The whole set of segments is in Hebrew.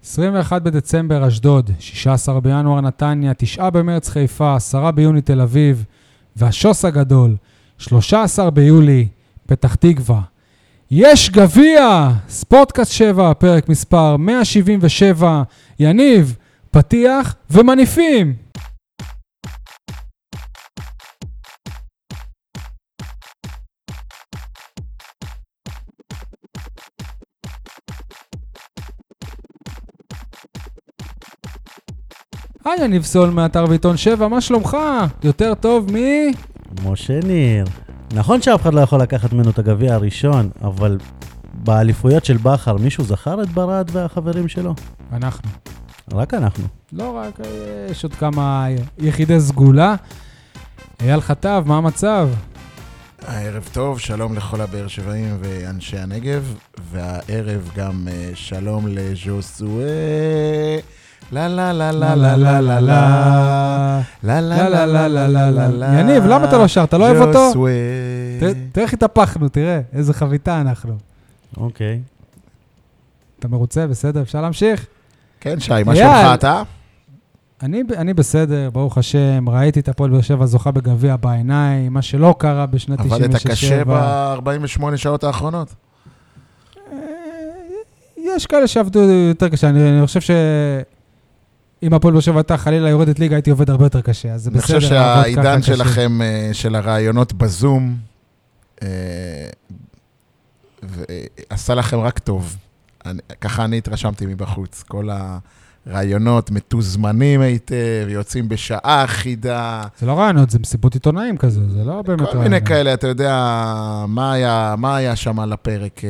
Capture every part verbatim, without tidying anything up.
עשרים ואחד בדצמבר אשדוד, שישה עשר בינואר נתניה, תשעה במרץ חיפה, עשרה ביוני תל אביב, והשוס הגדול, שלושה עשר ביולי, פתח תקווה. יש גביע! ספורטקאסט שבע, פרק מספר מאה שבעים ושבע, יניב, פתיח ומניפים! היי, יניב סול מאתר ועיתון שבע, מה שלומך? יותר טוב מי? משה ניר. נכון שאף אחד לא יכול לקחת ממנו את הגביע הראשון, אבל באליפויות של בחר מישהו זכר את ברד והחברים שלו? אנחנו. רק אנחנו. לא רק, יש עוד כמה יחידי סגולה. אייל חטב, מה המצב? הערב טוב, שלום לכל הבאר שבעים ואנשי הנגב, והערב גם שלום לז'וסואה. לה לה לה לה לה לה לה לה לה לה לה לה לה לה לה לה. יניב, למה אתה לא שר? אתה לא אוהב אותו? ז'וסואה. תראה איך התהפכנו, תראה, איזה חביתה אנחנו. אוקיי. אתה מרוצה? בסדר, אפשר להמשיך? כן, שי, מה שלומך אתה? אני, אני בסדר, ברוך השם, ראיתי את הפועל באר שבע זוכה בגביע בעיניים, מה שלא קרה בשנת תשעים ושבע. עבדת קשה ב-ארבעים ושמונה שעות האחרונות? יש כאלה שעבדו יותר קשה, אני, אני חושב שאם הפועל באר שבע הייתה חלילה יורדת ליגה, הייתי עובד הרבה יותר קשה, אז זה בסדר. אני חושב שהעידן שלכם, של הרעיונות בזום, עשה לכם רק טוב. ככה אני התרשמתי מבחוץ, כל ה... רעיונות מתוזמנים היטב, יוצאים בשעה אחידה. זה לא רעיונות, זה מסיבות עיתונאים כזה, זה לא באמת רעיונות. כל מיני כאלה, אתה יודע, מה היה, מה היה שם על הפרק,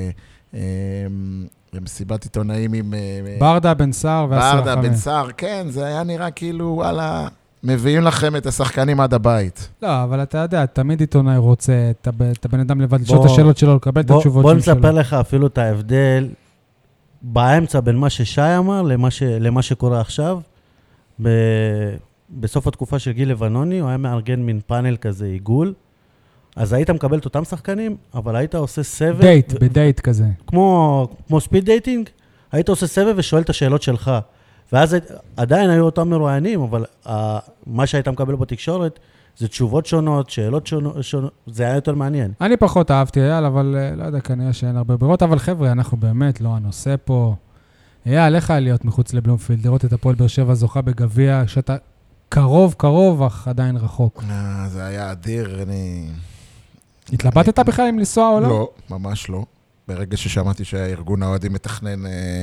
מסיבת עיתונאים עם... ברדה, בן סער ועשר ברדה, בן סער, כן, זה היה נראה כאילו, וואלה, מביאים לכם את השחקנים עד הבית. לא, אבל אתה יודע, תמיד עיתונאי רוצה את הבן אדם לבד, לשאול את השאלות שלו, לקבל את התשובות שלו. בוא נספר לך אפילו את ההבדל, באמצע בין מה ששי אמר למה, ש... למה שקורה עכשיו, ב... בסוף התקופה של גיל לבנוני, הוא היה מארגן מין פאנל כזה, עיגול, אז היית מקבל את אותם שחקנים, אבל היית עושה סבב... דייט, ו... בדייט כזה. כמו, כמו ספיד דייטינג, היית עושה סבב ושואל את השאלות שלך, ואז עדיין היו אותם מרואיינים, אבל uh, מה שהיית מקבל בתקשורת, זה תשובות שונות, שאלות שונות, שונות, זה היה יותר מעניין. אני פחות אהבתי, אייל, אבל לא יודע, כנראה שאין הרבה ברירות, אבל חבר'ה, אנחנו באמת לא הנושא פה. אייל, איך היה להיות מחוץ לבלומפילד, לראות את הפועל באר שבע זוכה בגביע, שאתה קרוב, קרוב, אך עדיין רחוק. זה היה אדיר, אני... התלבטת בכלל אם לנסוע או לא? לא, ממש לא. ברגע ששמעתי שהארגון האוהדים מתכנן...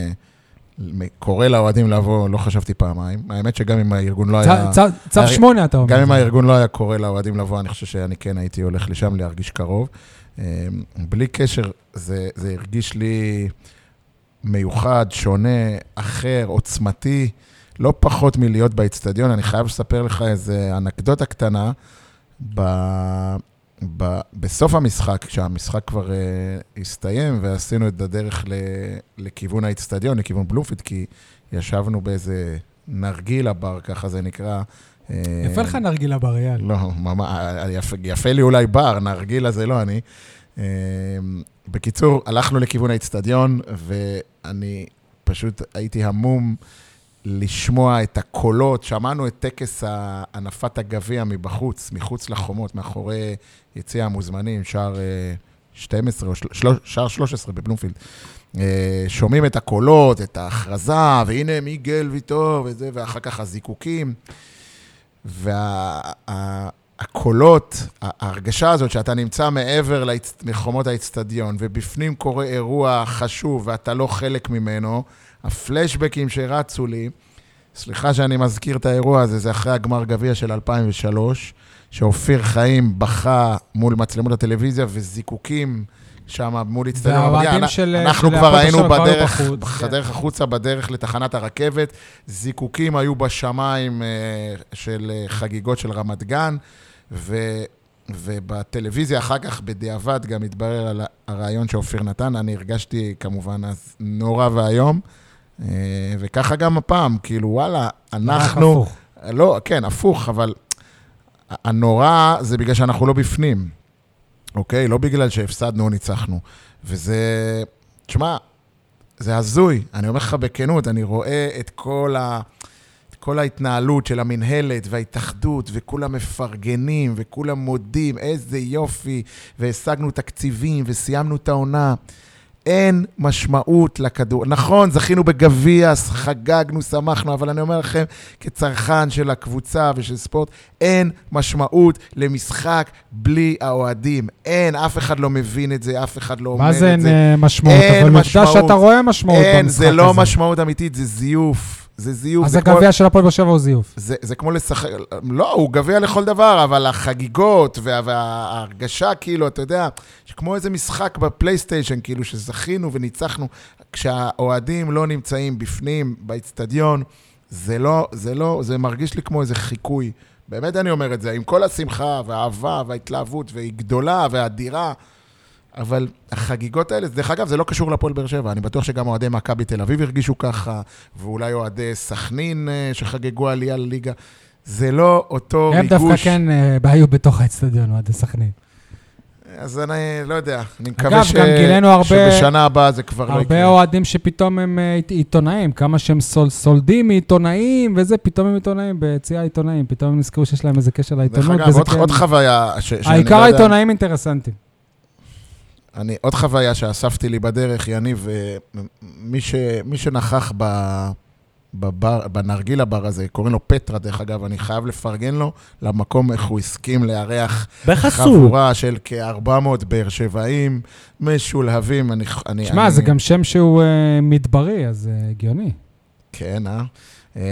קורא לאוהדים לבוא, לא חשבתי פעמיים. האמת שגם אם הארגון לא היה... צו שמונה, אתה אומר. גם אם הארגון לא היה קורא לאוהדים לבוא, אני חושב שאני כן הייתי הולך לשם להרגיש קרוב. בלי קשר, זה, זה הרגיש לי מיוחד, שונה, אחר, עוצמתי, לא פחות מלהיות באצטדיון. אני חייב לספר לך איזה אנקדוטה קטנה. ב... ב... בסוף המשחק, כשהמשחק כבר uh, הסתיים, ועשינו את הדרך ל... לכיוון האצטדיון, לכיוון בלומפילד, כי ישבנו באיזה נרגילה בר, ככה זה נקרא. יפה לך נרגילה בר, אייל. לא, ממש, יפה, יפה לי אולי בר, נרגילה זה לא אני. Uh, בקיצור, הלכנו לכיוון האצטדיון, ואני פשוט הייתי המום לשמוע את הקולות, שמענו את טקס הנפת הגביע מבחוץ, מחוץ לחומות, מאחורי יציע המוזמנים, שער שתים עשרה או שער שלוש עשרה בבלומפילד. שומעים את הקולות, את ההכרזה, והנה מיגל ויטור וזה, ואחר כך הזיקוקים. והקולות, ההרגשה הזאת שאתה נמצא מעבר לחומות האצטדיון, ובפנים קורה אירוע חשוב ואתה לא חלק ממנו, הפלשבקים שרצו לי, סליחה שאני מזכיר את האירוע הזה, זה אחרי הגמר גביע של אלפיים ושלוש, שאופיר חיים בכה מול מצלמות הטלוויזיה, וזיקוקים שם מול הצטדיון. אנחנו כבר היינו בדרך, בדרך החוצה, בדרך לתחנת הרכבת, זיקוקים היו בשמיים של חגיגות של רמת גן, ו... ובטלוויזיה אחר כך בדיעבד גם התברר על הרעיון שאופיר נתן, אני הרגשתי כמובן אז נורא והיום, וככה גם הפעם, כאילו וואלה, אנחנו... הפוך. לא, כן, הפוך, אבל הנורא זה בגלל שאנחנו לא בפנים, אוקיי? לא בגלל שהפסדנו או ניצחנו, וזה, תשמע, זה הזוי. אני אומר לך בכנות, אני רואה את כל ה... כל ההתנהלות של המנהלת וההתאחדות, וכולם מפרגנים, וכולם מודים, איזה יופי, והשגנו תקציבים, וסיימנו את העונה. אין משמעות לכדור. נכון, זכינו בגביע, חגגנו, שמחנו, אבל אני אומר לכם, כצרכן של הקבוצה ושל ספורט, אין משמעות למשחק בלי האוהדים. אין, אף אחד לא מבין את זה, אף אחד לא אומר את זה. מה זה אין משמעות? אין אבל משמעות. עובדה שאתה רואה משמעות במשחק הזה. אין, זה לא משמעות אמיתית, זה זיוף. זה זיוף. אז הגביע של הפועל באר שבע הוא זיוף. זה, זה כמו לשחק, לא, הוא גביע לכל דבר, אבל החגיגות וה, וההרגשה, כאילו, אתה יודע, שכמו איזה משחק בפלייסטיישן, כאילו, שזכינו וניצחנו, כשהאוהדים לא נמצאים בפנים, באצטדיון, זה לא, זה לא, זה מרגיש לי כמו איזה חיקוי. באמת אני אומר את זה, עם כל השמחה והאהבה וההתלהבות, והיא גדולה והאדירה, אבל החגיגות האלה, דרך אגב, זה לא קשור לפועל באר שבע. אני בטוח שגם אוהדי מכבי תל אביב הרגישו ככה, ואולי אוהדי סכנין שחגגו עלייה לליגה. זה לא אותו ריגוש. הם דווקא כן היו בתוך האצטדיון, אוהדי סכנין. אז אני לא יודע. אני מקווה אגב, גם גילינו הרבה... שבשנה הבאה זה כבר לא יקרה. הרבה אוהדים שפתאום הם עיתונאים, כמה שהם סול, סולדים מעיתונאים, וזה, פתאום הם עיתונאים, ביציאה עיתונאים, פתאום הם נזכרו שיש להם איזה קשר לעיתונות. דרך אגב, עוד, כן... עוד חוויה... ש... העיקר לא העיתונאים יודע... אינטרסנטים. אני, עוד חוויה שאספתי לי בדרך, יניב, מי, ש, מי שנכח ב, בבר, בנרגיל הבר הזה, קוראים לו פטרה, דרך אגב, אני חייב לפרגן לו למקום איך הוא הסכים לארח חבורה של כ-ארבע מאות באר שבעים משולהבים. אני, אני, שמה, אני... זה גם שם שהוא uh, מדברי, אז uh, הגיוני. כן, אה? אה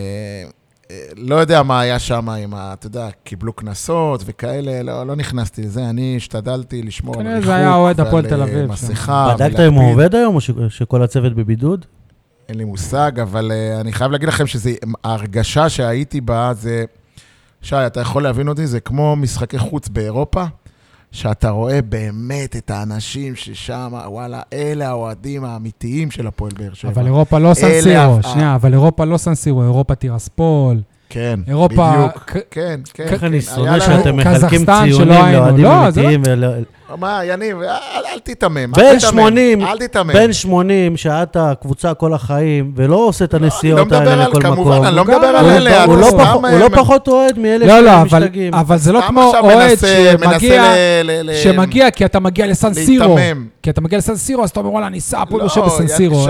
לא יודע מה היה שם, אם, אתה יודע, קיבלו כנסות וכאלה, לא, לא נכנסתי לזה, אני השתדלתי לשמור על ריחוק, זה היה אוהד הפועל תל אביב. מסכה. בדקת אם הוא עובד היום, או ש, שכל הצוות בבידוד? אין לי מושג, אבל uh, אני חייב להגיד לכם שההרגשה שהייתי בה, זה, שי, אתה יכול להבין אותי, זה כמו משחקי חוץ באירופה, שאתה רואה באמת את האנשים ששם, וואלה, אלה האוהדים האמיתיים של הפועל באר שבע. אבל אירופה לא סנסירו, שנייה, אבל אירופה לא סנסירו, אירופה טירספול. כן, אירופה, בדיוק. כן, כן. איך אני שונא שאתם מחלקים ציונים לאוהדים אמיתיים. מה, יניב, אל תתאמם. בין שמונים, בין שמונים, שאת הקבוצה כל החיים, ולא עושה את הנסיעות האלה לכל מקום. אני לא מדבר על אלה. הוא לא פחות אוהד מאלה שמשתגעים. אבל זה לא כמו אוהד שמגיע, כי אתה מגיע לסנסירו. כי אתה מגיע לסנסירו, אז אתה אומר, וואלה, אני סע פה יושב בסנסירו.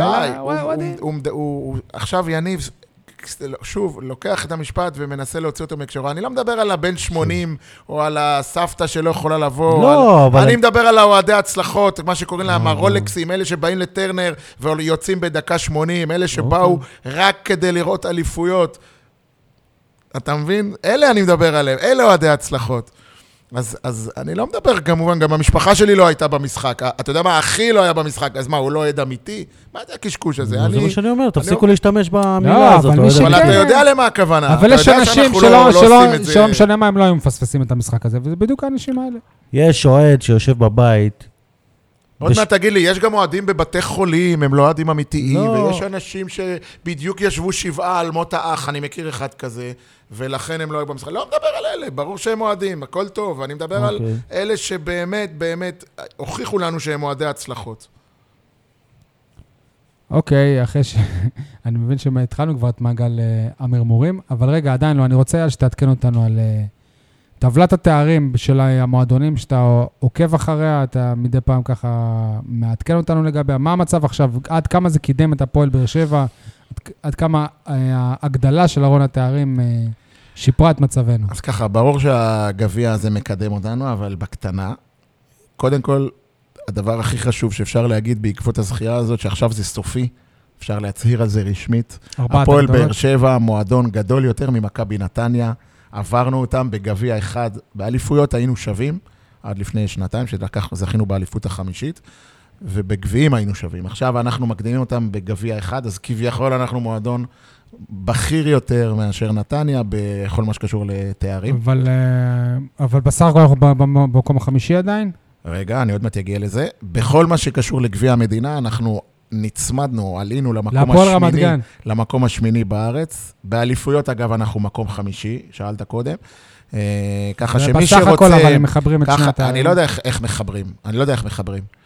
עכשיו יניב, שוב, לוקח את המשפט ומנסה להוציא אותו מקשרו. אני לא מדבר על הבן שמונים, או על הסבתא שלא יכולה לבוא. לא, אבל... אני מדבר על האוהדי הצלחות, מה שקוראים להם הרולקסים, אלה שבאים לטרנר ויוצאים בדקה שמונים, אלה שבאו רק כדי לראות אליפויות. אתה מבין? אלה אני מדבר עליהם, אלה אוהדי הצלחות. אז, אז אני לא מדבר, כמובן, גם המשפחה שלי לא הייתה במשחק. אתה יודע מה, אחי לא היה במשחק, אז מה, הוא לא עד אמיתי? מה זה הקשקוש הזה? זה מה שאני אומר, תפסיקו להשתמש במילה הזאת. אבל אתה יודע למה הכוונה. אבל יש אנשים שלא משנה מה, הם לא היו מפספסים את המשחק הזה, וזה בדיוק האנשים האלה. יש אוהד שיושב בבית. עוד מעט תגיד לי, יש גם אוהדים בבתי חולים, הם לא אוהדים אמיתיים, ויש אנשים שבדיוק ישבו שבעה על מות האח, אני מכיר אחד כזה, ולכן הם לא היו במשחק. לא מדבר על אלה, ברור שהם אוהדים, הכל טוב, אני מדבר על אלה שבאמת, באמת, הוכיחו לנו שהם אוהדי הצלחות. אוקיי, אחרי ש... אני מבין שהתחלנו כבר את מעגל המרמורים, אבל רגע, עדיין לא, אני רוצה שתעדכן אותנו על טבלת התארים של המועדונים, שאתה עוקב אחריה, אתה מדי פעם ככה מעדכן אותנו לגביה. מה המצב עכשיו? עד כמה זה קידם את הפועל באר שבע? עד, עד כמה ההגדלה של ארון התארים שיפרה את מצבנו? אז ככה, ברור שהגביע הזה מקדם אותנו, אבל בקטנה. קודם כל, הדבר הכי חשוב שאפשר להגיד בעקבות הזכייה הזאת, שעכשיו זה סופי, אפשר להצהיר על זה רשמית. הפועל באר שבע, מועדון גדול יותר ממכבי נתניה, עברנו אותם בגביע אחד, באליפויות היינו שווים, עד לפני שנתיים, שזכינו באליפות החמישית, ובגביעים היינו שווים. עכשיו אנחנו מקדימים אותם בגביע אחד, אז כביכול אנחנו מועדון בכיר יותר מאשר נתניה, בכל מה שקשור לתארים. אבל, אבל בסך הכל אנחנו במקום החמישי עדיין? רגע, אני עוד מעט אגיע לזה. בכל מה שקשור לגביע המדינה, אנחנו נצמדנו, עלינו למקום השמיני, למקום השמיני בארץ. באליפויות, אגב, אנחנו מקום חמישי, שאלת קודם. ככה שמי שרוצה... בסך הכל, אבל הם מחברים את שני התארים. אני לא יודע איך מחברים. אני לא יודע איך מחברים.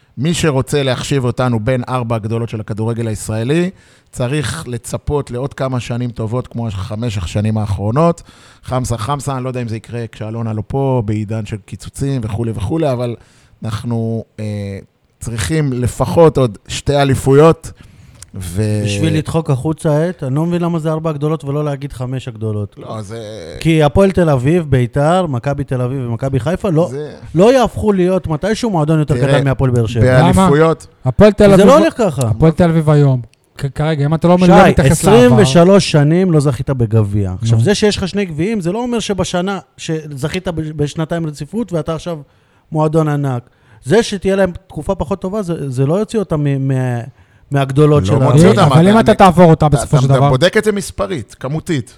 מי שרוצה להחשיב אותנו בין ארבע הגדולות של הכדורגל הישראלי, צריך לצפות לעוד כמה שנים טובות, כמו חמש השנים האחרונות. חמסה, חמסה, אני לא יודע אם זה יקרה כשאלונה לא פה, בעידן של קיצוצים וכו' וכו', אבל אנחנו אה, צריכים לפחות עוד שתי אליפויות, ו... בשביל לדחוק החוצה את, אני לא מבין למה זה ארבע הגדולות ולא להגיד חמש הגדולות. לא, זה... כי הפועל תל אביב, ביתר, מכבי תל אביב ומכבי חיפה, לא, זה... לא יהפכו להיות מתישהו מועדון יותר קטן מהפועל באר שבע. באליפויות... הפועל תל אביב... זה לא הולך ככה. הפועל תל אביב היום, כרגע, אם אתה לא מתייחס לעבר... שי, עשרים ושלוש שנים לא זכית בגביע. עכשיו, זה שיש לך שני גביעים, זה לא אומר שבשנה, שזכית בשנתיים רציפות, ואתה עכשיו מועדון ענק. זה שתהיה להם תקופה פחות טובה, זה, זה לא יוציא אותם מ... מהגדולות של ה... אבל אם אתה תעבור אותה בסופו של דבר... אתה בודק את זה מספרית, כמותית.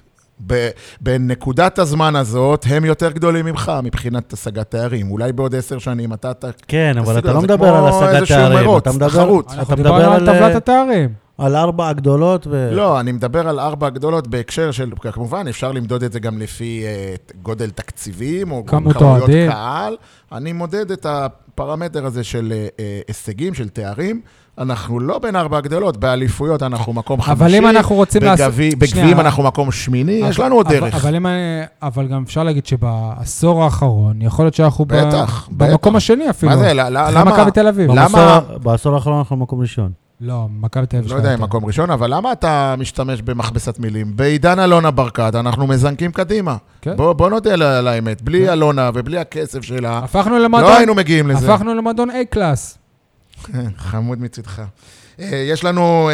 בנקודת הזמן הזאת, הם יותר גדולים ממך מבחינת השגת תארים. אולי בעוד עשר שנים אתה... כן, אבל אתה לא מדבר על השגת תארים. אתה מדבר על טבלת התארים. על ארבע הגדולות ו... לא, אני מדבר על ארבע הגדולות בהקשר של... כמובן, אפשר למדוד את זה גם לפי גודל תקציבים, או כמויות קהל. אני מודד את הפרמטר הזה של הישגים, של תארים. אנחנו לא בין ארבע הגדולות, באליפויות אנחנו מקום חמישי. אבל אם אנחנו רוצים לעשות... בגביעים אנחנו מקום שמיני, יש לנו עוד דרך. אבל גם אפשר להגיד שבעשור האחרון, יכול להיות שאנחנו במקום השני אפילו. מה זה? למה? מכבי תל אביב. בעשור האחרון אנחנו במקום ראשון. לא, מכבי תל אביב. לא יודע אם מקום ראשון, אבל למה אתה משתמש במכבסת מילים? בעידן אלונה ברקת, אנחנו מזנקים קדימה. בוא נודה על האמת. בלי אלונה ובלי הכסף שלה, לא היינו מגיעים לזה. הפכנו למועדון A-קלאס. חמוד מצדך. יש לנו,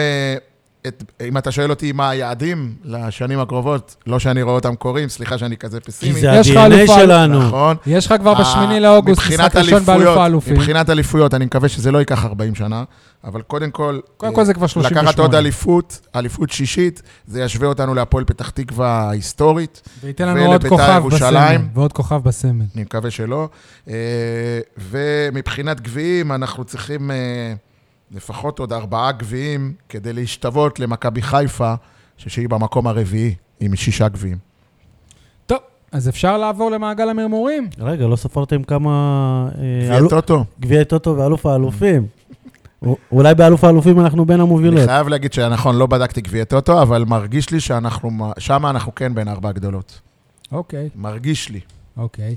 אם אתה שואל אותי מה היעדים לשנים הקרובות, לא שאני רואה אותם קוראים, סליחה שאני כזה פסימי. כי זה ה-די אן איי שלנו. נכון. יש לך כבר בשמיני לאוגוסט, משחק ראשון באלוף האלופים. מבחינת אליפויות, אני מקווה שזה לא ייקח ארבעים שנה, אבל קודם כל, קודם כל זה כבר שלושים ושמונה. לקחת עוד אליפות, אליפות שישית, זה ישווה אותנו להפועל פתח תקווה ההיסטורית. וייתן לנו עוד כוכב בסמל, ועוד כוכב בסמל. אני מקווה שלא. ומבחינת גביעים, אנחנו צריכים לפחות עוד ארבעה גביעים, כדי להשתוות למכבי חיפה, שהיא במקום הרביעי, עם שישה גביעים. טוב, אז אפשר לעבור למעגל המרמורים? רגע, לא ספרתם כמה... גביעי טוטו. גביעי טוטו ואלוף האלופים. אולי באלוף האלופים אנחנו בין המובילות. אני חייב להגיד שנכון, לא בדקתי גביעי טוטו, אבל מרגיש לי שאנחנו, שם אנחנו כן בין ארבע גדולות. אוקיי. מרגיש לי. אוקיי.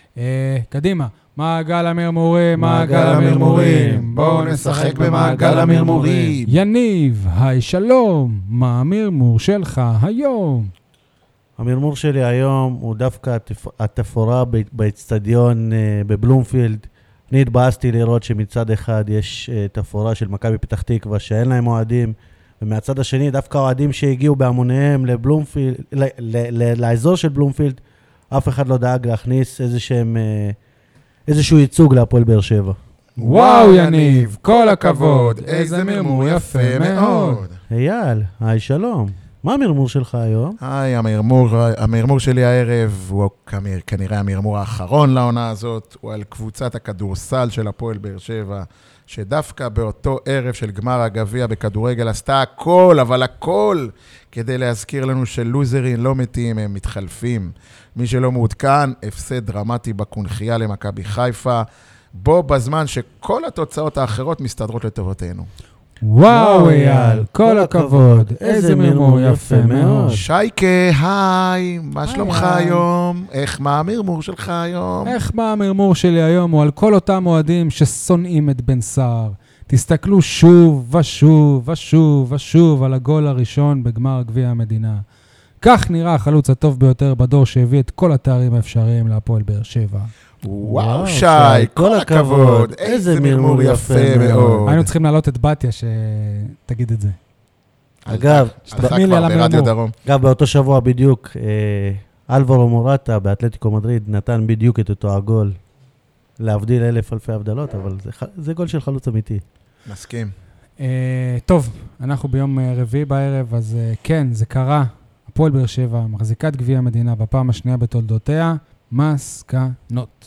קדימה. מעגל המרמורים, מעגל המרמורים. בואו נשחק במעגל המרמורים. יניב, היי שלום. מה המרמור שלך היום? המרמור שלי היום הוא דווקא התפאורה באצטדיון בבלומפילד. אני התבאסתי לראות שמצד אחד יש תפאורה של מכבי פתח תקווה שאין להם אוהדים, ומהצד השני דווקא אוהדים שהגיעו בהמוניהם לבלומפילד, לאזור של בלומפילד, אף אחד לא דאג להכניס איזשהם, איזשהו ייצוג להפועל באר שבע. וואו יניב, כל הכבוד, איזה מרמור יפה מאוד. אייל, היי שלום. מה המרמור שלך היום? היי, המרמור, המרמור שלי הערב הוא כנראה המרמור האחרון לעונה הזאת, הוא על קבוצת הכדורסל של הפועל באר שבע, שדווקא באותו ערב של גמר הגביע בכדורגל עשתה הכל, אבל הכל, כדי להזכיר לנו שלוזרים לא מתים, הם מתחלפים. מי שלא מעודכן, הפסד דרמטי בקונחייה למכבי חיפה, בו בזמן שכל התוצאות האחרות מסתדרות לטובתנו. וואו אייל, כל הכבוד, איזה מרמור יפה מאוד. שייקה, היי, מה שלומך היום? איך מה המרמור שלך היום? איך מה המרמור שלי היום? הוא על כל אותם אוהדים ששונאים את בן סער. תסתכלו שוב ושוב ושוב ושוב על הגול הראשון בגמר גביע המדינה. כך נראה החלוץ הטוב ביותר בדור שהביא את כל התארים האפשריים להפועל באר שבע. וואו שי, כל הכבוד, איזה מרמור יפה מאוד. היינו צריכים להעלות את בתיה שתגיד את זה. אגב, אגב, באותו שבוע בדיוק, אלברו מורטה באתלטיקו מדריד נתן בדיוק את אותו הגול, להבדיל אלף אלפי הבדלות, אבל זה גול של חלוץ אמיתי. מסכים. טוב, אנחנו ביום רביעי בערב, אז כן, זה קרה. הפועל באר שבע, מחזיקת גביע המדינה בפעם השנייה בתולדותיה, מסקנות.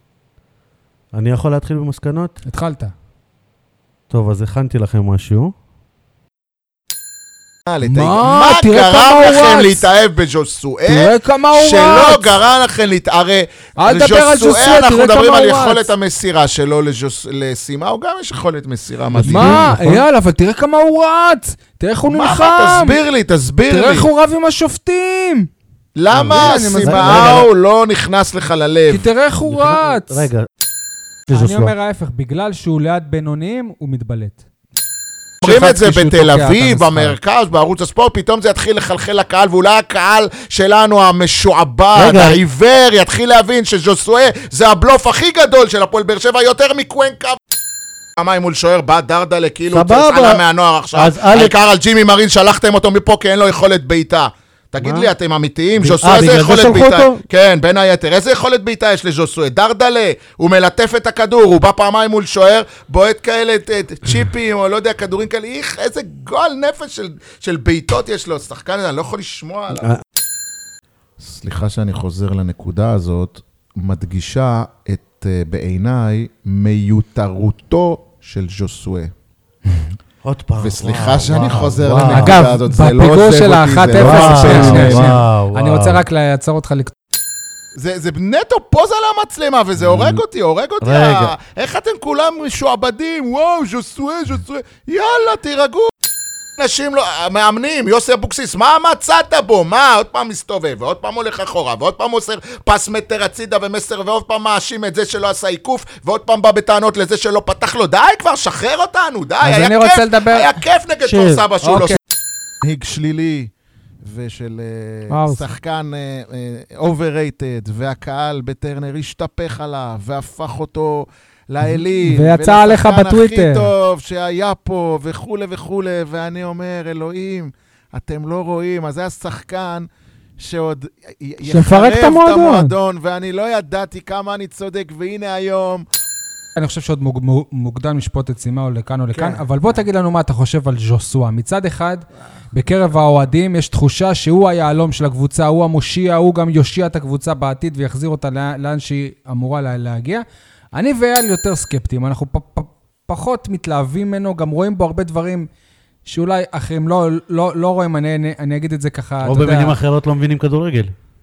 אני יכול להתחיל במסקנות? התחלת. טוב, אז הכנתי לכם משהו. מה גרם לכם להתאהב בז'וסואה? תראה כמה הוא רץ. שלא גרם לכם להתאהב. אל תדבר על ז'וסואה, אנחנו תראה כמה מדברים הוא על רץ. יכולת המסירה שלו לסימה, הוא גם יש יכולת מסירה מדהימה. מה? אייל, אבל תראה כמה הוא רץ. תראה איך הוא נלחם. מה? תסביר לי, תסביר לי. תראה איך הוא רב עם השופטים. למה סימאו לא נכנס לך ללב? כי תראה איך הוא רץ. רגע. אני אומר ההפך, בגלל שהוא ליד בינוניים, הוא מתבלט. אומרים את זה בתל אביב, במרכז, בערוץ הספורט, פתאום זה יתחיל לחלחל לקהל, ואולי הקהל שלנו המשועבד, העיוור, יתחיל להבין שז'וסואה זה הבלוף הכי גדול של הפועל באר שבע, יותר מקוונקה. פעמיים מול שוער, בא דרדלה, כאילו צלצלה מהנוער עכשיו. העיקר על ג'ימי מרין, שלחתם אותו מפה, כי אין לו יכולת בעיטה. תגיד לי, אתם אמיתיים? ז'וסואה איזה יכולת בעיטה? כן, בין היתר. איזה יכולת בעיטה יש לז'וסואה? דרדלה, הוא מלטף את הכדור, הוא בא פעמיים מול שוער, בועט כאלה צ'יפים, או לא יודע, כדורים כאלה, איך, איזה גול נפש של בעיטות יש לו. שחקן, אני לא יכול לשמוע עליו. סליחה שאני חוזר לנקודה הזאת, מדגישה את, בעיניי, מיותרותו של ז'וסואה. עוד פעם. וסליחה שאני חוזר לנקודה הזאת, זה לא בפיגור עוזב של אותי, ה-אחת זה לא אפס, עוזב אותי. אני רוצה רק לעצור אותך לקטוע. זה נטו פוז על המצלמה, וזה הורג אותי, הורג אותי. איך אתם כולם משועבדים? וואו, ז'וסואה, ז'וסואה. יאללה, תירגעו. אנשים לא, מאמנים, יוסי אבוקסיס, מה מצאת בו? מה? עוד פעם מסתובב, ועוד פעם הולך אחורה, ועוד פעם עושה פס מטר הצידה ומסר, ועוד פעם מאשים את זה שלא עשה עיקוף, ועוד פעם בא בטענות לזה שלא פתח לו. די כבר, שחרר אותנו, די. היה כיף, לדבר... היה כיף נגד כפר סבא שהוא לא... היג שלילי, ושל שחקן overrated, והקהל בטרנר השתפך עליו, והפך אותו... לאליל, ויצא עליך בטוויטר. הכי טוב שהיה פה, וכו' וכו', ואני אומר, אלוהים, אתם לא רואים, אז זה השחקן שעוד שפרק את המועדון, ואני לא ידעתי כמה אני צודק, והנה היום. אני חושב שעוד מוקדם לשפוט את סימאו לכאן או לכאן, אבל בוא תגיד לנו מה אתה חושב על ז'וסואה. מצד אחד, בקרב האוהדים יש תחושה שהוא היעלום של הקבוצה, הוא המושיע, הוא גם יושיע את הקבוצה בעתיד, ויחזיר אותה לאן שהיא אמורה להגיע. אני ואייל יותר סקפטיים, אנחנו פ- פ- פחות מתלהבים ממנו, גם רואים בו הרבה דברים שאולי אחרים לא, לא, לא רואים, אני, אני, אני אגיד את זה ככה, או במילים אחרות לא מבינים כדורגל.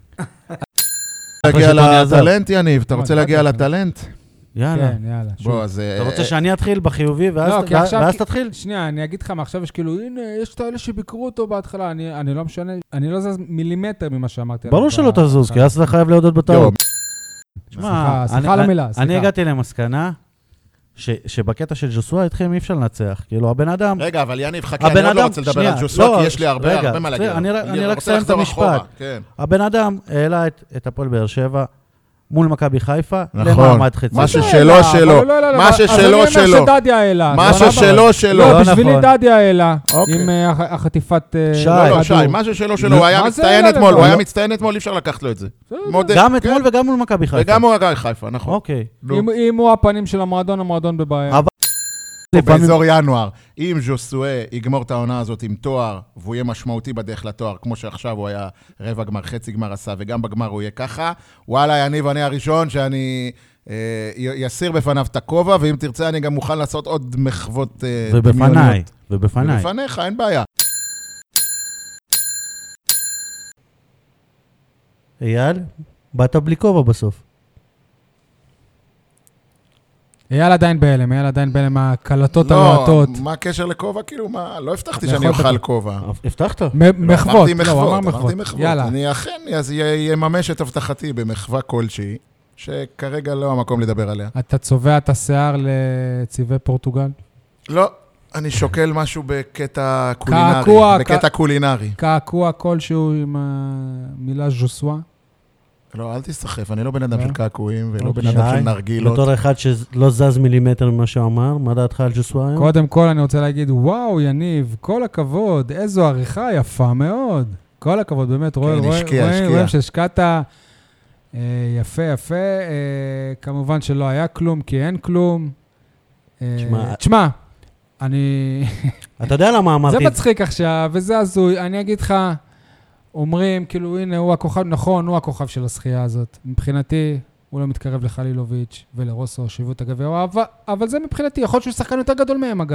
להגיע לטלנט, יניב, אתה רוצה להגיע לטלנט? יאללה. כן, יאללה. בוא, אז... אתה רוצה שאני אתחיל בחיובי ואז תתחיל? שנייה, אני אגיד לך מה, עכשיו יש כאילו, הנה, יש את האלה שביקרו אותו בהתחלה, אני לא משנה, אני לא זז מילימטר ממה שאמרתי. ברור שלא תזוז, כי אז אתה חייב להודות בטעות. סליחה, סליחה על המילה. אני הגעתי למסקנה שבקטע של ז'וסואה איתכם אי אפשר לנצח. כאילו, הבן אדם... רגע, אבל יניב, חכה, אני עוד לא רוצה לדבר על ז'וסואה, כי יש לי הרבה, הרבה מה להגיד. אני רק אסיים את המשפט. הבן אדם העלה את הפועל באר שבע מול מכבי חיפה, למעמד חצי. משהו שלו שלו. משהו שלו שלו. משהו שלו שלו. לא, בשבילי דדיה העלה, עם החטיפת... לא, לא, שי, משהו שלו שלו. הוא היה מצטיין אתמול, הוא היה מצטיין אתמול, אי אפשר לקחת לו את זה. גם אתמול וגם מול מכבי חיפה. וגם מול מכבי חיפה, נכון. אוקיי. אם הוא הפנים של המועדון, המועדון בבעיה. באזור ינואר, אם ז'וסואה יגמור את העונה הזאת עם תואר, והוא יהיה משמעותי בדרך לתואר, כמו שעכשיו הוא היה רבע גמר, חצי גמר עשה, וגם בגמר הוא יהיה ככה, וואלה, יניב, אני הראשון שאני יסיר בפניו את הכובע, ואם תרצה אני גם מוכן לעשות עוד מחוות ובפניי, ובפניי. ובפניך, אין בעיה. אייל, באת בלי כובע בסוף. אייל עדיין בהלם, אייל עדיין בהלם, הקלטות הלוהטות. לא, מה הקשר לכובע? כאילו, מה, לא הבטחתי שאני אוכל כובע. הבטחת? מחוות, לא, הוא אמר מחוות. יאללה. אני אכן, אז יממש את הבטחתי במחווה כלשהי, שכרגע לא המקום לדבר עליה. אתה צובע את השיער לצבעי פורטוגל? לא, אני שוקל משהו בקטע קולינרי. בקטע קולינרי. קעקוע כלשהו עם המילה ז'וסואה? לא, אל תסחף, אני לא בן אדם של קעקועים, ולא בן אדם של נרגילות. בתור אחד שלא זז מילימטר ממה שאמר, מה דעתך על ז'וסואה היום? קודם כל אני רוצה להגיד, וואו, יניב, כל הכבוד, איזו עריכה יפה מאוד. כל הכבוד, באמת, רואים שהשקעת יפה, יפה. כמובן שלא היה כלום, כי אין כלום. תשמע, אני... אתה יודע למה אמרתי? זה מצחיק עכשיו, וזה הזוי, אני אגיד לך... אומרים, כאילו, הנה, הוא הכוכב, נכון, הוא הכוכב של השחייה הזאת. מבחינתי, הוא לא מתקרב לחלילוביץ' ולרוסו, שיוו את הגביע, אבל, אבל זה מבחינתי, יכול להיות שהוא שחקן יותר גדול מהם, אגב.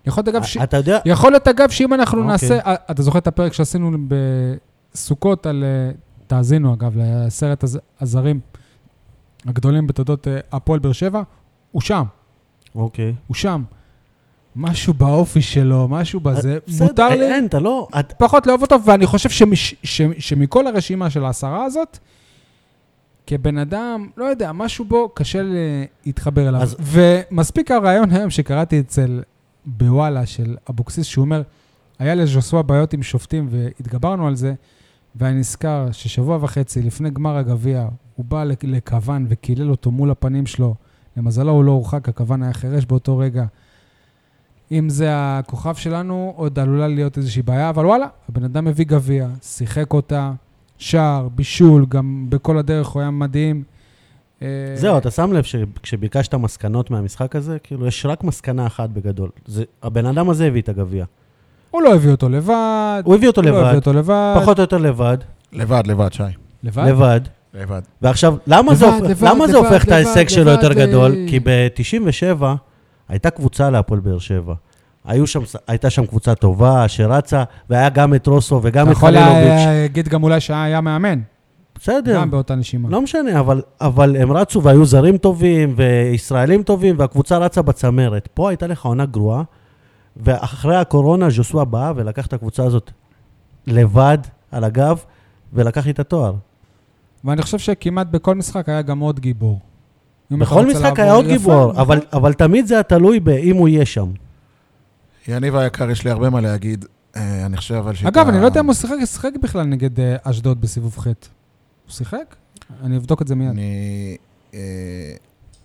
יכול להיות אגב, ש... אתה יודע... יכול להיות אגב שאם אנחנו אוקיי. נעשה, אתה זוכר את הפרק שעשינו בסוכות על, תאזינו אגב, לסרט הזרים הגדולים בתולדות הפועל באר שבע, הוא שם. אוקיי. הוא שם. משהו באופי שלו, משהו בזה, בסדר, מותר לי אין, אתה לא... את... פחות לאהוב אותו, ואני חושב שמש, ש, שמכל הרשימה של העשרה הזאת, כבן אדם, לא יודע, משהו בו קשה להתחבר אליו. אז... ומספיק הרעיון היום שקראתי אצל בוואלה של אבוקסיס, שהוא אומר, היה לז'וסווה בעיות עם שופטים והתגברנו על זה, ואני נזכר ששבוע וחצי לפני גמר הגביע, הוא בא לכוון וקילל אותו מול הפנים שלו, למזלו הוא לא הורחק, הכוון היה חרש באותו רגע. אם זה הכוכב שלנו, עוד עלולה להיות איזושהי בעיה, אבל וואלה, הבן אדם מביא גביע, שיחק אותה, שער, בישול, גם בכל הדרך הוא היה מדהים. זהו, אתה שם לב שכשביקשת מסקנות מהמשחק הזה, כאילו יש רק מסקנה אחת בגדול. זה, הבן אדם הזה הביא את הגביע. הוא לא הביא אותו לבד. הוא הביא אותו לבד. הוא הביא אותו לבד. פחות או יותר לבד. לבד, לבד, שי. לבד? לבד. לבד. ועכשיו, למה זה הופך את ההישג שלו יותר גדול? כי ב-תשעים ושבע הייתה קבוצה להפועל באר שבע. היו שם, הייתה שם קבוצה טובה, שרצה, והיה גם את רוסו וגם את חלילוביץ'. אתה יכול להגיד גם אולי שהיה מאמן. בסדר. גם באותה נשימה. לא משנה, אבל, אבל הם רצו והיו זרים טובים וישראלים טובים, והקבוצה רצה בצמרת. פה הייתה לך עונה גרועה, ואחרי הקורונה ז'וסווה בא ולקח את הקבוצה הזאת לבד על הגב, ולקח את התואר. ואני חושב שכמעט בכל משחק היה גם עוד גיבור. בכל משחק היה עוד גיבור, אבל, אבל תמיד זה תלוי באם הוא יהיה שם. יניב היקר, יש לי הרבה מה להגיד. אני חושב אבל שאתה... אגב, אני לא יודע אם הוא שיחק, שיחק בכלל נגד אשדוד בסיבוב ח'. הוא שיחק? אני אבדוק את זה מיד. אני אה,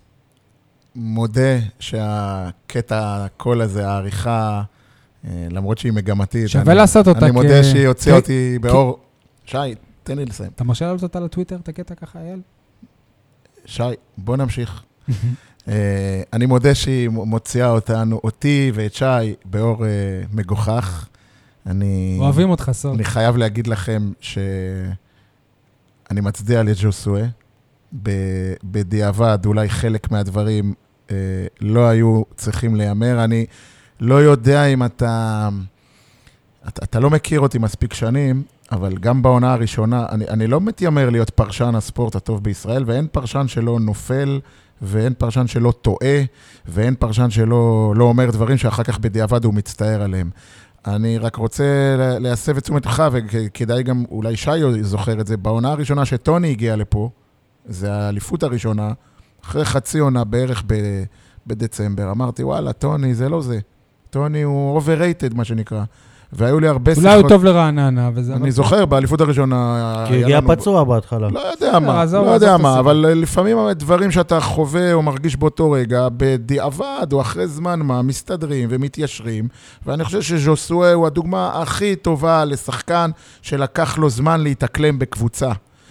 מודה שהקטע הקול הזה, העריכה, אה, למרות שהיא מגמתית, שווה אני, לעשות אותה. אני מודה כ... שהיא הוציאה כ... אותי באור... כ... שי, תן לי לסיים. אתה מרשה לעלות אותה לטוויטר, את הקטע ככה, אייל? שי, בוא נמשיך. אה, אני מודה שהיא מוציאה אותנו, אותי ואת שי באור אה, מגוחך. אני... אוהבים אותך, סוף. אני חייב להגיד לכם ש... אני מצדיע לג'וסווה, בדיעבד, אולי חלק מהדברים אה, לא היו צריכים להיאמר. אני לא יודע אם אתה, אתה, אתה לא מכיר אותי מספיק שנים, אבל גם בעונה הראשונה, אני, אני לא מתיימר להיות פרשן הספורט הטוב בישראל, ואין פרשן שלא נופל, ואין פרשן שלא טועה, ואין פרשן שלא לא אומר דברים שאחר כך בדיעבד הוא מצטער עליהם. אני רק רוצה להסב את תשומת לך, וכדאי גם, אולי שי זוכר את זה, בעונה הראשונה שטוני הגיע לפה, זה האליפות הראשונה, אחרי חצי עונה בערך ב- בדצמבר, אמרתי, וואלה, טוני זה לא זה. טוני הוא overrated, מה שנקרא. והיו לי הרבה שיחות... אולי הוא טוב לרעננה, וזה... אני זוכר, באליפות הראשונה... כי הגיע פצוע בהתחלה. לא יודע מה, לא יודע מה, אבל לפעמים דברים שאתה חווה או מרגיש באותו רגע, בדיעבד או אחרי זמן מה, מסתדרים ומתיישרים, ואני חושב שז'וסווה הוא הדוגמה הכי טובה לשחקן שלקח לו זמן להתאקלם בקבוצה.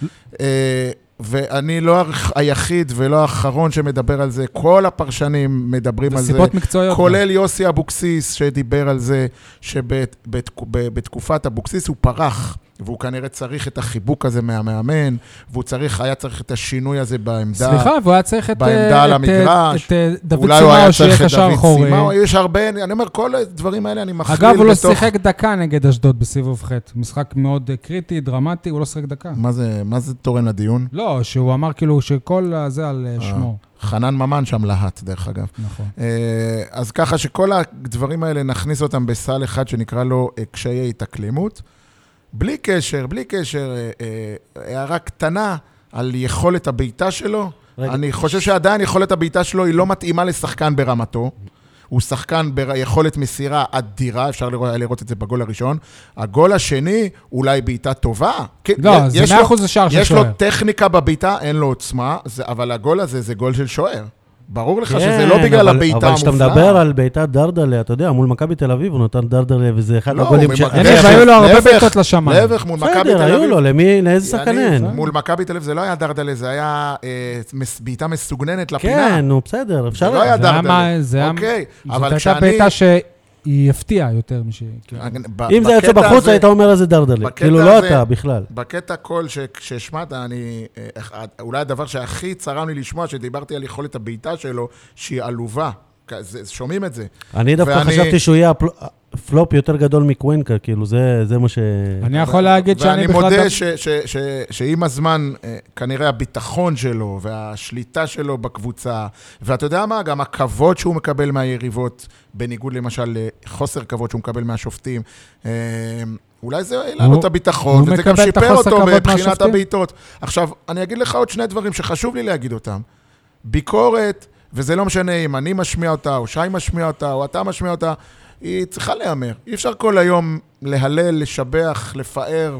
ואני לא היחיד ולא האחרון שמדבר על זה, כל הפרשנים מדברים על זה, סיבות מקצועיות, כולל יוסי אבוקסיס שדיבר על זה, שבתקופת אבוקסיס הוא פרח, והוא כנראה צריך את החיבוק הזה מהמאמן, והוא צריך, היה צריך את השינוי הזה בעמדה. סליחה, והוא היה צריך את, בעמדה על המגרש. את, את דוד סימאו שיהיה קשר אחורי. יש הרבה, אני אומר, כל הדברים האלה אני מכליל בתוך... אגב, הוא לא שיחק דקה נגד אשדוד בסיבוב ח'. משחק מאוד קריטי, דרמטי, הוא לא שיחק דקה. מה זה, מה זה תורן לדיון? לא, שהוא אמר כאילו שכל זה על שמו. חנן ממן שם להט, דרך אגב. נכון. אז ככה שכל הדברים האלה נכניס אותם בסל אחד שנקרא לו קשיי התאקלמות. בלי קשר, בלי קשר, הערה קטנה על יכולת הביתה שלו. רגע. אני חושב שעדיין יכולת הביתה שלו היא לא מתאימה לשחקן ברמתו. הוא שחקן ביכולת מסירה אדירה, אפשר לראות, לראות את זה בגול הראשון. הגול השני, אולי בעיטה טובה. לא, זה מאה אחוז זה שער של שוער. יש לו טכניקה בביתה, אין לו עוצמה, זה, אבל הגול הזה זה גול של שוער. ברור לך שזה לא בגלל הביתה המופלאה. אבל כשאתה מדבר על ביתה דרדלה, אתה יודע, מול מכבי תל אביב הוא נותן דרדלה, וזה אחד הגולים ש... היו לו הרבה ביתות לשמיים. להפך, מול מכבי תל אביב. בסדר, היו לו, למי, לאיזה שחקן אין? מול מכבי תל אביב זה לא היה דרדלה, זה היה בעיטה מסוגננת לפינה. כן, נו, בסדר, אפשר... זה לא היה דרדלה. אוקיי, אבל כשאני... זאת הייתה ביתה היא הפתיעה יותר משהי. אם זה יצא בחוץ, היית אומר איזה דרדלה. כאילו לא אתה בכלל. בקטע קול שהשמעת, אולי הדבר שהכי צרם לי לשמוע, שדיברתי על יכולת הביתה שלו, שהיא עלובה. שומעים את זה. אני דווקא חשבתי שהוא יהיה פלופ יותר גדול מקווינקה, כאילו זה מה ש... אני יכול להגיד שאני בכלל... ואני מודה שעם הזמן, כנראה הביטחון שלו והשליטה שלו בקבוצה, ואתה יודע מה, גם הכבוד שהוא מקבל מהיריבות, בניגוד למשל לחוסר כבוד שהוא מקבל מהשופטים, אולי זה העלה לו את הביטחון, וזה גם שיפר אותו מבחינת הבעיטות. עכשיו, אני אגיד לך עוד שני דברים שחשוב לי להגיד אותם. ביקורת, וזה לא משנה אם אני משמיע אותה, או שי משמיע אותה, או אתה משמיע אותה, היא צריכה להיאמר. אי אפשר כל היום להלל, לשבח, לפאר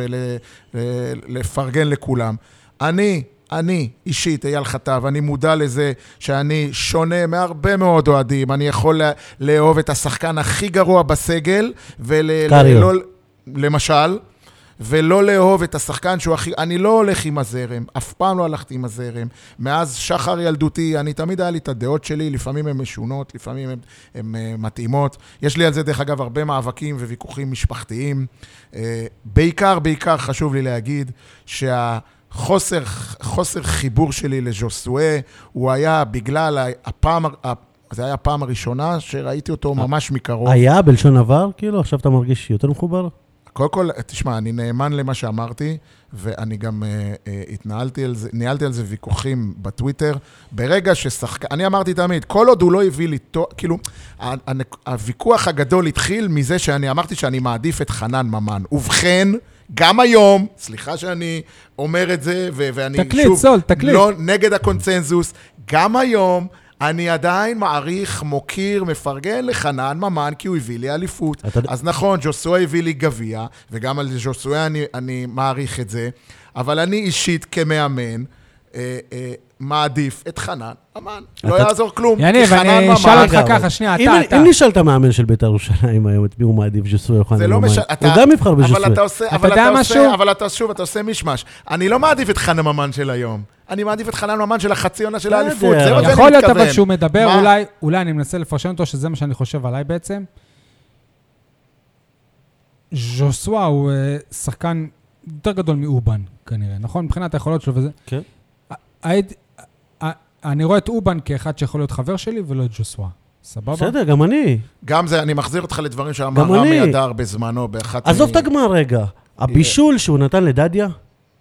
ולפרגן לכולם. אני, אני אישית, אייל חטב, אני מודע לזה שאני שונה מהרבה מאוד אוהדים. אני יכול לאהוב את השחקן הכי גרוע בסגל, ולא, למשל, ולא לאהוב את השחקן שהוא הכי... אני לא הולך עם הזרם, אף פעם לא הלכתי עם הזרם. מאז שחר ילדותי, אני תמיד היה לי את הדעות שלי, לפעמים הן משונות, לפעמים הן, הן מתאימות. יש לי על זה, דרך אגב, הרבה מאבקים וויכוחים משפחתיים. בעיקר, בעיקר חשוב לי להגיד שהחוסר חוסר חיבור שלי לג'וסואה, הוא היה בגלל הפעם... זה היה הפעם הראשונה שראיתי אותו ממש מקרוב. היה בלשון עבר? כאילו, עכשיו אתה מרגיש יותר מחובר? קודם כל, תשמע, אני נאמן למה שאמרתי, ואני גם uh, uh, התנהלתי על זה, ניהלתי על זה ויכוחים בטוויטר. ברגע ששחק... אני אמרתי תמיד, כל עוד הוא לא הביא לי... כאילו, הוויכוח הגדול התחיל מזה שאני אמרתי שאני מעדיף את חנן ממן. ובכן, גם היום, סליחה שאני אומר את זה, ו- ואני תקליט, שוב... סול, תקליט. לא נגד הקונצנזוס, גם היום... אני עדיין מעריך, מוקיר, מפרגן לחנן ממן, כי הוא הביא לי אליפות. אתה... אז נכון, ג'וסואה הביא לי גביע, וגם על ג'וסואה אני, אני מעריך את זה, אבל אני אישית כמאמן, אה, אה, מעדיף את חנן ממן. אתה... לא יעזור כלום. יניב, אני אשאל אותך ככה, שנייה, אתה, אם, אתה. אם נשאל את המאמן של בית"ר ירושלים היום, את מי הוא מעדיף, ג'וסואה או חנן ממן? לא מש... אתה... הוא גם יבחר בג'וסואה. אבל אתה עושה, אתה אבל אתה עושה, אבל אתה שוב, אתה עושה משמש. אני לא מעדיף את חנן ממן של היום. אני מעדיף את חנן ממן של החצי עונה של האליפות. זה מה שאני מתכוון. יכול להיות אבל שהוא מדבר, אולי, אולי אני מנסה לפרשן אותו, שזה מה שאני חושב עליי בעצם. ז'וסואה הוא שחקן יותר גדול מאובן, כנראה. נכון? מבחינת היכולות שלו וזה. כן. אני רואה את אובן כאחד שיכול להיות חבר שלי, ולא את ז'וסואה. סבבה? בסדר, גם אני. גם זה, אני מחזיר אותך לדברים שאמר רמי אדר בזמנו, באחת... עזוב את הגמר רגע. הבישול שהוא נתן לדדיה,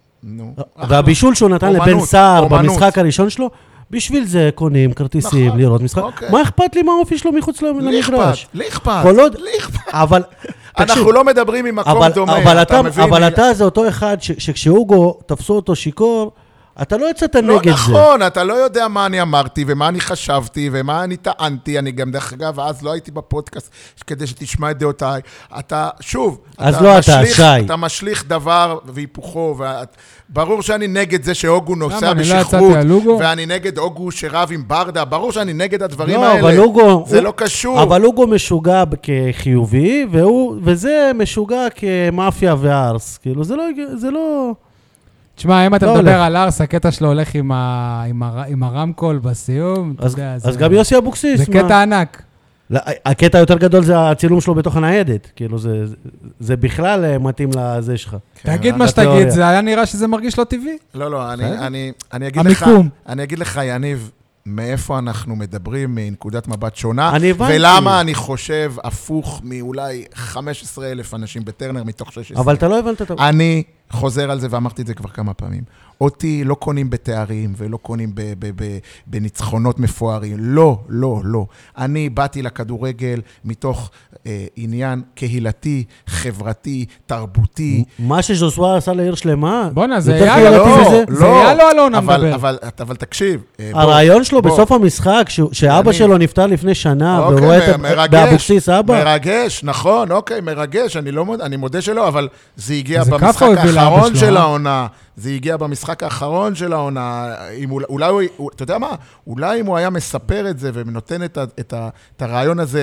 והבישול שהוא נתן לבן סער במשחק הראשון שלו, בשביל זה קונים כרטיסים לראות משחק. מה אכפת לי מה האופי שלו מחוץ למגרש? לי אכפת, לי אכפת. אבל... אנחנו לא מדברים ממקום דומה, אתה מבין? אבל אתה זה אותו אחד שכשהוגו תפסו אותו שיקור, אתה לא יצאת נגד זה. לא נכון, אתה לא יודע מה אני אמרתי, ומה אני חשבתי, ומה אני טענתי. אני גם דרך אגב, אז לא הייתי בפודקאסט, כדי שתשמע את דעותיי. אתה, שוב, אז לא אתה, שי. אתה משליך דבר והיפוכו, ברור שאני נגד זה שהוגו נוסע בשכרות, ואני נגד הוגו שרב עם ברדה, ברור שאני נגד הדברים האלה. זה לא קשור. אבל הוגו משוגע כחיובי, וזה משוגע כמאפיה וארס. כאילו, זה לא... תשמע, אם אתה לא מדבר הולך. על ארס, הקטע שלו הולך עם, ה... עם, ה... עם הרמקול בסיום. אז, יודע, אז זה... גם יוסי אבוקסיס. זה מה? קטע ענק. לא, הקטע היותר גדול זה הצילום שלו בתוך הניידת. כאילו, זה, זה בכלל מתאים לזה שלך. כן, תגיד מה שתגיד, זה היה נראה שזה מרגיש לא טבעי. לא, לא, אני, אני, אני, אגיד לך, אני אגיד לך, יניב, מאיפה אנחנו מדברים מנקודת מבט שונה, אני ולמה אני חושב הפוך מאולי חמישה עשר אלף אנשים בטרנר מתוך שש עשרה. אבל אתה לא הבנת את... אני חוזר על זה ואמרתי את זה כבר כמה פעמים. אותי לא קונים בתארים ולא קונים ב- ב- ב- בניצחונות מפוארים. לא, לא, לא. אני באתי לכדורגל מתוך אה, עניין קהילתי, חברתי, תרבותי. מה שז'וסואה עשה לעיר שלמה? בוא'נה, זה היה לו, לא, זה, לא, זה היה לו אלונה אבל, מדבר. אבל, אבל, אבל תקשיב. הרעיון שלו בוא, בסוף המשחק, ש- שאבא אני... שלו נפטר לפני שנה, אוקיי, ורואה את באבוקסיס אבא. מרגש, נכון, אוקיי, מרגש. אני, לא מוד, אני מודה שלא, אבל זה הגיע במשחק האחרון של העונה. זה הגיע במשחק האחרון של העונה, אם אולי, אולי, אתה יודע מה? אולי אם הוא היה מספר את זה ונותן את, ה, את, ה, את הרעיון הזה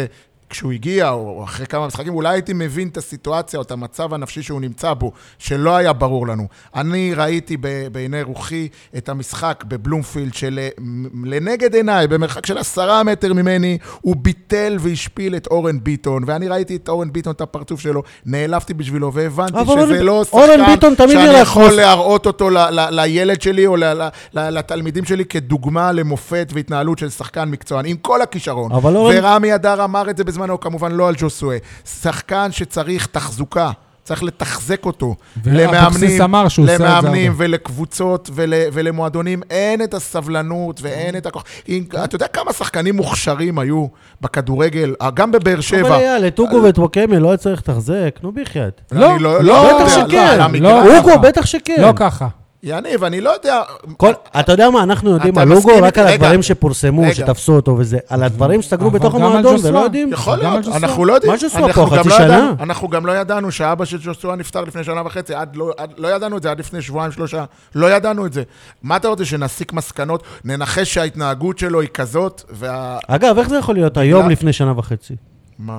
כשהוא הגיע, או אחרי כמה משחקים, אולי הייתי מבין את הסיטואציה, או את המצב הנפשי שהוא נמצא בו, שלא היה ברור לנו. אני ראיתי בעיני רוחי את המשחק בבלומפילד, שלנגד עיניי, במרחק של עשרה מטר ממני, הוא ביטל והשפיל את אורן ביטון, ואני ראיתי את אורן ביטון, את הפרצוף שלו, נעלבתי בשבילו, והבנתי שזה לא שחקן שאני יכול להראות אותו לילד שלי, או לתלמידים שלי, כדוגמה למופת והתנהלות של שחקן מקצוען, עם כל הכישרון. ורמי אדר אמר את זה בזמנו, כמובן לא על ג'וסואה. שחקן שצריך תחזוקה, צריך לתחזק אותו. למאמנים, למאמנים ולקבוצות ול, ולמועדונים, אין את הסבלנות ואין את הכוח. אתה יודע כמה שחקנים מוכשרים היו בכדורגל, גם בבאר שבע. אבל היה, לטוגו וטווקמי לא צריך לתחזק, נו בחייאת. לא, לא, בטח שכן. אוגו, בטח שכן. לא ככה. יניב, אני לא יודע... אתה יודע מה, אנחנו יודעים על לוגו רק על הדברים שפורסמו, שתפסו אותו וזה, על הדברים שסגרו בתוך המועדון ולא יודעים. יכול להיות, אנחנו לא יודעים. מה ג'וסואה פה, חצי שנה? אנחנו גם לא ידענו שאבא של ג'וסואה נפטר לפני שנה וחצי, לא ידענו את זה עד לפני שבועיים שלושה, לא ידענו את זה. מה אתה רוצה, שנסיק מסקנות, ננחש שההתנהגות שלו היא כזאת, אגב, איך זה יכול להיות היום לפני שנה וחצי? מה?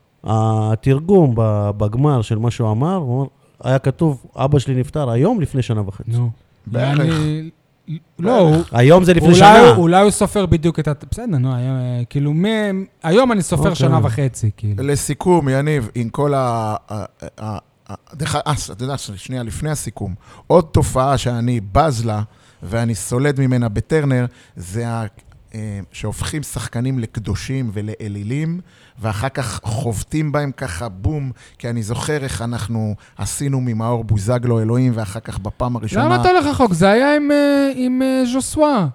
התרגום בגמר של מה שהוא אמר, הוא אומר, היה כתוב, אבא שלי נפטר היום לפני שנה וחצי. נו. בערך. לא, היום זה לפני שנה. אולי הוא סופר בדיוק את ה... בסדר, נו, כאילו, היום אני סופר שנה וחצי, כאילו. לסיכום, יניב, עם כל ה... דרך, אתה יודע, שנייה, לפני הסיכום, עוד תופעה שאני בז לה, ואני סולד ממנה בטרנר, זה ה... שהופכים שחקנים לקדושים ולאלילים, ואחר כך חובטים בהם ככה בום, כי אני זוכר איך אנחנו עשינו ממאור בוזגלו אלוהים, ואחר כך בפעם הראשונה... למה אתה הולך רחוק? זה היה עם, עם ז'וסואה.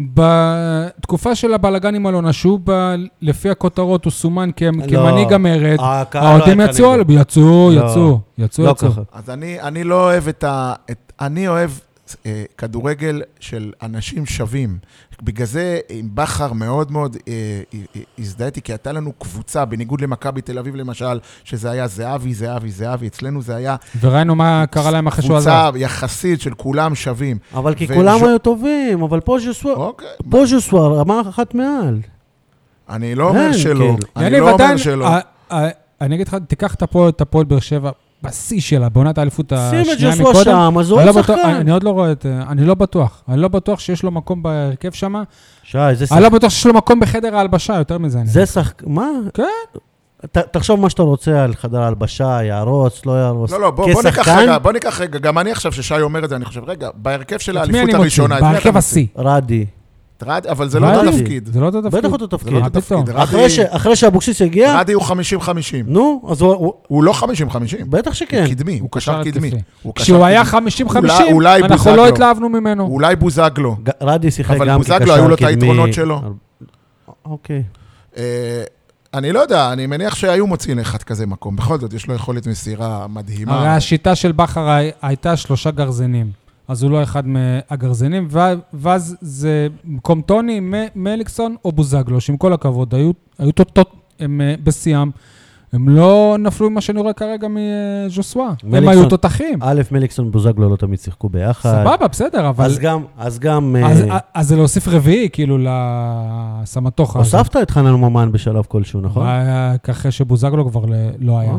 בתקופה של הבלגן עם אלונה, שהוא לפי הכותרות הוא סומן כמנהיג המרד, האוהדים יצאו, יצאו, יצאו, יצאו, יצאו. אז אני, אני לא אוהב את ה... אני אוהב... כדורגל של אנשים שווים. בגלל זה עם בחר מאוד מאוד הזדהיתי, כי הייתה לנו קבוצה, בניגוד למכבי תל אביב למשל, שזה היה זהבי, זהבי, זהבי, אצלנו זה היה... וראינו מה קרה להם אחרי שהוא עזב. קבוצה יחסית של כולם שווים. אבל כי כולם היו טובים, אבל פה ז'וסואה, פה ז'וסואה, אמר אחת מעל. אני לא אומר שלא. אני לא אומר שלא. אני אגיד לך, תיקח את הפועל באר שבע, בשיא שלה, בעונת האליפות השנייה מקודם. שים את ג'וסואה שם, אז הוא עוד שחקן. אני עוד לא רואה את... אני לא בטוח. אני לא בטוח שיש לו מקום בהרכב שם. שי, זה שחקן. אני לא בטוח שיש לו מקום בחדר ההלבשה, יותר מזה. זה שחקן... מה? כן. תחשוב מה שאתה רוצה על חדר ההלבשה, יערוץ, לא יערוץ. לא, לא, בוא ניקח רגע. גם אני עכשיו ששי אומר את זה, אני חושב, רגע, בהרכב של האליפות הראשונה... בהרכב השיא. רדי. אבל זה לא אותו תפקיד. זה לא אותו תפקיד. בטח אותו תפקיד. לא אותו תפקיד. אחרי שאבוקסיס הגיע... רדי הוא חמישים חמישים. נו, אז הוא... הוא לא חמישים חמישים. בטח שכן. הוא קדמי, הוא קשר קדמי. כשהוא היה חמישים חמישים, אנחנו לא התלהבנו ממנו. אולי בוזגלו. רדי שיחק גם אבל בוזגלו היו לו את היתרונות שלו. אוקיי. אני לא יודע, אני מניח שהיו מוצאים אחד כזה מקום. בכל זאת, יש לו יכולת מסירה מדהימה. הרי השיטה של בחר הייתה שלושה גרזנים. אז הוא לא אחד מהגרזנים, ואז זה מקום טוני, מליקסון או בוזגלו, שעם כל הכבוד, היו תותות, הם בשיאם, הם לא נפלו ממה שאני רואה כרגע מז'וסואה, הם היו תותחים. א', מליקסון ובוזגלו לא תמיד שיחקו ביחד. סבבה, בסדר, אבל... אז גם, אז גם... אז זה להוסיף רביעי, כאילו, לסמטוחה. הוספת את חנן ממן בשלב כלשהו, נכון? ככה שבוזגלו כבר לא היה.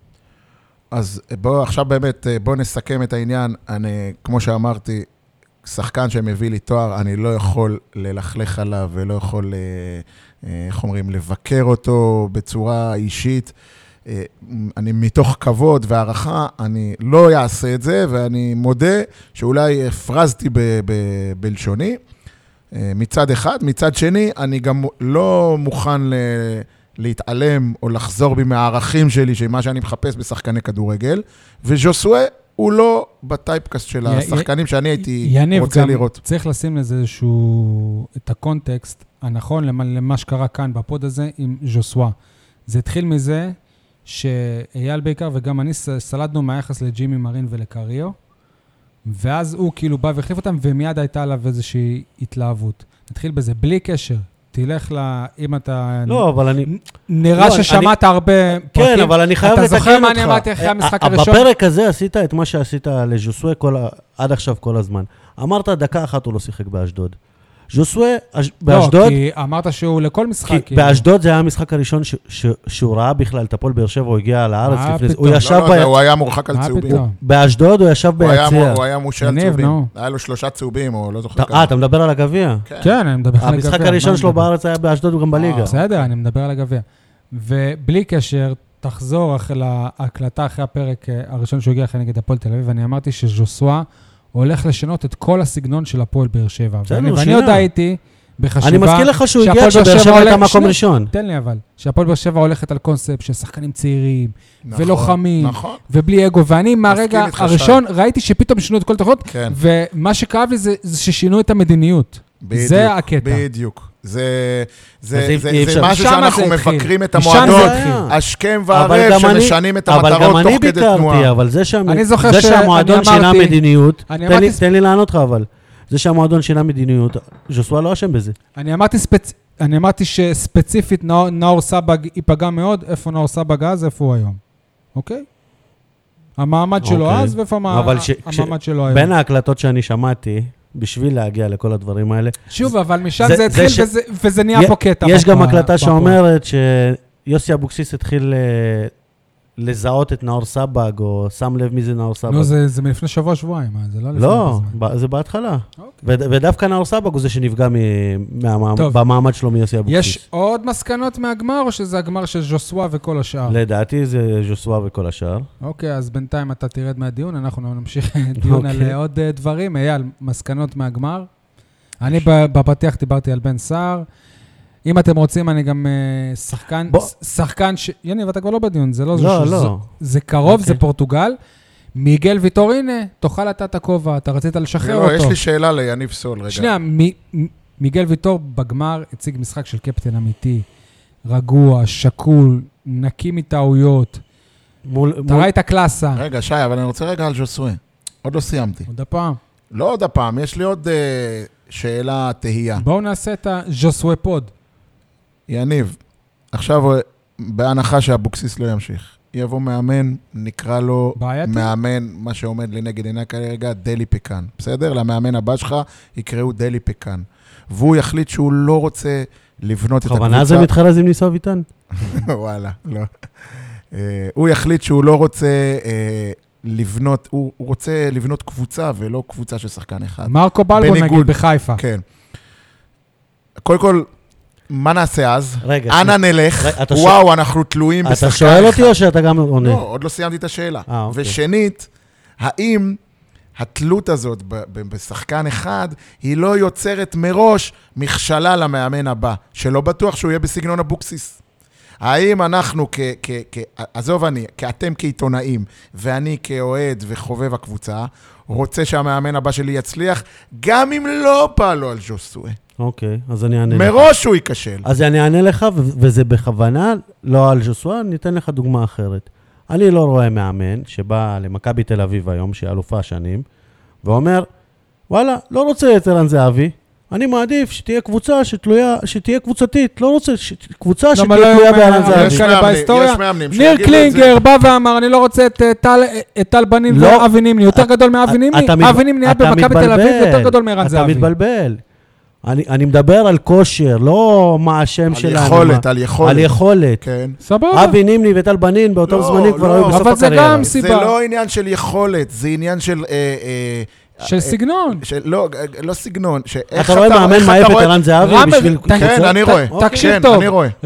אז בוא, עכשיו באמת, בוא נסכם את העניין. אני, כמו שאמרתי, שחקן שמביא לי תואר, אני לא יכול ללכלך עליו ולא יכול, איך אומרים, לבקר אותו בצורה אישית. אני מתוך כבוד והערכה, אני לא אעשה את זה, ואני מודה שאולי הפרזתי ב- ב- בלשוני. מצד אחד, מצד שני, אני גם לא מוכן ל... להתעלם או לחזור בי מהערכים שלי, שמה שאני מחפש בשחקני כדורגל, וז'וסואה הוא לא בטייפקאסט של השחקנים שאני הייתי רוצה לראות. יניב, גם צריך לשים לזה איזשהו, את הקונטקסט הנכון למה שקרה כאן בפוד הזה עם ז'וסואה. זה התחיל מזה שאייל בעיקר וגם אני סלדנו מהיחס לג'ימי מרין ולקריו, ואז הוא כאילו בא והחליף אותם, ומיד הייתה עליו איזושהי התלהבות. נתחיל בזה, בלי קשר. תלך לה, אם אתה... לא, אבל אני... נראה ששמעת הרבה פרקים. כן, אבל אני חייב לתקן אותך. אתה זוכר מה אני אמרתי אחרי המשחק הראשון? בפרק הזה עשית את מה שעשית לז'וסואה עד עכשיו כל הזמן. אמרת דקה אחת הוא לא שיחק באשדוד. ז'וסווה, באשדוד... לא, כי אמרת שהוא לכל משחק. כי באשדוד זה היה המשחק הראשון שהוא ראה בכלל את הפועל באר שבע, הוא הגיע לארץ לפני זה. הוא ישב ביציע. לא, לא, הוא היה מורחק על צהובים. באשדוד הוא ישב ביציע. הוא היה מושל צהובים. היה לו שלושה צהובים, או לא זוכר. אה, אתה מדבר על הגביע? כן, אני מדבר על הגביע. המשחק הראשון שלו בארץ היה באשדוד וגם בליגה. בסדר, אני מדבר על הגביע. ובלי קשר, תחזור אחרי ההקלטה, אחרי הפרק הראשון שהוא הגיע אחרי נגד הפועל תל אביב, ואני אמרתי שז'וסווה הולך לשנות את כל הסגנון של הפועל באר שבע. ואני עוד הייתי בחשיבה... אני מזכיר לך שהוא הגיע שבאר שבע הייתה מקום ראשון. תן לי אבל, שהפועל באר שבע הולכת על קונספט של שחקנים צעירים, ולוחמים, ובלי אגו, ואני מהרגע הראשון ראיתי שפתאום שינו את כל התוכניות, ומה שכאב לי זה ששינו את המדיניות. זה הקטע. בדיוק. זה, זה, זה, זה משהו שאנחנו מבקרים את המועדון, השכם והערב, שמשנים את המטרות תוך כדי תנועה. אבל זה שהמועדון שינה מדיניות, תן לי לענות לך אבל, זה שהמועדון שינה מדיניות, ז'וסווה לא אשם בזה. אני אמרתי ספצ... אני אמרתי שספציפית נאור סבג ייפגע מאוד, איפה נאור סבג אז, איפה הוא היום. אוקיי? המעמד שלו אז, ואיפה המעמד שלו היום. בין ההקלטות שאני שמעתי, בשביל להגיע לכל הדברים האלה. שוב, אבל משם זה התחיל ש... וזה, וזה נהיה פה קטע. יש גם הקלטה שאומרת שיוסי אבוקסיס התחיל לזהות את נאור סבג, או שם לב מי זה נאור סבג. לא, זה, זה מלפני שבוע, שבועיים, זה לא לפני לא, בזמן. זה בהתחלה. אוקיי. ודווקא נאור סבג הוא זה שנפגע במעמד שלו מיוסי אבוקסיס. יש עוד מסקנות מהגמר, או שזה הגמר של ז'וסווה וכל השאר? לדעתי זה ז'וסווה וכל השאר. אוקיי, אז בינתיים אתה תרד מהדיון, אנחנו נמשיך דיון על עוד דברים. אייל, מסקנות מהגמר. אני בפתיח דיברתי על בן סער. אם אתם רוצים, אני גם שחקן, שחקן ש... יניב, אתה כבר לא בדיון, זה לא... לא, לא. זה קרוב, זה פורטוגל. מיגל ויטור, הנה, תאכל אתה את הכובע, אתה רצית לשחרר אותו. יש לי שאלה ליניב סול, רגע. שנייה, מיגל ויטור בגמר הציג משחק של קפטן אמיתי, רגוע, שקול, נקי מטעויות. אתה ראית את הקלאסה. רגע, שי, אבל אני רוצה רגע על ז'וסווה. עוד לא סיימתי. עוד הפעם. לא עוד הפעם, יש לי עוד שאלה תהייה. בואו נעשה את הז'וסווה פוד. יניב, עכשיו בהנחה שאבוקסיס לא ימשיך. יבוא מאמן, נקרא לו בעייתי? מאמן, מה שעומד לנגד עיני כרגע, דלי פקן. בסדר? למאמן הבא שלך יקראו דלי פקן. והוא יחליט שהוא לא רוצה לבנות את הקבוצה. בכוונה זה מתחרז עם ניסו אביטן? וואלה, לא. הוא יחליט שהוא לא רוצה לבנות, הוא רוצה לבנות קבוצה ולא קבוצה של שחקן אחד. מרקו בלבו נגיד בחיפה. כן. קודם כל, מה נעשה אז? רגע. אנה נלך, וואו, אנחנו תלויים בשחקן אחד. אתה שואל אותי או שאתה גם עונה? לא, עוד לא סיימתי את השאלה. ושנית, האם התלות הזאת בשחקן אחד, היא לא יוצרת מראש מכשלה למאמן הבא, שלא בטוח שהוא יהיה בסגנון אבוקסיס. האם אנחנו, עזוב אני, אתם כעיתונאים, ואני כאוהד וחובב הקבוצה, רוצה שהמאמן הבא שלי יצליח, גם אם לא פעלו על ז'וסווה. אוקיי, אז אני אענה לך. מראש הוא ייכשל. אז אני אענה לך, וזה בכוונה, לא על ז'וסווה, אני אתן לך דוגמה אחרת. אני לא רואה מאמן שבא למכבי תל אביב היום, שהיא אלופה שנים, ואומר, וואלה, לא רוצה את ערן זהבי, אני מעדיף שתהיה קבוצה שתלויה, שתהיה קבוצתית, לא רוצה, קבוצה שתהיה תלויה בערן זהבי. יש מאמנים. ניר קלינגר בא ואמר, אני לא רוצה את טל בנין ואבי נימני, יותר גדול מאבי נימני, אבי נימני היה במכבי תל אביב, יותר גדול מערן זהבי. אתה מתבלבל. אני, אני מדבר על כושר, לא מה השם שלנו. על יכולת, על יכולת. על יכולת. כן. סבבה. אבי נימני וטל בנין באותם לא, זמנים כבר לא, היו בסוף אבל הקריירה. זה גם סיבה. זה לא עניין של יכולת, זה עניין של... אה, אה, של סגנון. של, לא, לא סגנון. אתה רואה מאמן מעיף את ערן זהבי בשביל... כן, אני רואה. תקשיב טוב.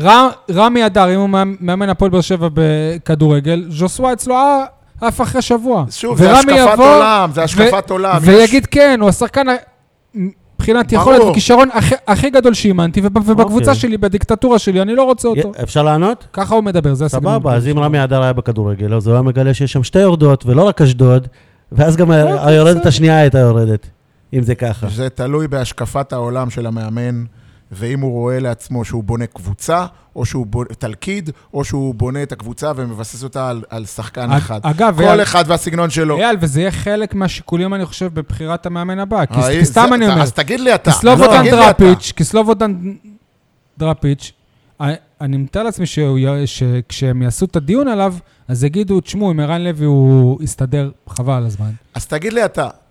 רמי אדר, אם הוא מאמן הפועל באר שבע בכדורגל, ז'וסווה אצלו אף אחרי שבוע. שוב, זה השקפת עולם, זה השקפת עולם. ויגיד כן, הוא השחקן... מבחינת יכולת וכישרון הכי גדול שאימנתי, ובקבוצה שלי, בדיקטטורה שלי, אני לא רוצה אותו. אפשר לענות? ככה הוא מדבר, זה הסגנון. סבבה, אז אם רמי אדר היה בכדורגל, אז הוא היה מגלה שיש שם שתי יורדות, ולא רק אשדוד, ואז גם היורדת השנייה הייתה יורדת, אם זה ככה. זה תלוי בהשקפת העולם של המאמן, ואם הוא רואה לעצמו שהוא בונה קבוצה, או שהוא בונה תלכיד, או שהוא בונה את הקבוצה ומבסס אותה על, על שחקן אחד. אגב, כל אייל, אחד והסגנון שלו. אייל, וזה יהיה חלק מהשיקולים, אני חושב, בבחירת המאמן הבא. כי, כי סתם זה, אני אומר. אז תגיד לי אתה. כסלובודן דראפיץ', כסלובודן דראפיץ', אני מתאר לעצמי שכשהם יעשו את הדיון עליו, אז יגידו, תשמעו, אם ערן לוי הוא יסתדר חבל על הזמן. אז תגיד לי אתה,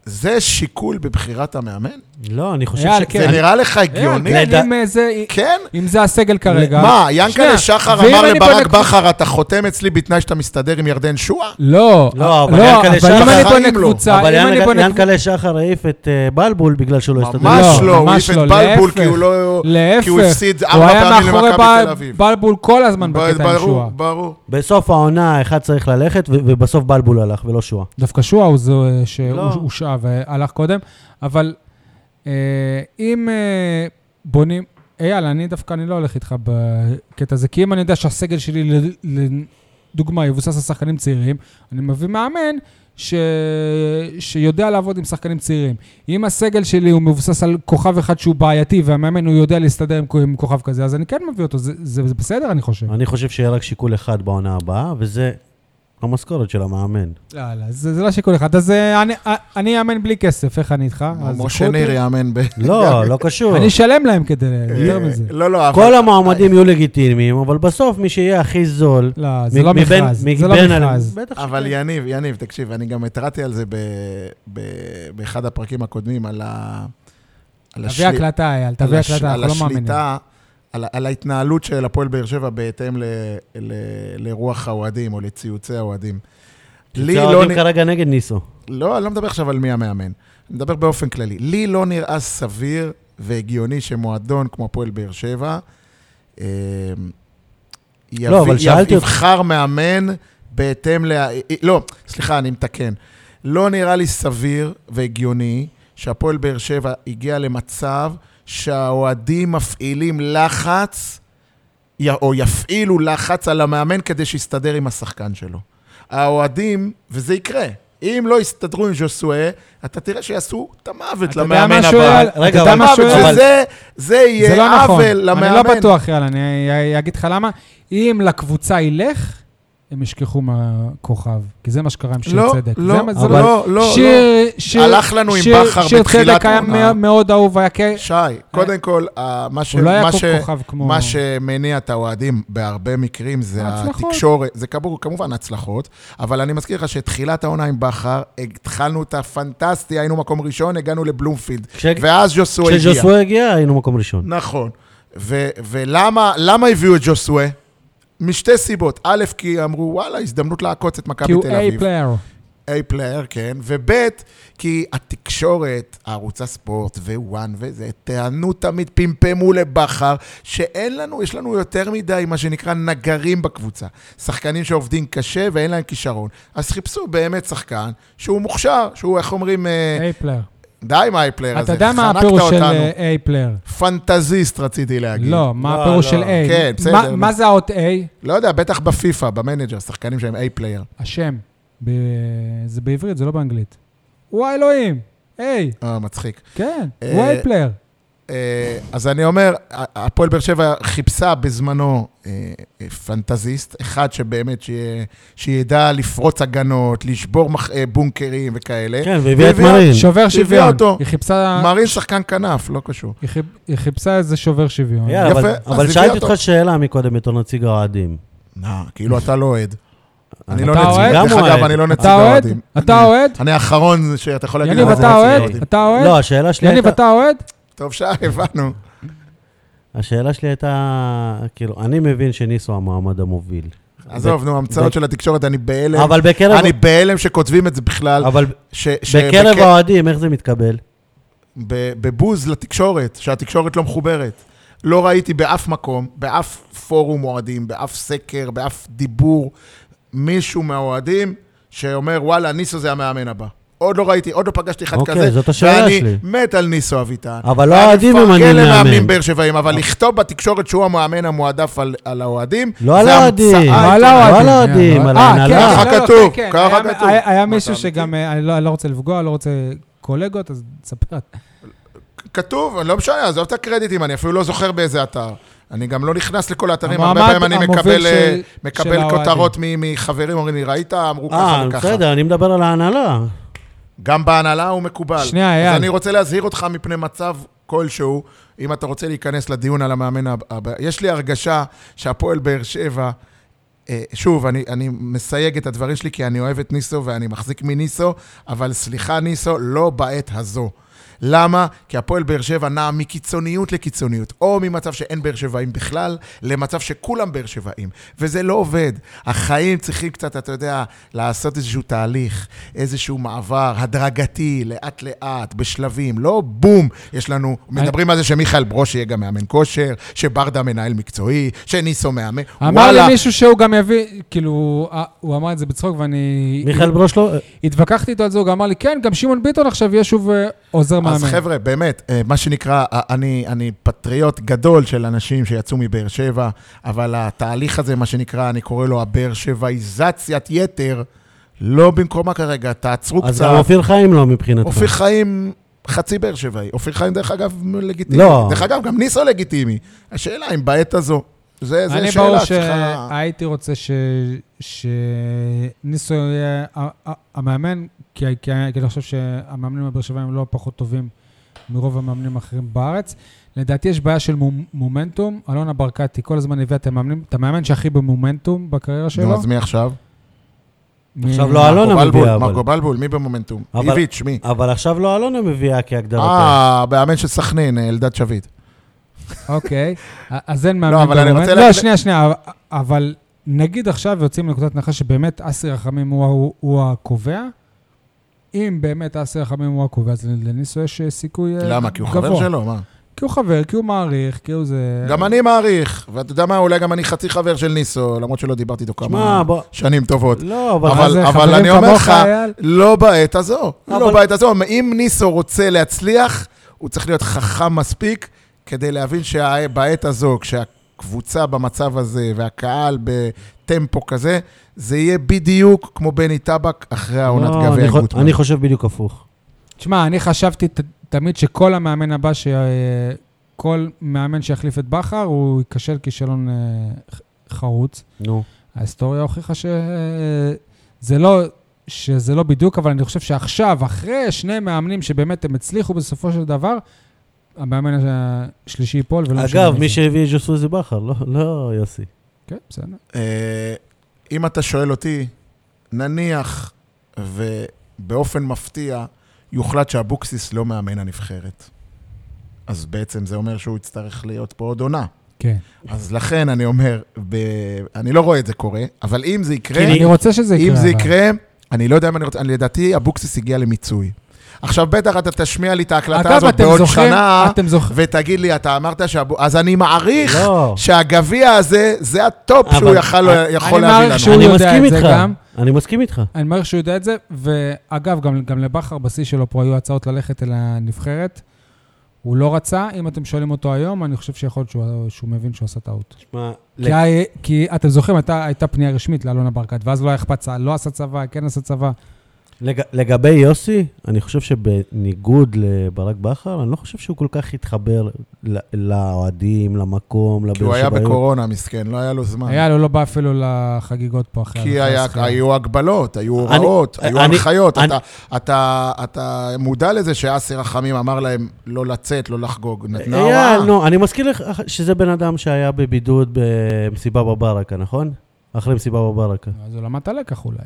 זה שיקול בבחירת המאמן? לא, אני חושב אייל, ש... כן. זה אני- נראה לך הגיוני? כן, אם אה, זה- כן? אם זה הסגל כרגע. מה, ינקלה שנייה, שחר ואם אמר אני לברק בונה- בכר, אתה חותם אצלי בתנאי שאתה מסתדר עם ירדן שועה? לא, לא, אבל לא, ינקלה אבל שחר אם אני בונה בחיים לא. קבוצה, אבל אם אני ינק- בונה ינקלה שחר העיף את אה, בלבול בגלל שהוא לא הסתדר. ממש לא, לא, הוא ממש העיף את לא, בלבול להפך. כי הוא לא... להפך, כי הוא הפסיד הוא ארבע היה פעמים מאחורי למכבי בל- תל אביב. בלבול כל הזמן בקטע עם ברור, שועה. ברור. בסוף העונה אחד צריך ללכת, ו- ובסוף בלבול הלך, ולא שועה. דווקא שועה הוא זה לא. שהוא שעה והלך קודם, אבל אה, אם אה, בונים, אייל, אני דווקא אני לא הולך איתך בקטע הזה, כי אם אני יודע שהסגל שלי, ל- לדוגמה, יבוסס על שחקנים צעירים, אני מביא מאמן ש... שיודע לעבוד עם שחקנים צעירים. אם הסגל שלי הוא מבוסס על כוכב אחד שהוא בעייתי, והמאמן הוא יודע להסתדר עם, עם כוכב כזה, אז אני כן מביא אותו, זה, זה, זה בסדר, אני חושב. אני חושב שיהיה רק שיקול אחד בעונה הבאה, וזה המשכורת של המאמן. לא, לא, זה, זה לא שיקול אחד. אז אה, אני, אה, אני אאמן בלי כסף, איך אני איתך? אז משה קחו אותי. ניר יאמן ב... לא, לא קשור. אני אשלם להם כדי, יותר מזה. לא, לא, אבל... כל המועמדים יהיו לגיטימיים, אבל בסוף מי שיהיה הכי זול... לא, זה מ- לא מבין- מכרז, זה לא מבין- מכרז. בטח אבל שכן. יניב, יניב, תקשיב, אני גם התרעתי על זה ב... ב... באחד הפרקים הקודמים, על ה... על תביא הקלטה, אייל, תביא על הש- הקלטה, על אנחנו לא מאמינים. השליטה, על, על ההתנהלות של הפועל באר שבע בהתאם ל, ל, לרוח האוהדים או לציוצי האוהדים. לי זה לא, אוהדים נ... כרגע נגד ניסו. לא, אני לא מדבר עכשיו על מי המאמן. אני מדבר באופן כללי. לי לא נראה סביר והגיוני שמועדון כמו הפועל באר שבע אה, יביא, לא, אבל שאלתי אותך- יבחר מאמן בהתאם ל... לא, סליחה, אני מתקן. לא נראה לי סביר והגיוני שהפועל באר שבע הגיע למצב שהאוהדים מפעילים לחץ, י- או יפעילו לחץ על המאמן כדי שיסתדר עם השחקן שלו. האוהדים, וזה יקרה, אם לא יסתדרו עם ז'וסואה, אתה תראה שיעשו את המוות אתה יודע למאמן משהו, הבא. אייל? רגע, אתה יודע אבל- משהו, המוות אייל? שזה, זה זה יהיה לא נכון. עוול למאמן. אני לא בטוח, יאללה, אני אגיד לך למה. אם לקבוצה ילך, הם ישכחו מהכוכב, כי זה מה שקרה עם שיר לא, צדק. לא, זה מה- זה אבל לא- לא, לא, שיר, לא. שיר, הלך לנו עם שיר- בכר שיר בתחילת צדק היה העונה. מא- מאוד אהוב, היה כ... שי, קודם כל, אה, מה ש- הוא לא היה מה כל ש- כוכב כמו... מה שמניע את האוהדים בהרבה מקרים זה ההצלחות. התקשורת, זה כמובן, כמובן הצלחות, אבל אני מזכיר לך שתחילת העונה עם בכר, התחלנו את הפנטסטי, היינו מקום ראשון, הגענו לבלומפילד, כש- ואז ג'וסואה הגיע. כשז'וסואה הגיע, היינו מקום ראשון. נכון. ו- ולמה למה הביאו את ג'וסואה? משתי סיבות. א', כי אמרו, וואלה, הזדמנות לעקוץ את כי מכבי הוא תל אביב. A-פלייר. A-פלייר, כן. וב', כי התקשורת, ערוץ הספורט ווואן וזה, טענו תמיד, פמפמו לבכר, שאין לנו, יש לנו יותר מדי, מה שנקרא, נגרים בקבוצה. שחקנים שעובדים קשה ואין להם כישרון. אז חיפשו באמת שחקן שהוא מוכשר, שהוא, איך אומרים, אה, A-פלייר. די עם ה-A-פלייר הזה, אתה יודע מה חנקת הפירוש של אותנו. A-פלייר? פנטזיסט רציתי להגיד. לא, מה לא, הפירוש לא. של A? כן, בסדר. מה- מה זה האות A? לא יודע, בטח בפיפה, במנג'ר, שחקנים שהם A-פלייר. השם. ב- זה בעברית, זה לא באנגלית. הוא האלוהים. A. אה, מצחיק. כן, אה, הוא A-פלייר. אה, אז אני אומר, הפועל באר שבע חיפשה בזמנו אה, אה, פנטזיסט, אחד שבאמת שיה- שידע לפרוץ הגנות, לשבור מח- אה, בונקרים וכאלה. כן, והביאה את והביאה- מרין. שובר הביאה שוויון. אותו. היא חיפשה... מרין שחקן כנף, לא קשור. היא חיפ- היא חיפשה איזה שובר שוויון. יאללה, יפה, אבל- אז אבל הביא שאלתי אותו. אותך שאלה מקודם בתור נציג האוהדים. אה, כאילו אתה לא אוהד. אני לא אתה נציג, אוהד? דרך גם אגב, אוהד. אני לא נציג אתה אוהד? האוהדים. אתה אוהד? אני האחרון שאתה יכול להגיד... יניב, מה זה אתה נציג אוהד? האוהדים. אתה אוהד? לא, השאלה שלי יניב, הייתה... אתה אוהד? טוב, שי, הבנו. השאלה שלי הייתה, כאילו, אני מבין שניסו המועמד המוביל. עזוב, נו, המצאות של התקשורת, אני בהלם. אבל בקרב... אני בהלם שכותבים את זה בכלל. אבל ש- ש- בקרב בק- האוהדים, איך זה מתקבל? ב- בבוז לתקשורת, שהתקשורת לא מחוברת. לא ראיתי באף מקום, באף פורום אוהדים, באף סקר, באף דיבור, מישהו מהאוהדים שאומר, וואלה, ניסו זה המאמן הבא. עוד לא ראיתי, עוד לא פגשתי אחד אוקיי, כזה. זאת השאלה ואני שלי. מת על ניסו אביטן. אבל לא האוהדים ממנים ואני מפרגן מאמן. למאמנים באר שבעים, אבל לכתוב בתקשורת שהוא המאמן המועדף על, על האוהדים, לא על זה האוהדים. המצאה לא על עיתונאית. האוהדים. לא על האוהדים, על אה, ההנהלה. כן, ככה לא, לא, כתוב, כן, כן. ככה היה- כתוב. היה- היה מה, מישהו אתה שגם, אה, אני לא אני לא רוצה לפגוע, לא רוצה קולגות, אז תספר. כתוב, אני לא משנה, עזוב את הקרדיטים, אני אפילו לא זוכר באיזה אתר. אני גם לא נכנס לכל האתרים, הרבה המועמד פעמים אני המוביל מקבל, של- אה, של מקבל האוהדים. כותרות מ- מחברים, אומרים לי, ראית? אמרו ככה אה, וככה. בסדר, אני מדבר על ההנהלה. גם בהנהלה הוא מקובל. שנייה, אייל. אז אני רוצה להזהיר אותך מפני מצב כלשהו, אם אתה רוצה להיכנס לדיון על המאמן הבא. יש לי הרגשה שהפועל באר שבע שוב, אני, אני מסייג את הדברים שלי, כי אני אוהב את ניסו ואני מחזיק מניסו, אבל סליחה ניסו, לא בעת הזו. למה? כי הפועל באר שבע נע מקיצוניות לקיצוניות, או ממצב שאין באר שבעים בכלל, למצב שכולם באר שבעים, וזה לא עובד. החיים צריכים קצת, אתה יודע, לעשות איזשהו תהליך, איזשהו מעבר הדרגתי, לאט לאט, בשלבים, לא בום, יש לנו, מדברים על זה שמיכאל ברוש יהיה גם מאמן כושר, שברדה מנהל מקצועי, שניסו מאמן, אמר לי מישהו שהוא גם יביא, כאילו, הוא אמר את זה בצחוק, ואני... מיכאל ברוש לא... התווכחתי איתו על זה, הוא גם אמר לי, כן, גם שמעון ביטון עכשיו יהיה שוב עוזר מאמן. אז חבר'ה, באמת, מה שנקרא, אני, אני פטריוט גדול של אנשים שיצאו מבאר שבע, אבל התהליך הזה, מה שנקרא, אני קורא לו הבאר שבעיזציית יתר, לא במקומה כרגע, תעצרו אז קצת. אז גם אופיר חיים לא מבחינתך. אופיר חיים חצי באר שבעי. אופיר חיים, דרך אגב, לגיטימי. לא. דרך אגב, גם ניסו לגיטימי. השאלה אם בעת הזו, זה, זה אני שאלה ברור צריכה... שהייתי רוצה ש... שניסו יהיה המאמן, כי, כי, כי אני חושב שהמאמנים בבאר שבע הם לא פחות טובים מרוב המאמנים האחרים בארץ. לדעתי יש בעיה של מומנטום. אלונה ברקתי כל הזמן הביא את המאמנים, את המאמן שהכי במומנטום בקריירה שלו. נו, אז מי עכשיו? עכשיו לא אלונה מביאה, אבל... מרקו בלבול, מי במומנטום? איביץ', מי? אבל עכשיו לא אלונה מביאה כהגדרתה. אה, באמן של סכנין, אלדד שביט. אוקיי, אז אין מאמן במומנט. לא, שנייה, שנייה, אבל נגיד עכשיו יוצאים לנקודת הנחה שבאמת אסי רחמים הוא הקובע, אם באמת אסי רחמים הוא הקובע, אז לניסו יש סיכוי גבוה. למה? כי הוא חבר שלו, מה? כי הוא חבר, כי הוא מעריך, כי הוא זה... גם אני מעריך, ואתה יודע מה, אולי גם אני חצי חבר של ניסו, למרות שלא דיברתי איתו כמה שנים טובות. לא, אבל... אבל אני אומר לך, לא בעת הזו. לא בעת הזו. אם ניסו רוצה להצליח, הוא צריך להיות חכם מספיק, כדי להבין שבעת הזו, כשהקבוצה במצב הזה, והקהל בטמפו כזה, זה יהיה בדיוק כמו בני טבק אחרי העונת גביע גוטמן. אני חושב בדיוק הפוך. תשמע, אני חשבתי תמיד שכל המאמן הבא, כל מאמן שיחליף את בכר, הוא ייכשל כישלון חרוץ. נו. ההיסטוריה הוכיחה שזה לא, שזה לא בדיוק, אבל אני חושב שעכשיו, אחרי שני מאמנים שבאמת הם הצליחו בסופו של דבר, המאמן השלישי ייפול ולא משנה. אגב, מי שהביא ז'וסוי זה בכר, לא יוסי. כן, בסדר. אם אתה שואל אותי, נניח ובאופן מפתיע יוחלט שהבוקסיס לא מאמן הנבחרת. אז בעצם זה אומר שהוא יצטרך להיות פה עוד עונה. כן. אז לכן אני אומר, ב... אני לא רואה את זה קורה, אבל אם זה יקרה... אני רוצה שזה יקרה. אם זה יקרה, אני לא יודע אם אני רוצה... לדעתי, הבוקסיס הגיע למיצוי. עכשיו בטח אתה תשמיע לי את ההקלטה הזאת בעוד שנה, ותגיד לי, אתה אמרת שהבו... אז אני מעריך שהגביע הזה, זה הטופ שהוא יכול להביא לנו. אני מסכים איתך. אני מסכים איתך. אני מעריך שהוא יודע את זה, ואגב, גם לבחר בשיא שלו פה היו הצעות ללכת אל הנבחרת. הוא לא רצה, אם אתם שואלים אותו היום, אני חושב שיכול להיות שהוא מבין שהוא עשה טעות. כי אתם זוכרים, הייתה פנייה רשמית לאלונה ברקת, ואז לא היה אכפת, לא עשה צבא, כן עשה צבא. לגבי יוסי, אני חושב שבניגוד לברק בכר, אני לא חושב שהוא כל כך התחבר לאוהדים, למקום, לבאר שבע. כי הוא היה בקורונה, מסכן, לא היה לו זמן. היה לו, לא בא אפילו לחגיגות פה אחרי. כי היו הגבלות, היו הוראות, היו הנחיות. אתה מודע לזה שאסי רחמים אמר להם לא לצאת, לא לחגוג. נתנה הוראה. אני מזכיר לך שזה בן אדם שהיה בבידוד במסיבה בברקה, נכון? אחרי מסיבה בברקה. אז הוא למד הלקח אולי.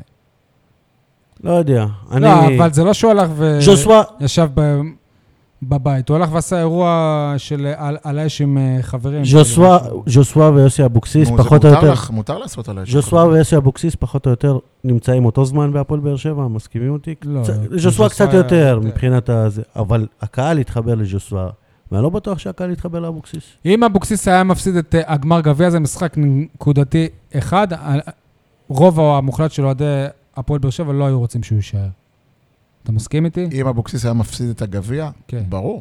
לא יודע. לא, אבל זה לא שהוא הלך וישב בבית. הוא הלך ועשה אירוע של על האש עם חברים. ז'וסווה ויוסי אבוקסיס, פחות או יותר... מותר לעשות על האש. ז'וסווה ויוסי אבוקסיס, פחות או יותר, נמצאים אותו זמן בהפועל באר שבע, מסכימים אותי? לא. ז'וסווה קצת יותר מבחינת הזה, אבל הקהל התחבר לז'וסווה, ואני לא בטוח שהקהל התחבר לאבוקסיס. אם אבוקסיס היה מפסיד את הגמר גביע, זה משחק נקודתי אחד, רוב המוחלט שלו עד הפועל באר שבע לא היו רוצים שהוא יישאר. אתה מסכים איתי? אם אבוקסיס היה מפסיד את הגביע, ברור.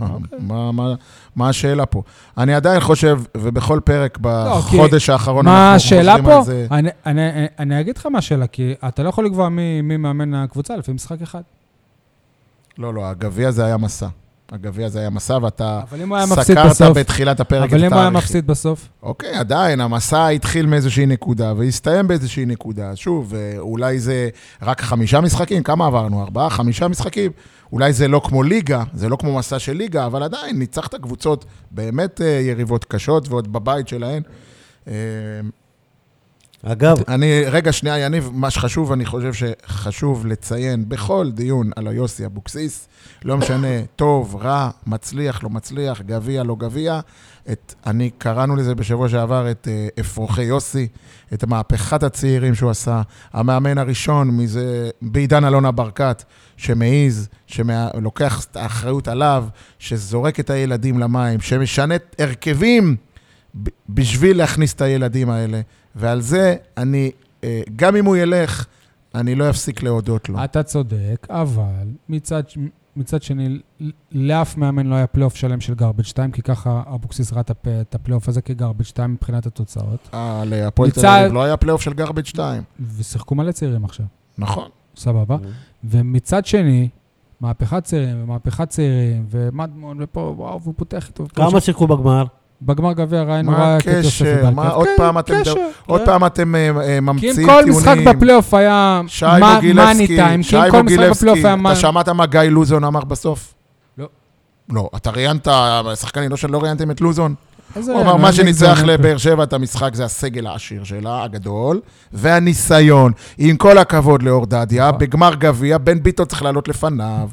מה השאלה פה? אני עדיין חושב, ובכל פרק בחודש האחרון אנחנו חוזרים על זה. אני אגיד לך מה השאלה, כי אתה לא יכול לקבוע מי מאמן הקבוצה לפי משחק אחד. לא, לא, הגביע זה היה מסע. הגביע זה היה מסע, ואתה סקרת בתחילת הפרק את התאריך. אבל אם הוא היה מפסיד בסוף? אוקיי, עדיין, המסע התחיל מאיזושהי נקודה, והסתיים באיזושהי נקודה. שוב, אולי זה רק חמישה משחקים, כמה עברנו? ארבעה, חמישה משחקים. אולי זה לא כמו ליגה, זה לא כמו מסע של ליגה, אבל עדיין ניצחת קבוצות באמת יריבות קשות, ועוד בבית שלהן. אגב, אני, רגע, שנייה, יניב, מה שחשוב, אני חושב שחשוב לציין בכל דיון על היוסי אבוקסיס, לא משנה, טוב, רע, מצליח, לא מצליח, גביע, לא גביע, את, אני קראנו לזה בשבוע שעבר את uh, אפרוחי יוסי, את מהפכת הצעירים שהוא עשה, המאמן הראשון מזה, בעידן אלונה ברקת, שמעיז, שלוקח את האחריות עליו, שזורק את הילדים למים, שמשנה הרכבים בשביל להכניס את הילדים האלה. ועל זה אני, גם אם הוא ילך, אני לא אפסיק להודות לו. אתה צודק, אבל מצד, מצד שני, לאף מאמן לא היה פלייאוף שלם של גרבג' שתיים, כי ככה אבוקסיס ראה את הפלייאוף הזה כגרבג' שתיים מבחינת התוצאות. אה, להפועל תל אביב לא היה פלייאוף של גרבג' שתיים. ושיחקו מלא צעירים עכשיו. נכון. סבבה. ומצד שני, מהפכת צעירים ומהפכת צעירים, ומדמון, ופה, וואו, והוא פותח איתו. כמה שיחקו בגמר? בגמר גביע ראינו מה הקשר? מה עוד פעם אתם עוד פעם אתם ממציאים טיעונים? כי אם כל משחק בפלייאוף היה מאני טיים, כי אם כל משחק בפלייאוף היה מאני... אתה שמעת מה גיא לוזון אמר בסוף? לא. לא, אתה ראיינת, השחקנים לא ראיינתם את לוזון? הוא אמר, מה שניצח לבאר שבע את המשחק זה הסגל העשיר שלה, הגדול, והניסיון, עם כל הכבוד לאור דדיה, בגמר גביע, בן ביטון צריך לעלות לפניו,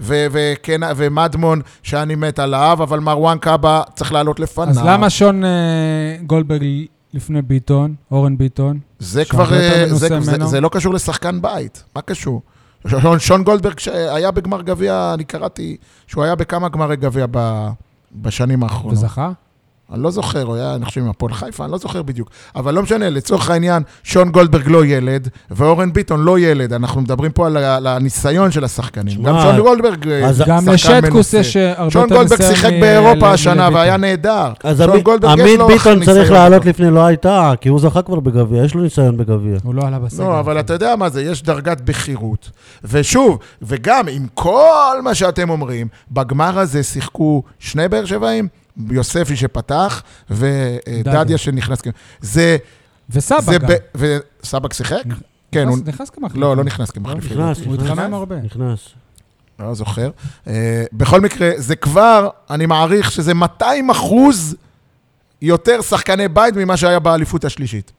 ומדמון שאני מת עליו, אבל מרואן קאבה צריך לעלות לפניו. אז למה שון גולדברג לפני ביטון, אורן ביטון? זה כבר, זה לא קשור לשחקן בית, מה קשור? שון גולדברג שהיה בגמר גביע, אני קראתי שהוא היה בכמה גמרי גביע בשנים האחרונות. וזכה? אני לא זוכר, הוא היה, אני חושב, עם הפועל חיפה, אני לא זוכר בדיוק. אבל לא משנה, לצורך העניין, שון גולדברג לא ילד, ואורן ביטון לא ילד. אנחנו מדברים פה על, על הניסיון של השחקנים. גם שון גולדברג גם לשטקוס יש הרבה שון גולדברג שיחק באירופה השנה, והיה נהדר. אז עמית ביטון צריך לעלות לפני, לא הייתה, כי הוא זכה כבר בגביע, יש לו ניסיון בגביע. הוא לא עלה בסגל. לא, אבל אתה יודע מה זה, יש דרגת בחירות. ושוב, וגם עם כל מה שאתם אומרים, בגמר הזה שיחקו שני באר שבעים, יוספי שפתח, ודדיה שנכנס. זה... וסבק גם. וסבק שיחק? כן. נכנס כמחליף. לא, לא נכנס כמחליף. נכנס. הוא התחמם הרבה. נכנס. לא זוכר. בכל מקרה, זה כבר, אני מעריך שזה מאתיים אחוז יותר שחקני בית ממה שהיה באליפות השלישית.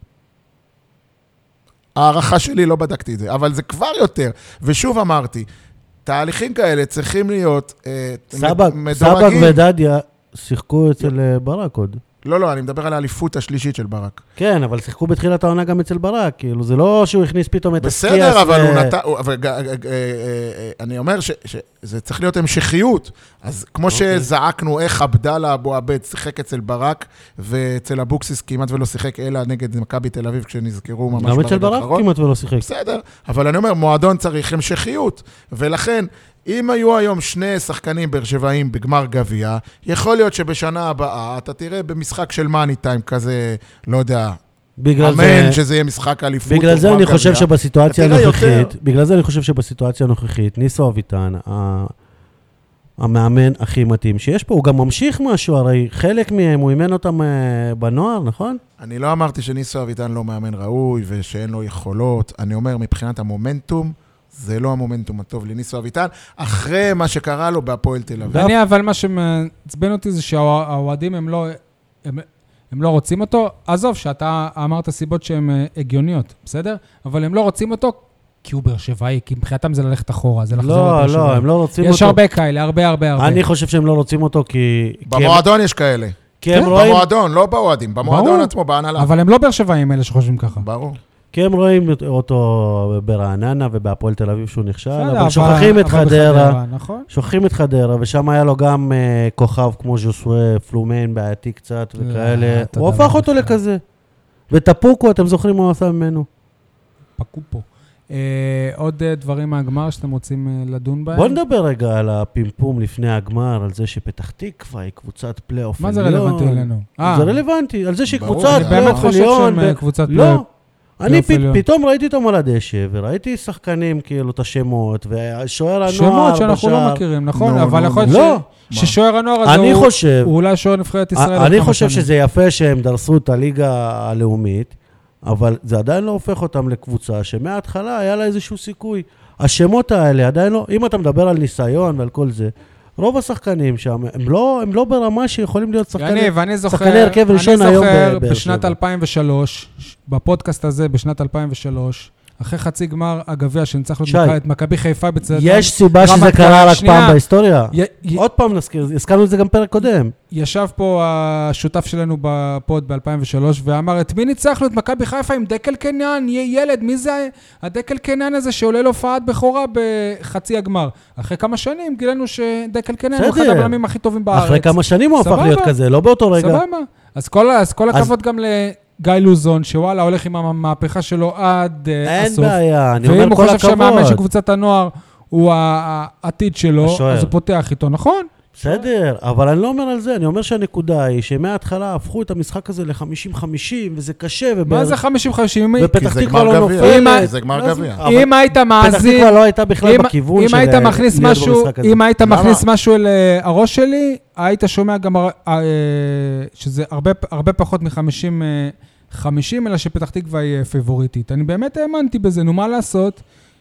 הערכה שלי, לא בדקתי את זה, אבל זה כבר יותר. ושוב אמרתי, תהליכים כאלה צריכים להיות מדורגים. סבק ודדיה שיחקו אצל ברק עוד. לא, לא, אני מדבר על האליפות השלישית של ברק. כן, אבל שיחקו בתחילת העונה גם אצל ברק, כאילו, זה לא שהוא הכניס פתאום את הסקיאס. בסדר, אבל הוא נתן, אני אומר שזה צריך להיות המשכיות. אז כמו שזעקנו איך עבדאללה אבו עבד שיחק אצל ברק, ואצל אבוקסיס כמעט ולא שיחק, אלא נגד מכבי תל אביב, כשנזכרו ממש גם אצל ברק כמעט ולא שיחק. בסדר, אבל אני אומר, מועדון צריך המשכיות, ולכן, אם היו היום שני שחקנים באר שבעים בגמר גביע, יכול להיות שבשנה הבאה אתה תראה במשחק של מאני טיים כזה, לא יודע, אמן שזה יהיה משחק אליפות. בגלל זה אני חושב שבסיטואציה הנוכחית, בגלל זה אני חושב שבסיטואציה הנוכחית, ניסו אביטן, המאמן הכי מתאים שיש פה, הוא גם ממשיך משהו, הרי חלק מהם, הוא אימן אותם בנוער, נכון? אני לא אמרתי שניסו אביטן לא מאמן ראוי ושאין לו יכולות, אני אומר מבחינת המומנטום, זה לא המומנטום הטוב לניסו אביטן, אחרי מה שקרה לו בהפועל תל אביב. ואני, אבל מה שמעצבן אותי זה שהאוהדים הם לא, הם, הם לא רוצים אותו, עזוב שאתה אמרת סיבות שהן הגיוניות, בסדר? אבל הם לא רוצים אותו כי הוא באר שבעי, כי מבחינתם זה ללכת אחורה, זה לחזור לבאר שבעי. לא, לא, הם לא רוצים אותו. יש הרבה כאלה, הרבה, הרבה, הרבה. אני חושב שהם לא רוצים אותו כי... במועדון יש כאלה. במועדון, לא באוהדים, במועדון עצמו, בהנהלה. אבל הם לא באר שבעים אלה שחושבים ככה. ברור. כי הם רואים אותו ברעננה ובהפועל תל אביב שהוא נכשל, אבל שוכחים את חדרה, שוכחים את חדרה, ושם היה לו גם כוכב כמו ז'וסווה, פלומיין, בעייתי קצת וכאלה. הוא הפך אותו לכזה. וטפוקו, אתם זוכרים מה הוא עשה ממנו? פקופו. עוד דברים מהגמר שאתם רוצים לדון בהם? בוא נדבר רגע על הפימפום לפני הגמר, על זה שפתח תקווה היא קבוצת פלייאוף עליון. מה זה רלוונטי אלינו? זה רלוונטי, על זה שהיא קבוצת פלייאוף עליון. אני באמת חושב שהם קבוצת פלייאוף. אני פתאום ראיתי אותם על הדשא, וראיתי שחקנים כאילו את השמות, ושוער הנוער בשער. שמות שאנחנו לא מכירים, נכון? אבל יכול להיות ששוער הנוער הזה הוא אולי שוער נבחרת ישראל. אני חושב שזה יפה שהם דרסו את הליגה הלאומית, אבל זה עדיין לא הופך אותם לקבוצה, שמההתחלה היה לה איזשהו סיכוי. השמות האלה עדיין לא, אם אתה מדבר על ניסיון ועל כל זה, רוב השחקנים שם, הם לא, הם לא ברמה שיכולים להיות שחקני, יניב, אני זוכר, שחקני הרכב ראשון היום אני זוכר בבאר בשנת שבע. אלפיים ושלוש, בפודקאסט הזה, בשנת אלפיים ושלוש, אחרי חצי גמר הגביע שניצח שי, את מכבי חיפה בצד... יש סיבה שזה קרה רק פעם בהיסטוריה. י- י- עוד פעם נזכיר, הזכרנו את זה גם פרק קודם. ישב פה השותף שלנו בפוד ב-אלפיים ושלוש, ואמר, את מי ניצחנו? את מכבי חיפה עם דקל קניאן, יהיה ילד, מי זה הדקל קניאן הזה שעולה לו הופעת בכורה בחצי הגמר? אחרי כמה שנים גילינו שדקל קניאן הוא אחד הבלמים הכי טובים בארץ. אחרי כמה שנים הוא הפך להיות כזה, לא באותו רגע. סבבה. אז כל, אז כל הכבוד גם לגיא לוזון, שוואלה הולך עם המהפכה שלו עד אין הסוף. בעיה, אני אומר ואם הוא כל חושב שהמאמן של הכבוד. קבוצת הנוער הוא העתיד שלו, השוער. אז הוא פותח איתו, נכון? בסדר, אבל אני לא אומר על זה, אני אומר שהנקודה היא שמההתחלה הפכו את המשחק הזה ל-חמישים חמישים, וזה קשה, מה זה חמישים חמישים? ופתח כי זה תקווה גמר לא גביע. נופלת. כי זה גמר גביע. אבל אם היית פתח מאזין, תקווה לא הייתה בכלל אם- בכיוון אם של היית ל- מכניס להיות משהו, במשחק הזה. אם היית למה? מכניס משהו אל אה, הראש שלי, היית שומע גם אה, אה, שזה הרבה הרבה פחות מ-חמישים חמישים, אלא שפתח תקווה היא פייבוריטית. אני באמת האמנתי בזה, נו מה לעשות?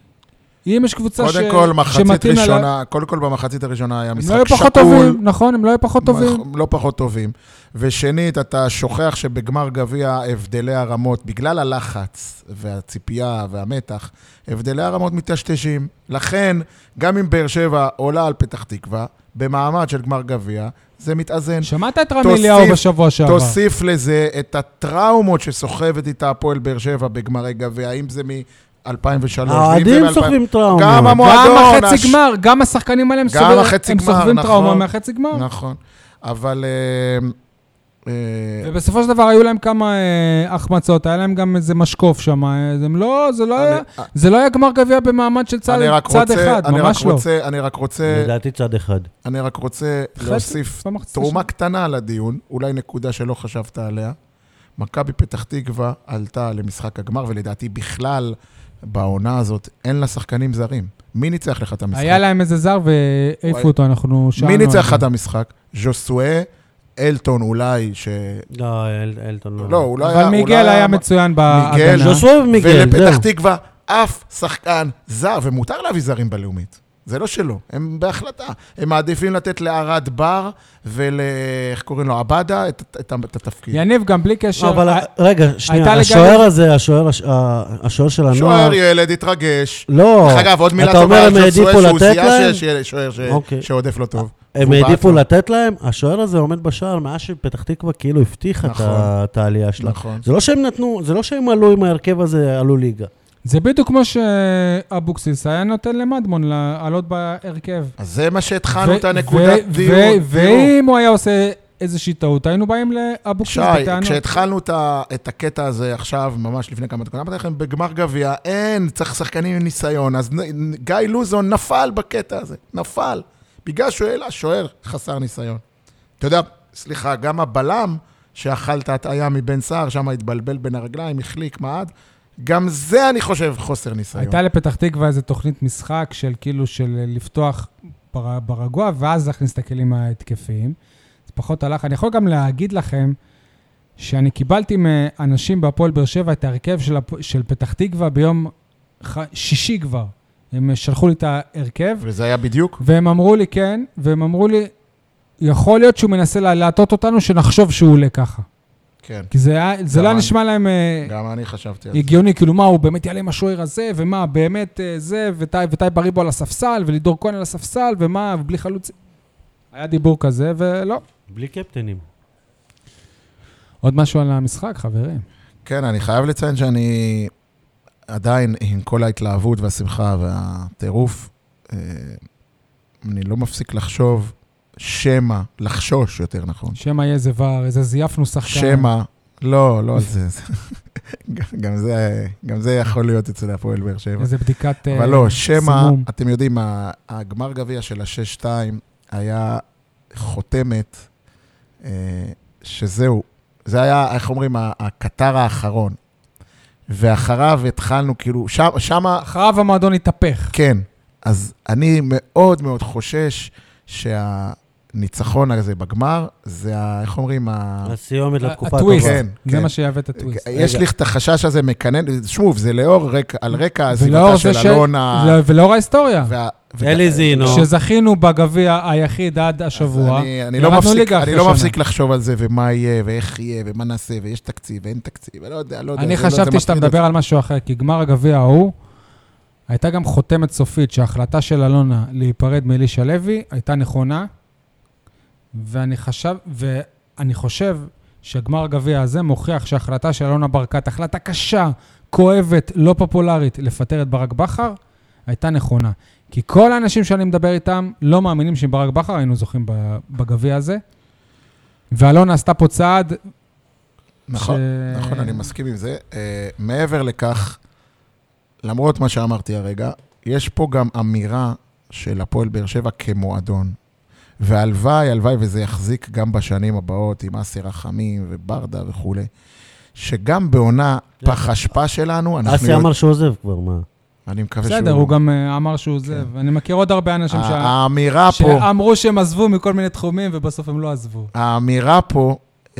אם יש קבוצה ש- קודם כל, מחצית שמתאים לה- ראשונה, קודם כל במחצית הראשונה היה הם משחק לא היו פחות שקול. טובים, נכון, הם לא היו פחות טובים. מח- לא פחות טובים. ושנית, אתה שוכח שבגמר גביע הבדלי הרמות, בגלל הלחץ והציפייה והמתח, הבדלי הרמות מטשטשים. לכן, גם אם באר שבע עולה על פתח תקווה, במעמד של גמר גביע, זה מתאזן. שמעת את רמי תוסיף- אליהו בשבוע שעבר. תוסיף לזה את הטראומות שסוחבת איתה הפועל באר שבע בגמרי גביע, אם זה מ-אלפיים ושלוש, האוהדים סוחבים טראומה. גם גם המועדון, החצי הש- גמר, גם השחקנים האלה הם גם סובל- החצי הם גמר, סוחבים נכון. טראומה מהחצי גמר. נכון, אבל... אה, אה, ובסופו של דבר היו להם כמה אה, החמצות, היה להם גם איזה משקוף שם, אה, זה לא, זה לא אני- היה, זה לא היה גמר גביע במעמד של צד, אני רק צד רוצה- אחד, אני ממש רק לא. רוצה, אני רק רוצה, לדעתי צד אחד. אני רק רוצה חצי, להוסיף במחצית תרומה השנייה. קטנה לדיון, אולי נקודה שלא חשבת עליה. מכבי פתח תקווה עלתה למשחק הגמר, ולדעתי בכלל בעונה הזאת אין לה שחקנים זרים. מי ניצח לך את המשחק? היה להם איזה זר והעיפו אותו, אנחנו שאלנו. מי ניצח על לך זה. את המשחק? ז'וסואה, אלטון אולי, ש... לא, אל- אלטון לא. לא, הוא לא היה... אבל הוא מיגל לא היה מצוין מיגל, בהגנה. ז'וסואה ומיגל, ולפתח זהו. תקווה אף שחקן זר, ומותר להביא זרים בלאומית. זה לא שלו, הם בהחלטה. הם מעדיפים לתת לערד בר ול... איך קוראים לו? עבדה את, את, את, את התפקיד. יניב גם בלי קשר. אבל אה, רגע, הייתה שנייה, לגמרי- השוער הזה, השוער הש- ה- השוער של הנוער, שוער ילד, התרגש. לא, דרך אגב, עוד מילה אתה אומר טובה הם על העדיפו ז'וסואה, שהוא לתת זיהה להם? שיש שוער ש- אוקיי. שעודף לו טוב. הם והוא העדיפו בעט לו. לתת להם, השוער הזה עומד בשער מאז שפתח תקווה כאילו הבטיחה את נכון. ה- את העלייה שלה. נכון. זה לא שהם נתנו, זה לא שהם עלו עם ההרכב הזה, עלו ליגה. זה בדיוק כמו שאבוקסיס היה נותן למדמון לעלות בהרכב. אז זה מה שהתחלנו ו- את הנקודת ו- דיון. ו- תראו. ואם הוא היה עושה איזושהי טעות, היינו באים לאבוקסיס שי, בטענות. כשהתחלנו את ה- את הקטע הזה עכשיו, ממש לפני כמה דקות, אמרתי לכם, בגמר גביע, אין, צריך שחקנים עם ניסיון, אז נ- נ- גיא לוזון נפל בקטע הזה, נפל. בגלל שהוא העלה שוער חסר ניסיון. אתה יודע, סליחה, גם הבלם שאכלת הטעיה מבן סער, שם התבלבל בין הרגליים, החליק מעד, גם זה אני חושב חוסר ניסיון. הייתה לפתח תקווה איזו תוכנית משחק של כאילו של לפתוח בר- ברגוע, ואז להכניס את הכלים ההתקפיים. זה פחות הלך. אני יכול גם להגיד לכם שאני קיבלתי מאנשים בהפועל באר שבע את ההרכב של, הפ... של פתח תקווה ביום ח... שישי כבר. הם שלחו לי את ההרכב, וזה היה בדיוק? והם אמרו לי כן, והם אמרו לי, יכול להיות שהוא מנסה להטות אותנו שנחשוב שהוא עולה ככה. כן. כי זה, היה, זה גם לא אני. נשמע להם אה, גם אני חשבתי על זה. הגיוני, כאילו מה, הוא באמת יעלה עם השוער הזה, ומה, באמת אה, זה, וטי, וטי בריבו על הספסל, ולידור כהן על הספסל, ומה, ובלי חלוץ. היה דיבור כזה, ולא. בלי קפטנים. עוד משהו על המשחק, חברים. כן, אני חייב לציין שאני עדיין, עם כל ההתלהבות והשמחה והטירוף, אה, אני לא מפסיק לחשוב שמא, לחשוש יותר נכון. שמא יהיה איזה ור, איזה זייפנו שחקן. שמא, לא, לא על זה. גם זה, גם זה יכול להיות אצל הפועל באר שבע. איזה בדיקת אבל לא, שמא, סימום. אתם יודעים, ה- הגמר גביע של ה-שש שתיים היה חותמת, אה, שזהו, זה היה, איך אומרים, ה- הקטר האחרון. ואחריו התחלנו, כאילו, שם, שמה, אחריו המועדון התהפך. כן. אז אני מאוד מאוד חושש שהניצחון הזה בגמר, זה, ה- איך אומרים, ה... הסיומת לתקופה הטוויסט, הטובה. כן, זה כן. מה שיהווה את הטוויסט. יש לי את החשש הזה מקנן, שוב, זה לאור, רק, על רקע ולאור הסביבתה זה של אלונה, ולאור ההיסטוריה. וה, אלי זינו. שזכינו בגביע היחיד עד השבוע. אני, אני, לא מפסיק, אני לא מפסיק לחשוב על זה, ומה יהיה, ואיך יהיה, ומה נעשה, ויש תקציב, ואין תקציב, לא יודע, לא יודע. אני חשבתי שאתה מדבר על משהו אחר, כי גמר הגביע ההוא, הייתה גם חותמת סופית, שההחלטה של אלונה להיפרד מאלישע לוי, הייתה נכונה, ואני חשב, ואני חושב שגמר הגביע הזה מוכיח שההחלטה של אלונה ברקת, החלטה קשה, כואבת, לא פופולרית, לפטר את ברק בכר, הייתה נכונה. כי כל האנשים שאני מדבר איתם לא מאמינים שעם ברק בכר היינו זוכים בגביע הזה, ואלונה עשתה פה צעד... נכון, ש... נכון, אני מסכים עם זה. Uh, מעבר לכך, למרות מה שאמרתי הרגע, יש פה גם אמירה של הפועל באר שבע כמועדון. והלוואי, הלוואי, וזה יחזיק גם בשנים הבאות עם אסי רחמים וברדה וכו', שגם בעונה פח אשפה שלנו, אנחנו... אסי אמר שהוא עוזב כבר, מה? אני מקווה שהוא... בסדר, הוא גם אמר שהוא עוזב. אני מכיר עוד הרבה אנשים האמירה פה... שאמרו שהם עזבו מכל מיני תחומים, ובסוף הם לא עזבו. האמירה פה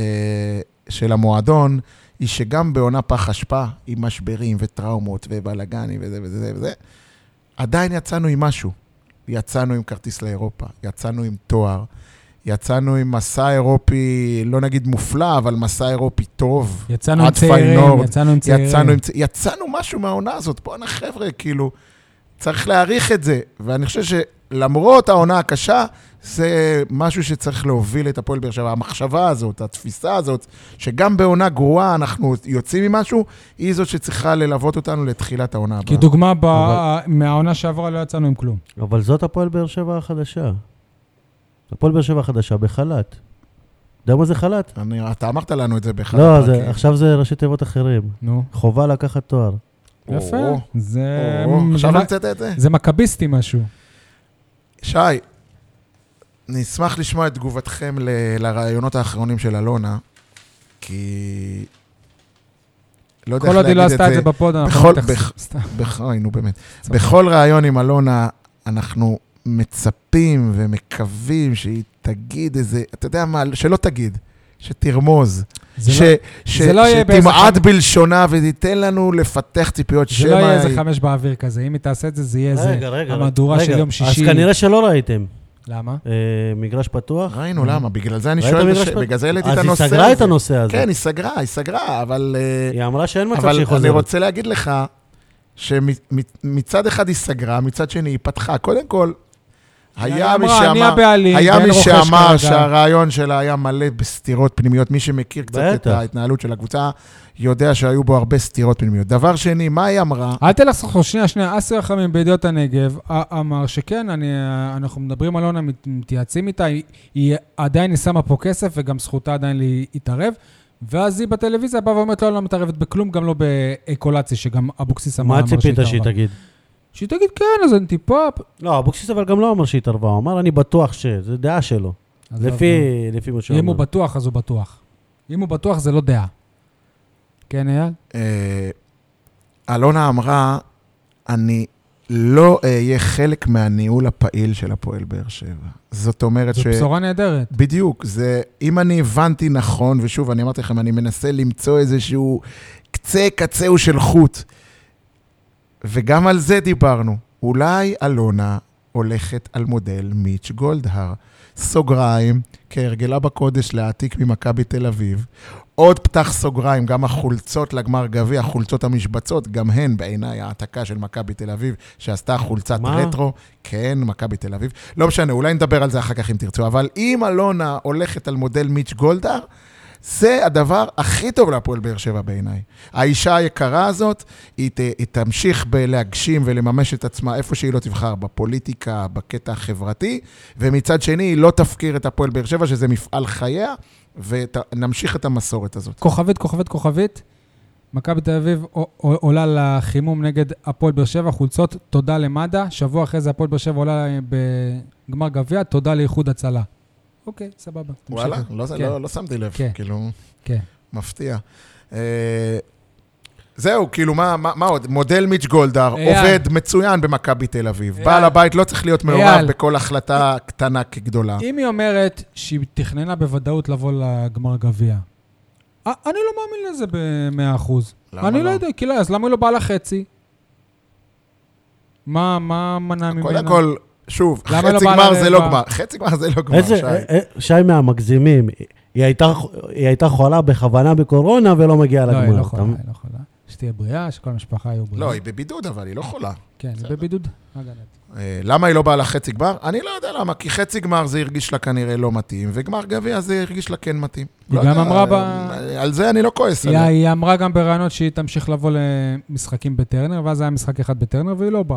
של המועדון, היא שגם בעונה פח אשפה, עם משברים וטראומות ובלגנים וזה וזה וזה, עדיין יצאנו עם משהו. יצאנו עם כרטיס לאירופה, יצאנו עם תואר, יצאנו עם מסע אירופי, לא נגיד מופלא, אבל מסע אירופי טוב. יצאנו עם צעירים, יצאנו עם צעירים. יצאנו, עם צ... יצאנו משהו מהעונה הזאת. בואו נחבר'ה, כאילו, צריך להעריך את זה. ואני חושב שלמרות העונה הקשה, זה משהו שצריך להוביל את הפועל באר שבע. המחשבה הזאת, התפיסה הזאת, שגם בעונה גרועה אנחנו יוצאים ממשהו, היא זאת שצריכה ללוות אותנו לתחילת העונה הבאה. כי דוגמה ב... אבל... מהעונה שעברה לא יצאנו עם כלום. אבל זאת הפועל באר שבע החדשה. הפועל באר שבע החדשה בחל"ת. יודע מה זה חל"ת? אני, אתה אמרת לנו את זה בחל"ת. לא, זה, עכשיו זה ראשי תיבות אחרים. נו. חובה לקחת תואר. יפה. או, זה... או, עכשיו נמצאת את זה? זה מקביסטי משהו. שי, נשמח לשמוע את תגובתכם ל, לרעיונות האחרונים של אלונה, כי... לא יודע כל עוד היא לא עשתה את זה בפוד, אנחנו היינו באמת. בכל רעיון עם אלונה, אנחנו מצפים ומקווים שהיא תגיד איזה, אתה יודע מה, שלא תגיד, שתרמוז, שתמעד בלשונה ותיתן לנו לפתח ציפיות שמא... זה לא יהיה איזה חמש באוויר כזה, אם היא תעשה את זה, זה יהיה איזה המהדורה של יום שישי. אז כנראה שלא ראיתם. למה? מגרש פתוח? ראינו, למה? בגלל זה אני שואל, בגלל זה העליתי את הנושא הזה. אז היא סגרה את הנושא הזה. כן, היא סגרה, היא סגרה, אבל... היא אמרה שאין מצב שהיא חוזרת. אבל אני רוצה להגיד לך, שמצד אחד היא סגרה, מצד שני היא פתחה. קודם כל, היה מי שאמר שהרעיון שלה היה מלא בסתירות פנימיות. מי שמכיר קצת את ההתנהלות של הקבוצה, יודע שהיו בו הרבה סתירות פנימיות. דבר שני, מה היא אמרה? אל תלך סחור, שנייה, שנייה, אסי רחמים בידיעות הנגב, אמר שכן, אנחנו מדברים על עונה, מתייעצים איתה, היא עדיין היא שמה פה כסף, וגם זכותה עדיין להתערב, ואז היא בטלוויזיה באה ואומרת, לא, לא מתערבת בכלום, גם לא באקולציה, שגם אבוקסיס אמר שהיא התערבה. מה ציפית שהיא תגיד? שהיא תגיד כן, אז אני טיפה... לא, אבוקסיס אבל גם לא אמר שהיא התערבה, הוא אמר, אני בטוח ש... זה דעה שלו. לפי מה שהוא אמר. אם הוא בטוח, אז הוא בטוח. אם הוא בטוח, זה לא דעה. כן, אייל? אלונה אמרה, אני לא אהיה חלק מהניהול הפעיל של הפועל באר שבע. זאת אומרת ש... זו בשורה נהדרת. בדיוק, זה... אם אני הבנתי נכון, ושוב, אני אמרתי לכם, אני מנסה למצוא איזשהו קצה קצהו של חוט. וגם על זה דיברנו. אולי אלונה הולכת על מודל מיץ' גולדהר. סוגריים, כהרגלה בקודש להעתיק ממכבי תל אביב. עוד פתח סוגריים, גם החולצות לגמר גביע, החולצות המשבצות, גם הן בעיניי העתקה של מכבי תל אביב, שעשתה חולצת מה? רטרו. כן, מכבי תל אביב. לא משנה, אולי נדבר על זה אחר כך אם תרצו, אבל אם אלונה הולכת על מודל מיץ' גולדהר, זה הדבר הכי טוב להפועל באר שבע בעיניי. האישה היקרה הזאת, היא, ת, היא תמשיך בלהגשים ולממש את עצמה איפה שהיא לא תבחר, בפוליטיקה, בקטע החברתי, ומצד שני היא לא תפקיר את הפועל באר שבע, שזה מפעל חייה, ונמשיך את המסורת הזאת. כוכבית, כוכבית, כוכבית. מכבי תל אביב עולה לחימום נגד הפועל באר שבע, חולצות, תודה למד"א. שבוע אחרי זה הפועל באר שבע עולה בגמר גביע, תודה לאיחוד הצלה. אוקיי, סבבה. וואלה, לא שמתי לב, כאילו, מפתיע. זהו, כאילו, מה עוד? מודל מיץ' גולדהר עובד מצוין במכבי תל אביב. בעל הבית לא צריך להיות מעורב בכל החלטה קטנה כגדולה. אם היא אומרת שהיא תכננה בוודאות לבוא לגמר גביע, אני לא מאמין לזה ב-מאה אחוז. אני לא יודע, כי לא, אז למה היא לא באה לחצי? מה, מה מנע ממנה? קודם כל, שוב, למה לא חצי בא גמר לה- זה לא בא- גמר. חצי גמר זה לא גמר, איזה, שי. אה, אה, שי מהמגזימים, היא הייתה- היא הייתה חולה בכוונה בקורונה ולא מגיעה לא, היא לגמר. לא חולה, אתה- היא לא חולה. שתהיה בריאה, שכל המשפחה יהיו בריאה. לא, היא בבידוד, אבל היא לא חולה. כן, היא בבידוד. הגנת. אה, למה היא לא באה לחצי גמר? אני לא יודע למה, כי חצי גמר זה הרגיש לה כנראה לא מתאים, וגמר גביע זה הרגיש לה כן מתאים. היא לא גם יודע, אמרה ב- אה, על זה אני לא כועס היא, עליה. היא אמרה גם ברעיונות שהיא תמשיך לבוא למשחקים בטרנר, ואז היה משחק אחד בטרנר, והיא לא באה.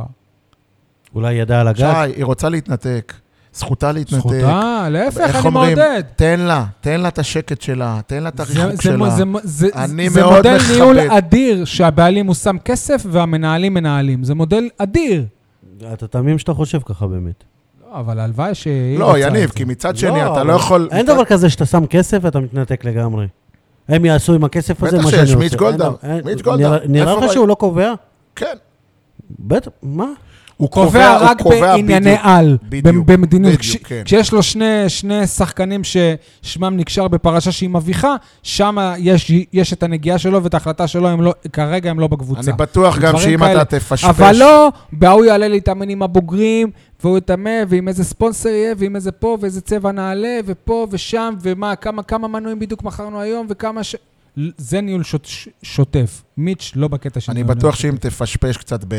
אולי ידע על הגג. שי, היא רוצה להתנתק. זכותה להתנתק. זכותה, להפך, איך אני אומרים? מעודד. תן לה, תן לה את השקט שלה, תן לה את זה- הריחוק זה- שלה. זה- זה- אני זה מאוד מודל מכבד. ניהול אדיר, שהבעלים הוא שם כסף והמנהלים מנהלים. זה מודל אדיר. אתה תמים שאתה חושב ככה באמת. לא, אבל הלוואי שהיא... לא, רוצה יניב, את זה. כי מצד שני לא, אתה אבל לא יכול... אין דבר כזה שאתה שם כסף ואתה מתנתק לגמרי. הם יעשו עם הכסף הזה בטח מה שיש, שאני עושה. מיץ' גולדהר. אין- אין- מיץ' גולדהר. נראה- נראה איפה לך ב- שהוא לא קובע? כן. בטח, מה? הוא קובע הוא רק קובע בענייני בדיוק. על, בדיוק, במדיניות. בדיוק, כש- כן. כשיש לו שני, שני שחקנים ששמם נקשר בפרשה שהיא מביכה, שם יש, יש את הנגיעה שלו ואת ההחלטה שלו, הם לא, כרגע הם לא בקבוצה. אני בטוח גם דברים שאם כאלה. אתה תפשפש... אבל לא, בהוא יעלה להתאמן עם הבוגרים, והוא יתאמה, ועם איזה ספונסר יהיה, ועם איזה פה, ואיזה צבע נעלה, ופה ושם, ומה, כמה, כמה מנויים בדיוק מכרנו היום, וכמה ש... זה ניהול שוט, שוטף. מיץ' לא בקטע של אני ניהול בטוח שוטף. שאם תפשפש קצת ב...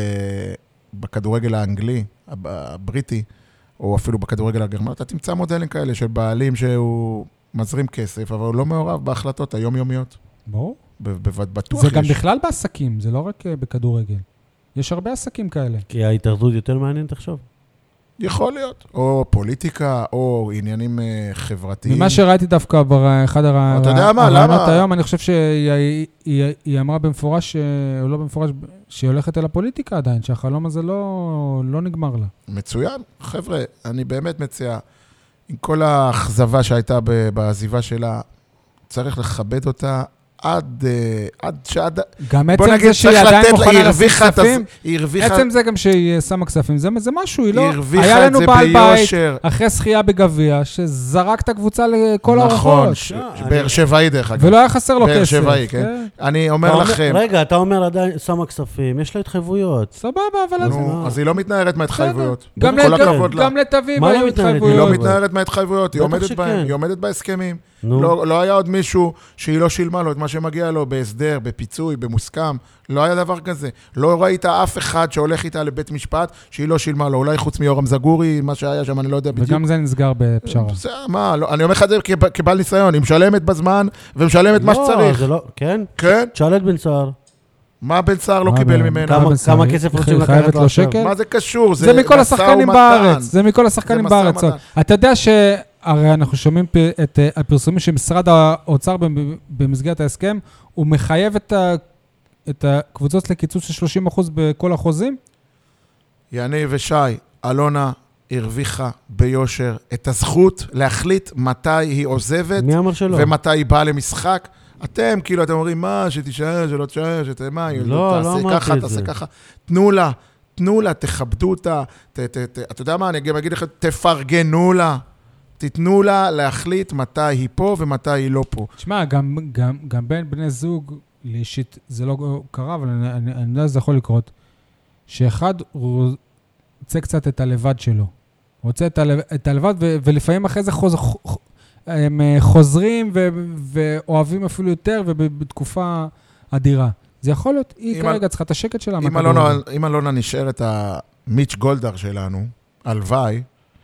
בכדורגל האנגלי, הב- הבריטי, או אפילו בכדורגל הגרמני, אתה תמצא מודלים כאלה של בעלים שהוא מזרים כסף, אבל הוא לא מעורב בהחלטות היומיומיות. ברור. ב- ב- בטוח זה יש. גם בכלל בעסקים, זה לא רק אה, בכדורגל. יש הרבה עסקים כאלה. כי ההתאחדות יותר מעניינת עכשיו. יכול להיות. או פוליטיקה, או עניינים אה, חברתיים. ממה שראיתי דווקא באחד הר- אתה יודע מה, הרעיונות למה? היום, אני חושב שהיא היא- היא אמרה במפורש, אה, או לא במפורש, שהיא הולכת אל הפוליטיקה עדיין, שהחלום הזה לא לא נגמר לה. מצוין. חבר'ה, אני באמת מציע, עם כל האכזבה שהייתה ב- בעזיבה שלה, צריך לכבד אותה עד, אה, עד שעד... גם בוא עצם נגיד, זה שהיא צריך עדיין לתת לה, היא מוכנה לשים הרוויחה את הז... כספים, היא הרוויחה... עצם זה גם שהיא שמה כספים, זה זה משהו, היא לא... היא היה הרוויחה את לנו זה בעל בית, ביושר. אחרי זכייה בגביע, שזרק את הקבוצה לכל נכון, הארוחות. ש- לא, באר אני- שבעי דרך אגב. ולא היה חסר לו באר כסף. שבעי, כן. אני אומר אתה לכם, רגע, אתה אומר עדיין שמה כספים, יש לה התחייבויות. סבבה, אבל... אז- נו, אז היא לא מתנערת מההתחייבויות. גם כל לת- הכבוד לה. גם לתביב מה לא היו מתנהלת? היא התחייבויות. לא התחייבויות. מתנערת מההתחייבויות, היא בטח עומדת שכן. בהן, היא עומדת בהסכמים. נו. לא לא היה עוד מישהו שהיא לא שילמה לו את מה שמגיע לו בהסדר, בפיצוי, במוסכם. לא היה דבר כזה. לא ראית אף אחד שהולך איתה לבית משפט שהיא לא שילמה לו. אולי חוץ מיורם זגורי, מה שהיה שם, אני לא יודע בדיוק. וגם זה נסגר בפשרה. בסדר, מה, לא, אני אומר לך את זה כב- כבעל ניסיון, היא משלמת בזמן ומשלמת מה לא, שצריך. זה לא, כן? כן? תשאל את בן סער. מה בן סער לא מה קיבל בן- ממנה? כמה- בן סער? כמה כסף היא רוצים לקחת חייבת לו לו עכשיו? שקל? מה זה קשור? זה מכל משא השחקנים ומתן. בארץ, זה מכל השחקנים משא בארץ. ומתן. אתה יודע שהרי אנחנו שומעים פ- את אה, הפרסומים שמשרד האוצר במ- במסגרת ההסכם, הוא מחייב את ה- את הקבוצות לקיצוץ של שלושים אחוז בכל החוזים? יניב ושי, אלונה הרוויחה ביושר את הזכות להחליט מתי היא עוזבת מי אמר שלא? ומתי היא באה למשחק. אתם, כאילו, אתם אומרים, מה, שתישאר, שלא תישאר, שתמה, לא, לא אמרתי ככה, את תעשה זה. ככה. תנו לה, תנו לה, תכבדו אותה. ת, ת, ת, אתה יודע מה, אני גם אגיד לך, תפרגנו לה. תיתנו לה להחליט מתי היא פה ומתי היא לא פה. תשמע, גם, גם, גם בין בני זוג, לאישית, זה לא קרה, אבל אני, אני, אני יודע שזה יכול לקרות, שאחד רוצה קצת את הלבד שלו. רוצה את, הלב, את הלבד, ו, ולפעמים אחרי זה חוז, הם חוזרים ו, ואוהבים אפילו יותר, ובתקופה אדירה. זה יכול להיות, היא כרגע אל... צריכה את השקט שלה. אם אלונה, אם אלונה נשארת המיץ' גולדהר שלנו, הלוואי,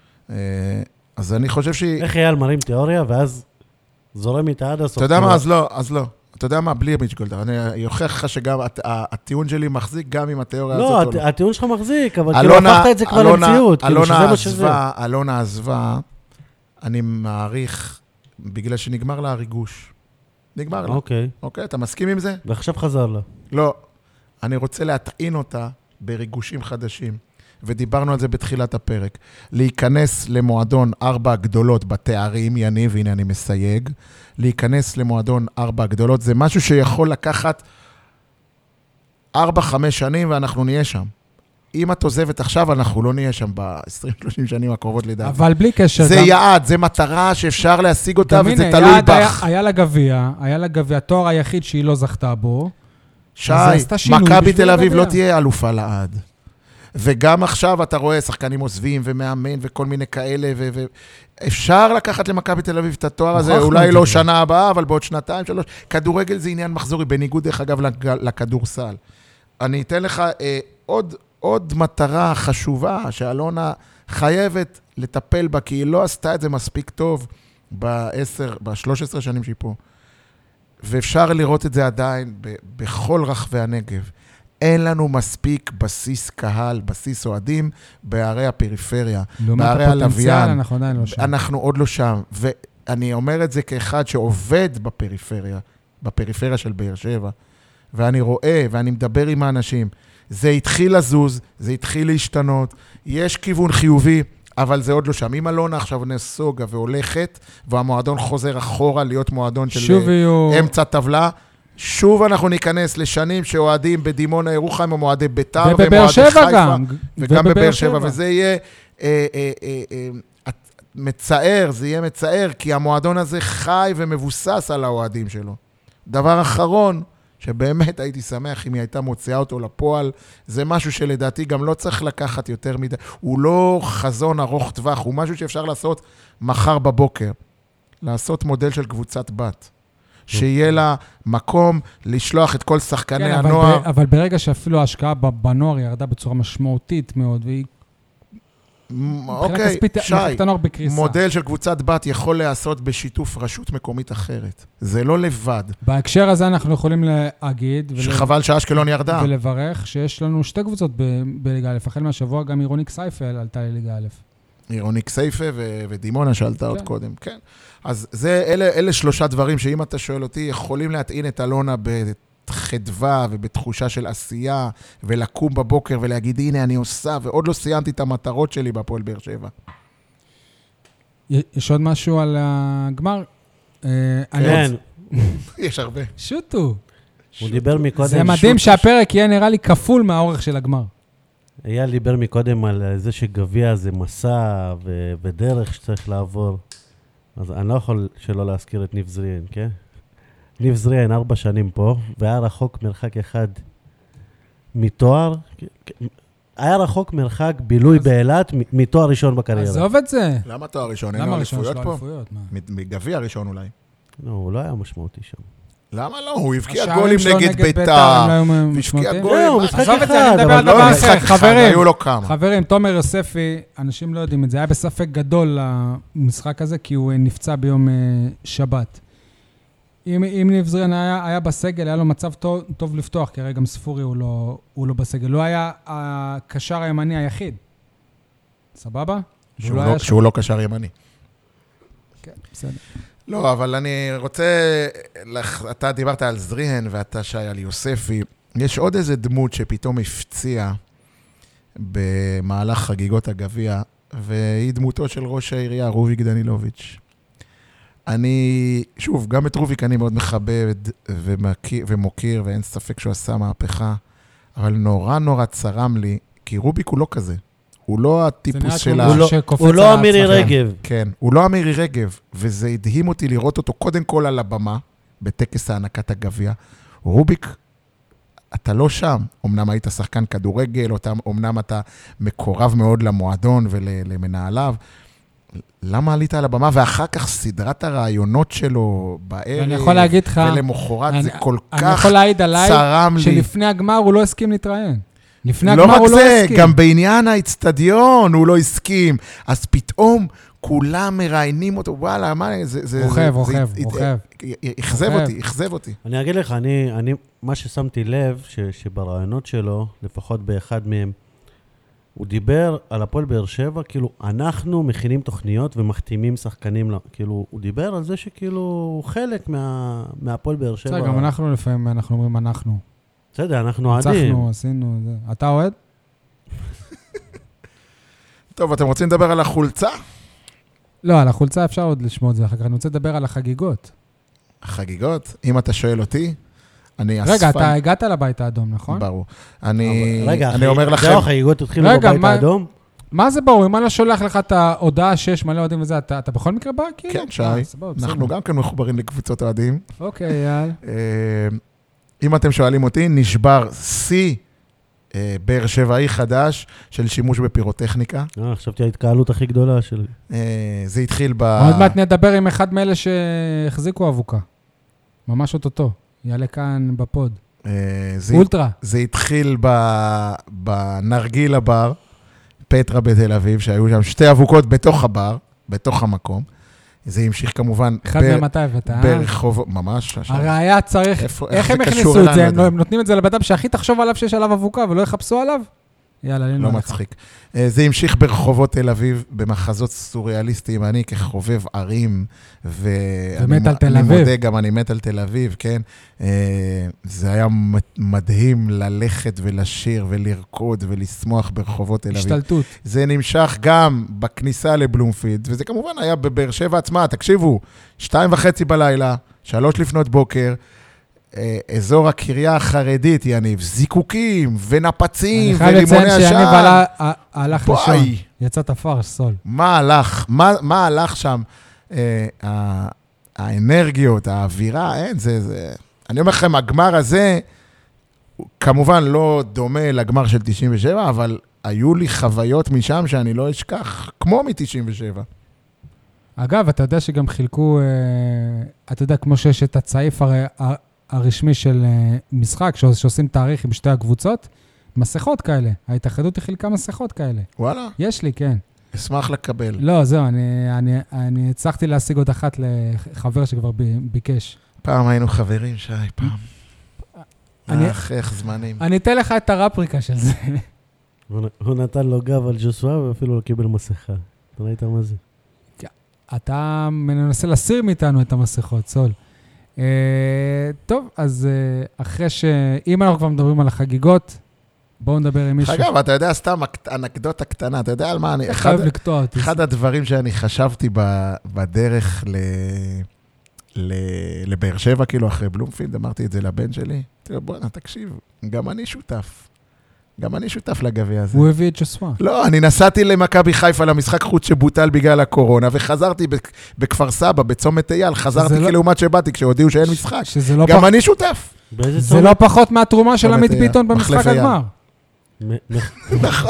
אז אני חושב שהיא... איך אייל מרים תיאוריה, ואז זורם איתה עד הסוף. אתה יודע מה? אז לא, אז לא. אתה יודע מה? בלי מיץ' גולדהר. אני אוכיח לך שגם הט- הטיעון שלי מחזיק גם עם התיאוריה לא, הזאת. הט- הטיעון שלך מחזיק, אבל כאילו הפכת את זה כבר למציאות. כאילו שזה אלונה מה שזה. עזבה, אלונה עזבה, אני מעריך, בגלל שנגמר לה הריגוש. נגמר לה. אוקיי, אוקיי? אתה מסכים עם זה? ועכשיו חזר לה. לא. אני רוצה להטעין אותה בריגושים חדשים. ודיברנו על זה בתחילת הפרק. להיכנס למועדון ארבע הגדולות בתארים, יניב, הנה אני מסייג. להיכנס למועדון ארבע הגדולות, זה משהו שיכול לקחת ארבע, חמש שנים ואנחנו נהיה שם. אם את עוזבת עכשיו, אנחנו לא נהיה שם ב-עשרים שלושים שנים הקרובות לדעת. אבל בלי קשר. זה גם, יעד, זה מטרה שאפשר להשיג אותה, גם וזה הנה, תלוי יעד היה, בך. היה לה גביע, היה לה גביע, התואר היחיד שהיא לא זכתה בו. שי, אז זה עשתה שינוי מכבי בשביל תל אביב הגביע. לא תהיה אלופה לעד. וגם עכשיו אתה רואה שחקנים עוזבים ומאמן וכל מיני כאלה, ואפשר לקחת למכבי תל אביב את התואר הזה, אולי לא שנה הבאה, אבל בעוד שנתיים, שלוש. כדורגל זה עניין מחזורי, בניגוד דרך אגב לכדורסל. אני אתן לך אה, עוד, עוד מטרה חשובה שאלונה חייבת לטפל בה, כי היא לא עשתה את זה מספיק טוב בעשר, בשלוש עשרה שנים שהיא פה. ואפשר לראות את זה עדיין ב- בכל רחבי הנגב. אין לנו מספיק בסיס קהל, בסיס אוהדים, בערי הפריפריה, בערי הלוויין. אנחנו עדיין לא שם. אנחנו עוד לא שם. ואני אומר את זה כאחד שעובד בפריפריה, בפריפריה של באר שבע, ואני רואה ואני מדבר עם האנשים. זה התחיל לזוז, זה התחיל להשתנות, יש כיוון חיובי, אבל זה עוד לא שם. אם אלונה עכשיו נסוגה והולכת, והמועדון חוזר אחורה להיות מועדון של אמצע טבלה, שוב אנחנו ניכנס לשנים שאוהדים בדימונה, ירוחם, הם אוהדי ביתר ובבאר שבע גם. וגם בבאר שבע, וזה יהיה אה, אה, אה, אה, מצער, זה יהיה מצער, כי המועדון הזה חי ומבוסס על האוהדים שלו. דבר אחרון, שבאמת הייתי שמח אם היא הייתה מוציאה אותו לפועל, זה משהו שלדעתי גם לא צריך לקחת יותר מדי, הוא לא חזון ארוך טווח, הוא משהו שאפשר לעשות מחר בבוקר, לעשות מודל של קבוצת בת. שיהיה לה מקום לשלוח את כל שחקני כן, הנוער. אבל, ב, אבל ברגע שאפילו ההשקעה בנוער ירדה בצורה משמעותית מאוד, והיא... אוקיי, שי, מודל של קבוצת בת יכול לעשות בשיתוף רשות מקומית אחרת. זה לא לבד. בהקשר הזה אנחנו יכולים להגיד... שחבל שאשקלון ירדה. ולברך שיש לנו שתי קבוצות בליגה א', החל מהשבוע גם עירוני כסייפה עלתה לליגה א'. עירוני כסייפה ו- ודימונה שעלתה עוד קודם, כן. אז זה, אלה, אלה שלושה דברים שאם אתה שואל אותי, יכולים להטעין את אלונה בחדווה ובתחושה של עשייה, ולקום בבוקר ולהגיד, הנה אני עושה, ועוד לא סיימתי את המטרות שלי בפועל באר שבע. יש עוד משהו על הגמר? כן. יש הרבה. שוטו. הוא דיבר מקודם. זה מדהים שהפרק יהיה נראה לי כפול מהאורך של הגמר. אייל דיבר מקודם על זה שגביע זה מסע ו- ודרך שצריך לעבור. אז אני לא יכול שלא להזכיר את ניב זריאן, כן? ניב זריאן ארבע שנים פה, והיה רחוק מרחק אחד מתואר. היה רחוק מרחק בילוי באילת מתואר ראשון בקריירה. עזוב את זה. למה תואר ראשון? אין לו אליפויות פה? מגביע ראשון אולי. לא, הוא לא היה משמעותי שם. למה לא? הוא הבקיע גולים נגד ביתר. הבקיע גולים. לא, משחק אחד, אבל לא משחק אחד, היו לו כמה. חברים, תומר יוספי, אנשים לא יודעים את זה, היה בספק גדול למשחק הזה, כי הוא נפצע ביום שבת. אם ניב זריאן היה בסגל, היה לו מצב טוב לפתוח, כי הרי גם ספורי הוא לא בסגל. לא היה הקשר הימני היחיד. סבבה? שהוא לא קשר ימני. כן, בסדר. לא, אבל אני רוצה, אתה דיברת על זריהן ואתה שי על יוספי, יש עוד איזה דמות שפתאום הפציע במהלך חגיגות הגביע, והיא דמותו של ראש העירייה, רוביק דנילוביץ'. אני, שוב, גם את רוביק אני מאוד מכבד ומכיר, ומוקיר, ואין ספק שהוא עשה מהפכה, אבל נורא נורא צרם לי, כי רוביק הוא לא כזה. הוא לא הטיפוס של ה... הוא לא אמירי רגב. כן, הוא לא אמירי רגב, וזה הדהים אותי לראות אותו קודם כל על הבמה, בטקס הענקת הגביע. רוביק, אתה לא שם. אמנם היית שחקן כדורגל, אמנם אתה מקורב מאוד למועדון ולמנהליו. למה עלית על הבמה? ואחר כך סדרת הרעיונות שלו בערב, ואני יכול להגיד לך, ולמחרת זה כל כך צרם לי. אני יכול להעיד עליי שלפני הגמר הוא לא הסכים להתראיין. לפני לא הגמר הוא זה, לא הסכים. גם בעניין האצטדיון הוא לא הסכים. אז פתאום כולם מראיינים אותו, וואלה, מה זה... רוכב, רוכב, רוכב. יחזב אותי, יחזב אותי. אני אגיד לך, אני, אני, מה ששמתי לב, ש, שברעיונות שלו, לפחות באחד מהם, הוא דיבר על הפועל באר שבע, כאילו, אנחנו מכינים תוכניות ומחתימים שחקנים, כאילו, הוא דיבר על זה שכאילו, הוא חלק מה, מהפועל באר שבע. גם אנחנו לפעמים, אנחנו אומרים אנחנו. בסדר, אנחנו אוהדים. הצחנו, עשינו, זה. אתה אוהד? טוב, אתם רוצים לדבר על החולצה? לא, על החולצה אפשר עוד לשמוע את זה אחר כך. אני רוצה לדבר על החגיגות. החגיגות? אם אתה שואל אותי, אני אספן... רגע, אתה הגעת לבית האדום, נכון? ברור. אני, רגע, אני אומר לכם... זהו, החגיגות התחילו בבית מה, האדום? מה זה ברור? אם אני לא שולח לך את ההודעה שיש מלא אוהדים וזה, אתה, אתה בכל מקרה בא? כאילו? כן, שי. אנחנו גם כן מחוברים לקבוצות אוהדים. אוקיי, יאל. אם אתם שואלים אותי, נשבר שיא אה, באר שבעי חדש של שימוש בפירוטכניקה. אה, חשבתי ההתקהלות הכי גדולה של... אה, זה התחיל ב... עוד מעט נדבר עם אחד מאלה שהחזיקו אבוקה. ממש אותו, יעלה כאן בפוד. אה, זה, אולטרה. זה התחיל ב... בנרגיל הבר, פטרה בתל אביב, שהיו שם שתי אבוקות בתוך הבר, בתוך המקום. זה המשיך כמובן... אחד מהם מתי הבאת, אה? ברחוב... ממש. הרי היה צריך... איפה- איך איך הם זה הכניסו קשור את אלינו, זה? לא הם יודע. לא- הם נותנים את זה לבן אדם שהכי תחשוב עליו שיש עליו אבוקה ולא יחפשו עליו? יאללה, לינו לא עליך. מצחיק. אה, זה המשיך ברחובות תל אביב, במחזות סוריאליסטיים. אני כחובב ערים, ואני ומת על תל אני אביב. מודה גם, אני מת על תל אביב, כן? אה, זה היה מ- מדהים ללכת ולשיר ולרקוד ולשמוח ברחובות תל אביב. השתלטות. זה נמשך גם בכניסה לבלומפילד, וזה כמובן היה בבאר שבע עצמה. תקשיבו, שתיים וחצי בלילה, שלוש לפנות בוקר, אה, אזור הקריה החרדית, יניב, זיקוקים ונפצים אני חייב ולימוני לציין שיניב עשן. עלה- ה- הלך בואי. לישון. יצא תפרש, סול. מה הלך? מה, מה הלך שם? אה, ה- האנרגיות, האווירה, אין, זה, זה... אני אומר לכם, הגמר הזה, הוא כמובן לא דומה לגמר של תשעים ושבע, אבל היו לי חוויות משם שאני לא אשכח, כמו מ-תשעים ושבע. אגב, אתה יודע שגם חילקו, אה, אתה יודע, כמו שיש את הצעיף הר- ה- הרשמי של אה, משחק, שעוש- שעושים תאריך עם שתי הקבוצות, מסכות כאלה. ההתאחדות היא חילקה מסכות כאלה. וואלה, יש לי, כן. אשמח לקבל. לא, זהו, אני, אני, אני הצלחתי להשיג עוד אחת לחבר שכבר ב- ביקש. פעם היינו חברים, שי, פעם. אני- אך, איך זמנים. אני אתן לך את הרפריקה של זה. הוא נ- הוא נתן לו גב על ג'וסווה ואפילו לא קיבל מסכה. אתה ראית מה זה? אתה מנסה להסיר מאיתנו את המסכות, סול. אה, טוב, אז אה, אחרי ש... אם אנחנו כבר מדברים על החגיגות, בואו נדבר עם מישהו. אגב, אתה יודע, סתם אק- אנקדוטה קטנה, אתה יודע על מה אני... אתה אחד- חייב לקטוע אותי. אחד הדברים שאני חשבתי ב- בדרך ל... ל... לבאר שבע, כאילו אחרי בלומפילד, אמרתי את זה לבן שלי. תראה, בוא'נה, תקשיב, גם אני שותף. גם אני שותף לגביע הזה. הוא הביא את שוסווה. לא, אני נסעתי למכבי חיפה למשחק חוץ שבוטל בגלל הקורונה, וחזרתי בכ- בכפר סבא, בצומת אייל, חזרתי לא- כלעומת שבאתי כשהודיעו שאין משחק. שזה לא, גם פח... אני שותף. באיזה זה צומת? לא פחות מהתרומה של צומת עמית אייל. ביטון מחלף במשחק אייל. הגמר. מ- מ- נכון.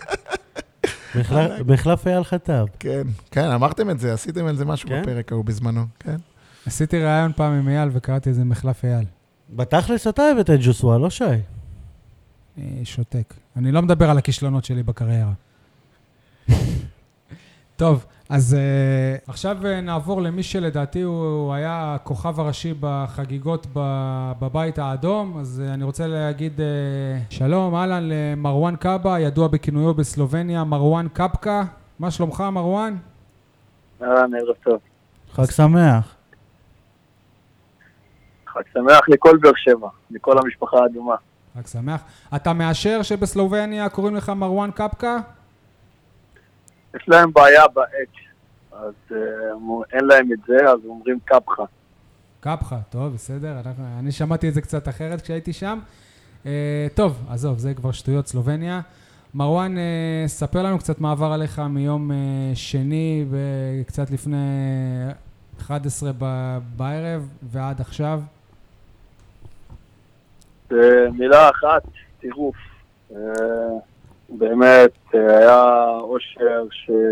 מחלף- מחלף אייל חטב. כן, כן, אמרתם את זה, עשיתם את זה משהו כן? בפרק ההוא בזמנו, כן. עשיתי ראיון פעם עם אייל וקראתי איזה מחלף אייל. בתכלס אתה הבאת את ג'וסווה, לא שי. אה, שותק. אני לא מדבר על הכישלונות שלי בקריירה. טוב, אז uh, עכשיו uh, נעבור למי שלדעתי הוא, הוא היה הכוכב הראשי בחגיגות ב- בבית האדום, אז uh, אני רוצה להגיד uh, שלום, אהלן למרואן קאבה, ידוע בכינויו בסלובניה, מרואן קפקה. מה שלומך, מרואן? אהלן, ערב טוב. חג שמח. חג שמח לכל באר שבע, לכל המשפחה האדומה. רק שמח. אתה מאשר שבסלובניה קוראים לך מרואן קפקה? יש להם בעיה בעט, אז uh, אין להם את זה, אז אומרים קפחה. קפחה, טוב, בסדר. אנחנו, אני שמעתי את זה קצת אחרת כשהייתי שם. Uh, טוב, עזוב, זה כבר שטויות סלובניה. מרואן, uh, ספר לנו קצת מה עבר עליך מיום uh, שני וקצת לפני אחת עשרה ב- בערב ועד עכשיו. Uh, מילה אחת, טירוף. Uh, באמת, uh, היה אושר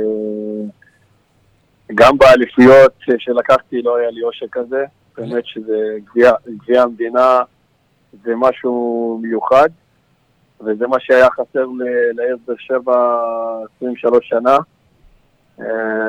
שגם באליפויות שלקחתי לא היה לי אושר כזה. באמת שזה גביע, גביע המדינה, זה משהו מיוחד. וזה מה שהיה חסר ל- לעיר באר שבע עשרים ושלוש שנה. Uh,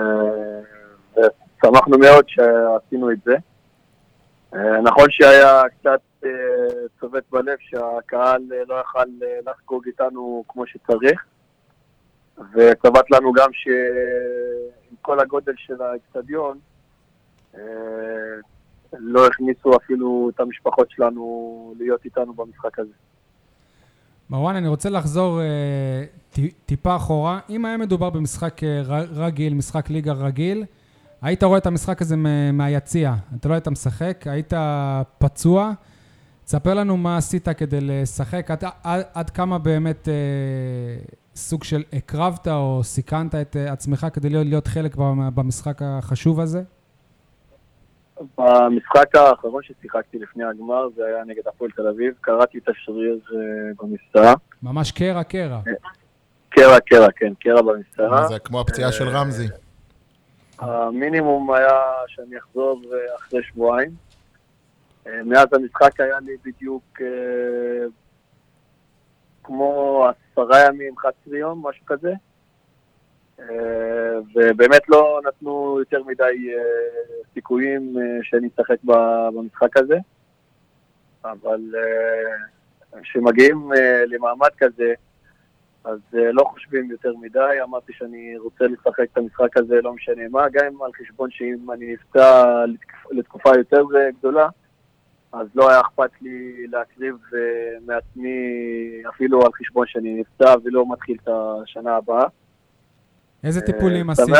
ושמחנו מאוד שעשינו את זה. Uh, נכון שהיה קצת uh, צובט בלב שהקהל uh, לא יכל uh, לחגוג איתנו כמו שצריך, וצבט לנו גם שעם כל הגודל של האצטדיון uh, לא הכניסו אפילו את המשפחות שלנו להיות איתנו במשחק הזה. מרואן, אני רוצה לחזור uh, ט- טיפה אחורה. אם היה מדובר במשחק uh, ר- רגיל, משחק ליגה רגיל, היית רואה את המשחק הזה מהיציע, אתה לא היית משחק, היית פצוע. תספר לנו מה עשית כדי לשחק, עד, עד, עד כמה באמת אה, סוג של הקרבת או סיכנת את עצמך כדי להיות, להיות חלק במשחק החשוב הזה? במשחק האחרון ששיחקתי לפני הגמר, זה היה נגד הפועל תל אביב, קראתי את השריר במסתרה. ממש קרע, קרע. קרע, קרע, כן, קרע במסתרה. זה כמו הפציעה של רמזי. המינימום היה שאני אחזור אחרי שבועיים. מאז המשחק היה לי בדיוק כמו עשרה ימים, אחד עשר יום, משהו כזה. ובאמת לא נתנו יותר מדי סיכויים שאני אשחק במשחק הזה. אבל כשמגיעים למעמד כזה, אז לא חושבים יותר מדי. אמרתי שאני רוצה לשחק את המשחק הזה, לא משנה מה, גם על חשבון שאם אני נפצע לתקופה יותר גדולה, אז לא היה אכפת לי להקריב מעצמי אפילו על חשבון שאני נפצע ולא מתחיל את השנה הבאה. איזה טיפולים עשית?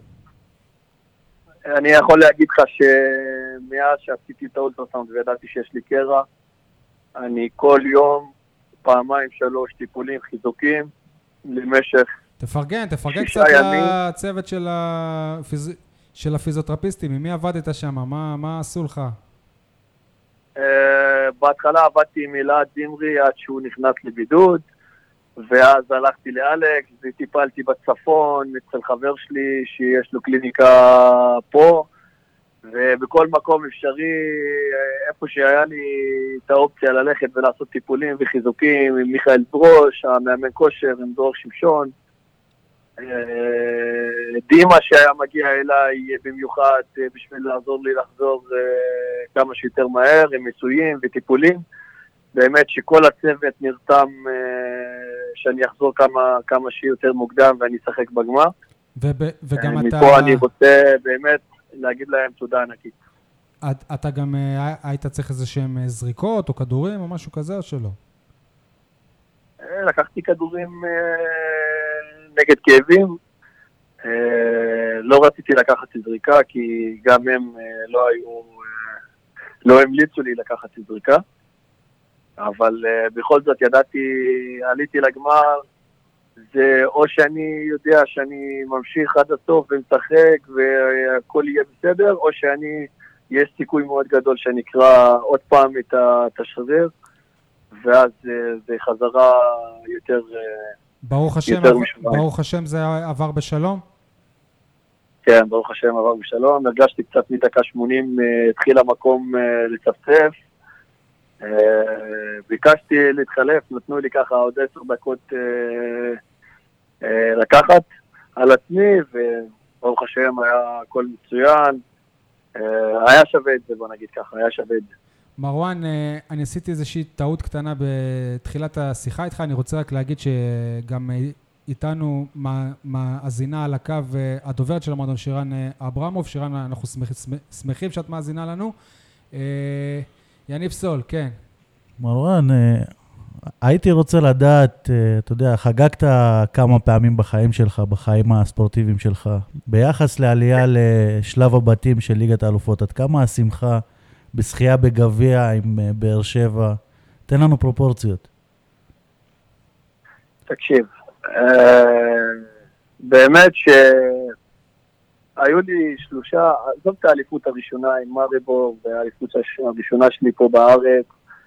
אני יכול להגיד לך שמאז שעשיתי את האולטרסאונד וידעתי שיש לי קרע, אני כל יום, פעמיים שלוש טיפולים חיזוקים למשך תפרגן, תפרגן קצת לצוות של, הפיז... של הפיזיותרפיסטים. עם מי עבדת שם? מה, מה עשו לך? Uh, בהתחלה עבדתי עם אלעד זמרי עד שהוא נכנס לבידוד, ואז הלכתי לאלכס וטיפלתי בצפון אצל חבר שלי שיש לו קליניקה פה, ובכל מקום אפשרי, איפה שהיה לי את האופציה ללכת ולעשות טיפולים וחיזוקים עם מיכאל ברוש, המאמן כושר, עם דרור שמשון, דימה שהיה מגיע אליי במיוחד בשביל לעזור לי לחזור כמה שיותר מהר עם ניסויים וטיפולים. באמת שכל הצוות נרתם שאני אחזור כמה, כמה שיותר מוקדם ואני אשחק בגמר. וב, וגם אתה... מפה אני רוצה באמת להגיד להם תודה ענקית. את, אתה גם היית צריך איזה שהם זריקות או כדורים או משהו כזה או שלא? לקחתי כדורים נגד כאבים. לא רציתי לקחת זריקה כי גם הם לא היו, לא המליצו לי לקחת זריקה. אבל בכל זאת ידעתי, עליתי לגמר, זה או שאני יודע שאני ממשיך עד הסוף ומשחק והכל יהיה בסדר, או שאני, יש סיכוי מאוד גדול שאני אקרא עוד פעם את השריר, ואז זה חזרה יותר ברוך השם, יותר ברוך השם זה עבר בשלום? כן, ברוך השם עבר בשלום. הרגשתי קצת מדקה שמונים, התחיל המקום לצפצף, ביקשתי להתחלף, נתנו לי ככה עוד עשר דקות לקחת על עצמי, וברוך השם היה הכל מצוין. היה שווה את זה, בוא נגיד ככה, היה שווה את זה. מרואן, אני עשיתי איזושהי טעות קטנה בתחילת השיחה איתך, אני רוצה רק להגיד שגם איתנו מאזינה על הקו הדוברת של המועדון שירן אברמוב. שירן, אנחנו שמחים שאת מאזינה לנו. יניב סול, כן. מרואן, הייתי רוצה לדעת, אתה יודע, חגגת כמה פעמים בחיים שלך, בחיים הספורטיביים שלך, ביחס לעלייה לשלב הבתים של ליגת האלופות, עד כמה השמחה בשחייה בגביע עם באר שבע? תן לנו פרופורציות. תקשיב, באמת שהיו לי שלושה, זאת האליפות הראשונה עם מריבור, והאליפות הראשונה שלי פה בארץ,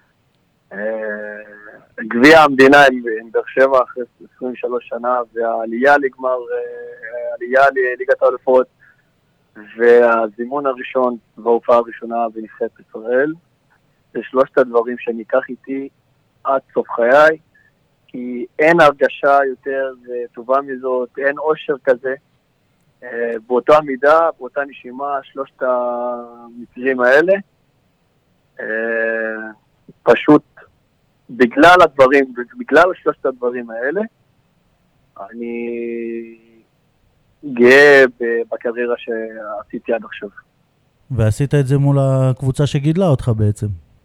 גביע המדינה עם באר שבע אחרי עשרים ושלוש שנה, והעלייה לגמר, העלייה לליגת האלופות, והזימון הראשון וההופעה הראשונה בנבחרת ישראל. זה שלושת הדברים שאני אקח איתי עד סוף חיי, כי אין הרגשה יותר טובה מזאת, אין אושר כזה. באותה מידה, באותה נשימה, שלושת המקרים האלה, פשוט בגלל הדברים, בגלל שלושת הדברים האלה, אני גאה בקריירה שעשיתי עד עכשיו. ועשית את זה מול הקבוצה שגידלה אותך בעצם.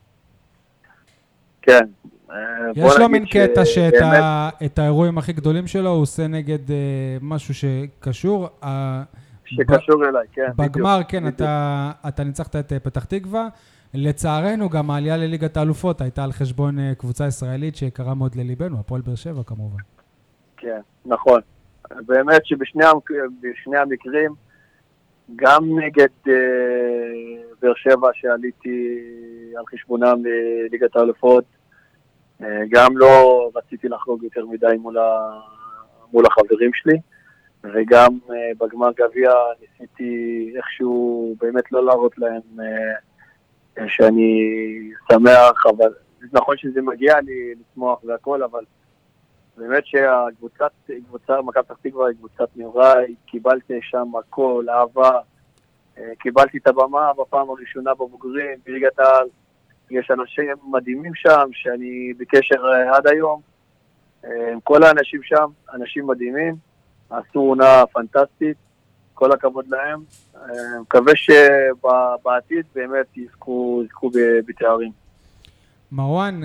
כן. יש לו מין קטע שאת האירועים הכי גדולים שלו הוא עושה נגד משהו שקשור. שקשור אליי, כן. בגמר, כן, אתה ניצחת את פתח תקווה. לצערנו גם העלייה לליגת האלופות הייתה על חשבון קבוצה ישראלית שקרה מאוד לליבנו, הפועל באר שבע כמובן. כן, נכון. באמת שבשני בשני המקרים, גם נגד באר שבע שעליתי על חשבונם לליגת האלופות, גם לא רציתי לחגוג יותר מדי מול, ה... מול החברים שלי, וגם בגמר גביע ניסיתי איכשהו באמת לא להראות להם שאני שמח, אבל נכון שזה מגיע לי לשמוח והכל, אבל באמת שהקבוצת, קבוצה, מכבי פתח תקווה היא קבוצת נאורה, קיבלתי שם הכל, אהבה, קיבלתי את הבמה בפעם הראשונה בבוגרים, בליגת העל, יש אנשים מדהימים שם, שאני בקשר עד היום, כל האנשים שם, אנשים מדהימים, עשו עונה פנטסטית, כל הכבוד להם, מקווה שבעתיד באמת יזכו, יזכו בתארים. מרואן,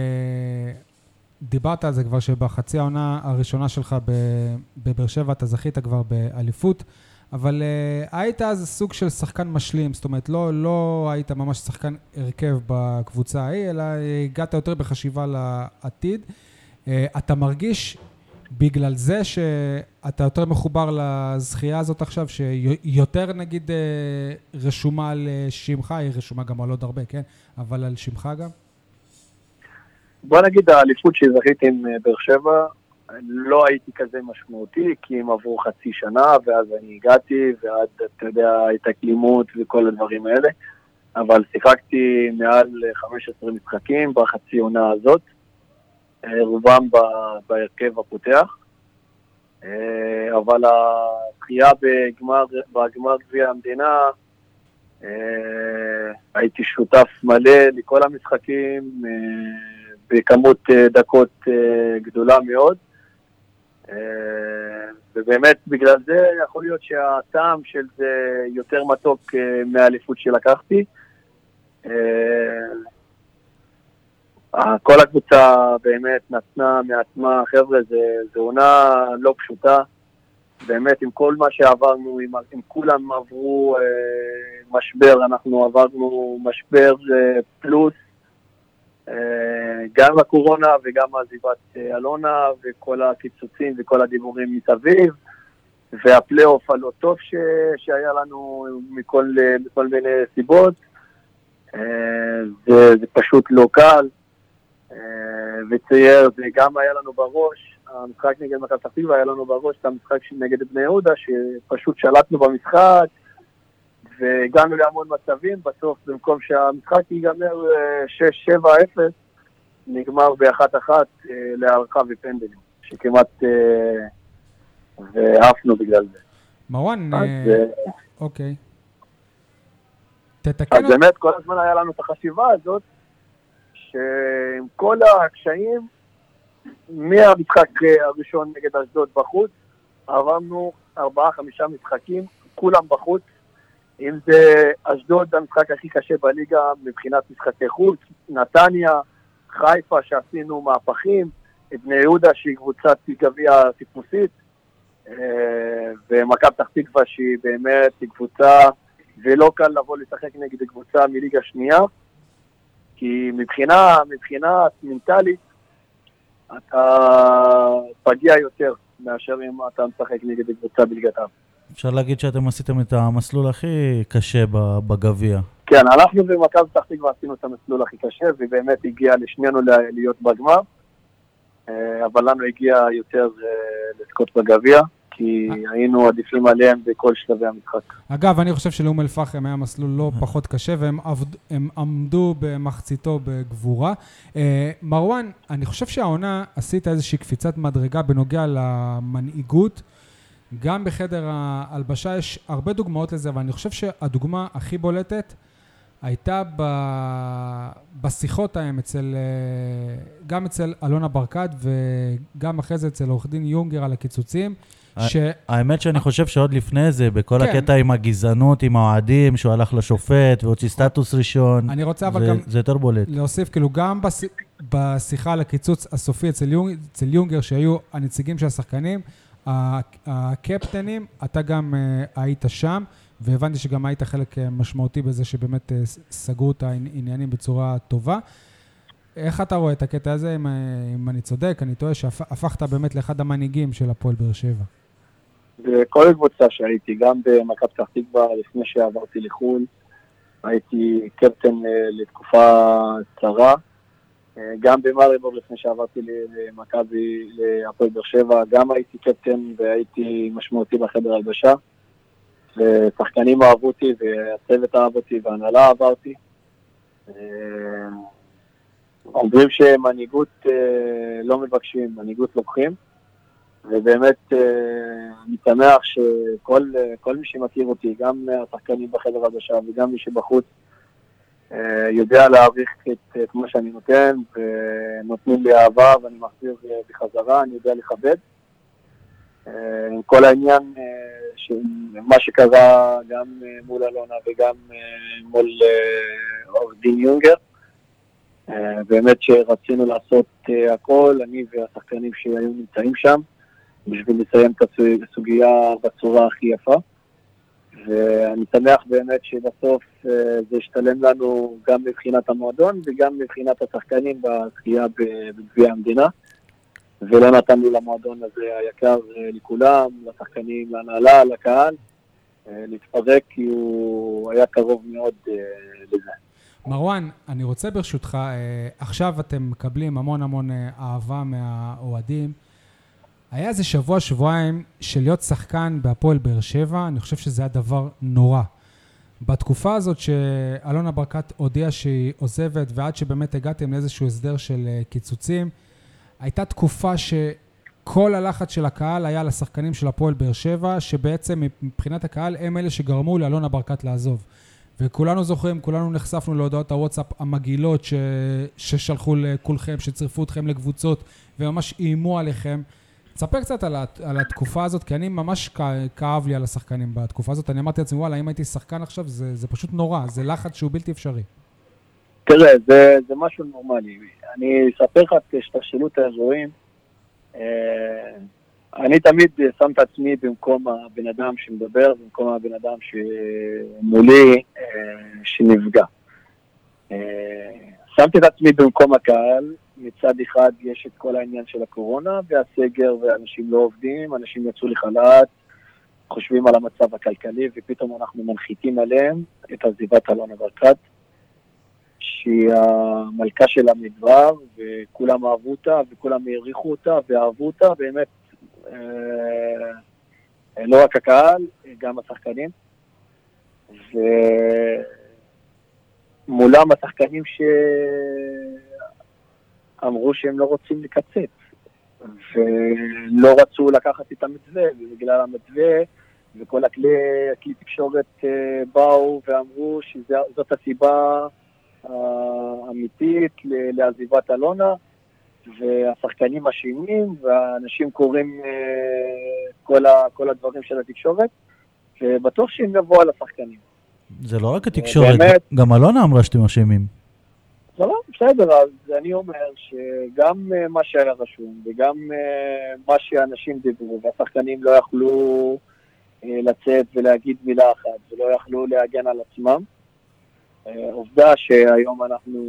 דיברת על זה כבר שבחצי העונה הראשונה שלך בבאר שבע אתה זכית כבר באליפות, אבל uh, היית אז סוג של שחקן משלים, זאת אומרת, לא, לא היית ממש שחקן הרכב בקבוצה ההיא, אלא הגעת יותר בחשיבה לעתיד. Uh, אתה מרגיש בגלל זה שאתה יותר מחובר לזכייה הזאת עכשיו, שיותר נגיד uh, רשומה על שמך, היא רשומה גם על עוד הרבה, כן? אבל על שמך גם? בוא נגיד, האליפות שזכיתי עם באר שבע, לא הייתי כזה משמעותי, כי הם עברו חצי שנה, ואז אני הגעתי, ועד, אתה יודע, הייתה קלימות וכל הדברים האלה, אבל שיחקתי מעל חמישה עשר משחקים בחצי עונה הזאת, רובם בהרכב הפותח, אבל הזכייה בגמר, בגמר גביע המדינה, הייתי שותף מלא לכל המשחקים, בכמות דקות גדולה מאוד, ובאמת בגלל זה יכול להיות שהטעם של זה יותר מתוק מהאליפות שלקחתי. כל הקבוצה באמת נתנה מעצמה, חבר'ה, זה, זה עונה לא פשוטה, באמת עם כל מה שעברנו, עם, עם כולם עברו משבר, אנחנו עברנו משבר פלוס, גם הקורונה וגם עזיבת אלונה וכל הקיצוצים וכל הדיבורים מסביב, והפלייאוף הלא טוב ש... שהיה לנו מכל, מכל מיני סיבות, זה, זה פשוט לא קל, וצייר, זה גם היה לנו בראש, המשחק נגד מכבי פתח תקווה היה לנו בראש את המשחק נגד בני יהודה, שפשוט שלטנו במשחק, והגענו להמון מצבים, בסוף במקום שהמשחק ייגמר שש שבע אפס, נגמר באחת אחת להערכה ופנדלים, שכמעט ועפנו בגלל זה. מרואן, אוקיי. אז באמת כל הזמן היה לנו את החשיבה הזאת, שעם כל הקשיים, מהמשחק הראשון נגד אשדוד בחוץ, עברנו ארבעה חמישה משחקים, כולם בחוץ, אם זה אשדוד, המשחק הכי קשה בליגה מבחינת משחקי חוץ, נתניה, חיפה שעשינו מהפכים, בני יהודה שהיא קבוצת גביע טיפוסית, ומכבי פתח תקווה שהיא באמת קבוצה, ולא קל לבוא לשחק נגד קבוצה מליגה שנייה, כי מבחינה, מבחינה מנטלית, אתה פגיע יותר מאשר אם אתה משחק נגד קבוצה בליגת העל. אפשר להגיד שאתם עשיתם את המסלול הכי קשה בגביע. כן, אנחנו במכבי פתח תקווה עשינו את המסלול הכי קשה, ובאמת הגיע לשנינו להיות בגמר, אבל לנו הגיע יותר לזכות בגביע, כי היינו עדיפים עליהם בכל שלבי המשחק. אגב, אני חושב שלאום אל-פחם היה מסלול לא פחות קשה, והם עמדו במחציתו בגבורה. מרואן, אני חושב שהעונה עשית איזושהי קפיצת מדרגה בנוגע למנהיגות, גם בחדר ההלבשה יש הרבה דוגמאות לזה, אבל אני חושב שהדוגמה הכי בולטת הייתה ב... בשיחות ההם אצל, גם אצל אלונה ברקת וגם אחרי זה אצל עורך דין יונגר על הקיצוצים. ש... האמת שאני חושב שעוד לפני זה, בכל כן. הקטע עם הגזענות, עם האוהדים, שהוא הלך לשופט והוציא סטטוס ראשון, אני רוצה אבל זה, גם זה יותר בולט. להוסיף, כאילו גם בש... בשיחה על הקיצוץ הסופי אצל, יונג... אצל יונגר, שהיו הנציגים של השחקנים, הקפטנים, אתה גם uh, היית שם, והבנתי שגם היית חלק uh, משמעותי בזה שבאמת uh, סגרו את העניינים בצורה טובה. איך אתה רואה את הקטע הזה, אם, אם אני צודק, אני טועה שהפכת באמת לאחד המנהיגים של הפועל באר שבע? בכל קבוצה שהייתי, גם במכבי פתח תקווה לפני שעברתי לחו"ל, הייתי קפטן לתקופה קצרה, גם במאריבור לפני שעברתי למכבי, להפועל באר שבע, גם הייתי קפטן והייתי משמעותי בחדר הלבשה, ושחקנים אהבו אותי והצוות אהב אותי וההנהלה אהבה אותי. אומרים שמנהיגות לא מבקשים, מנהיגות לוקחים, ובאמת אני שמח שכל כל מי שמכיר אותי, גם השחקנים בחדר הלבשה וגם מי שבחוץ, יודע להעריך את, את מה שאני נותן, ונותנים לי אהבה ואני מחזיר בחזרה, אני יודע לכבד. כל העניין מה שקרה גם מול אלונה וגם מול עורך דין יונגר, באמת שרצינו לעשות הכל, אני והשחקנים שהיו נמצאים שם, בשביל לסיים את הסוגיה בצורה הכי יפה. ואני שמח באמת שבסוף זה השתלם לנו גם מבחינת המועדון וגם מבחינת השחקנים בזכייה בגביע המדינה. ולא נתנו למועדון הזה היקר לכולם, לשחקנים, להנהלה, לקהל, להתפרק, כי הוא היה קרוב מאוד לזה. מרואן, אני רוצה ברשותך, עכשיו אתם מקבלים המון המון אהבה מהאוהדים. היה איזה שבוע, שבועיים של להיות שחקן בהפועל באר שבע, אני חושב שזה היה דבר נורא. בתקופה הזאת שאלונה ברקת הודיעה שהיא עוזבת, ועד שבאמת הגעתם לאיזשהו הסדר של קיצוצים, הייתה תקופה שכל הלחץ של הקהל היה לשחקנים של הפועל באר שבע, שבעצם מבחינת הקהל הם אלה שגרמו לאלונה ברקת לעזוב. וכולנו זוכרים, כולנו נחשפנו להודעות הוואטסאפ המגעילות ש... ששלחו לכולכם, שצרפו אתכם לקבוצות וממש איימו עליכם. תספר קצת על, הת... על התקופה הזאת, כי אני ממש כ... כאב לי על השחקנים בתקופה הזאת. אני אמרתי לעצמי, וואלה, אם הייתי שחקן עכשיו, זה, זה פשוט נורא, זה לחץ שהוא בלתי אפשרי. תראה, זה, זה משהו נורמלי. אני אספר לך את השתלשלות האזורים. אני תמיד שם את עצמי במקום הבן אדם שמדבר, במקום הבן אדם שמולי, שנפגע. שמתי את עצמי במקום הקהל, מצד אחד יש את כל העניין של הקורונה, והסגר, ואנשים לא עובדים, אנשים יצאו לחל"ת, חושבים על המצב הכלכלי, ופתאום אנחנו מנחיתים עליהם את עזיבת אלונה ברקת, שהיא המלכה של המדבר, וכולם אהבו אותה, וכולם העריכו אותה, ואהבו אותה, באמת, אה, לא רק הקהל, גם השחקנים. ומולם השחקנים שאמרו שהם לא רוצים לקצץ, ולא רצו לקחת את המתווה, ובגלל המתווה, וכל הכלי, הכלי תקשורת באו ואמרו שזאת הסיבה האמיתית לעזיבת אלונה, והשחקנים אשמים, והאנשים קוראים כל, ה, כל הדברים של התקשורת, ובטוח שהם יבואו על השחקנים. זה לא רק התקשורת, באמת, גם אלונה אמרה שאתם אשמים. זה לא, בסדר, אז אני אומר שגם מה שהיה רשום, וגם מה שאנשים דיברו, והשחקנים לא יכלו לצאת ולהגיד מילה אחת, ולא יכלו להגן על עצמם. עובדה שהיום אנחנו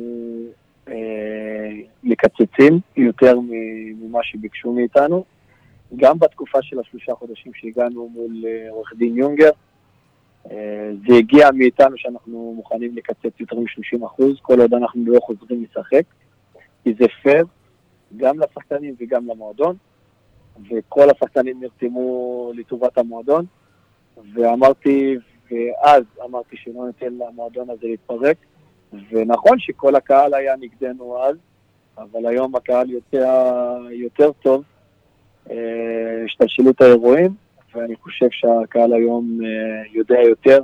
מקצצים יותר ממה שביקשו מאיתנו, גם בתקופה של השלושה חודשים שהגענו מול עורך דין יונגר, זה הגיע מאיתנו שאנחנו מוכנים לקצץ יותר מ-שלושים אחוז, כל עוד אנחנו לא חוזרים לשחק, כי זה פייר גם לשחקנים וגם למועדון, וכל השחקנים נרתמו לטובת המועדון, ואמרתי, ואז אמרתי שלא ניתן למועדון הזה להתפרק, ונכון שכל הקהל היה נגדנו אז, אבל היום הקהל יותר, יותר טוב, השתלשלות האירועים, ואני חושב שהקהל היום יודע יותר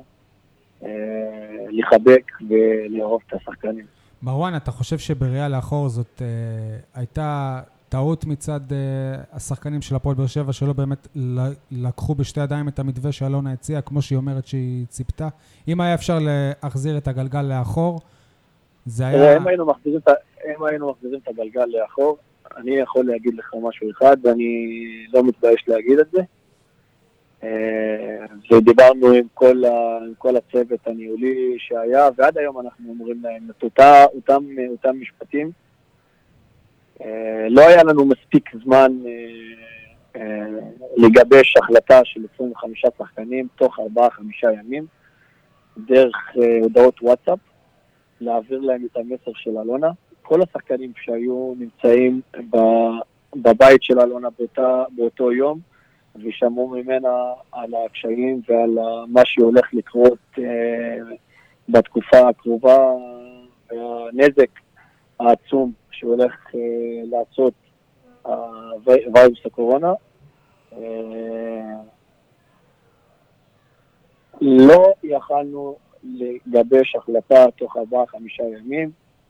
לחבק ולאהוב את השחקנים. מרואן, אתה חושב שבראייה לאחור זאת הייתה טעות מצד השחקנים של הפועל באר שבע, שלא באמת לקחו בשתי ידיים את המתווה שאלונה הציעה, כמו שהיא אומרת שהיא ציפתה? אם היה אפשר להחזיר את הגלגל לאחור, זה היה... אם היינו מחזירים את, אם היינו מחזירים את הגלגל לאחור, אני יכול להגיד לך משהו אחד, ואני לא מתבייש להגיד את זה. ודיברנו עם כל, ה, עם כל הצוות הניהולי שהיה, ועד היום אנחנו אומרים להם את אותה, אותם, אותם משפטים. לא היה לנו מספיק זמן לגבש החלטה של עשרים וחמישה שחקנים תוך ארבעה חמישה ימים. דרך אה, הודעות וואטסאפ, להעביר להם את המסר של אלונה. כל השחקנים שהיו נמצאים בבית של אלונה באותה, באותו יום, ושמעו ממנה על הקשיים ועל מה שהולך לקרות אה, בתקופה הקרובה, והנזק העצום שהולך אה, לעשות הווירוס הקורונה. אה, לא יכלנו לגבש החלטה תוך ארבעה חמישה ימים.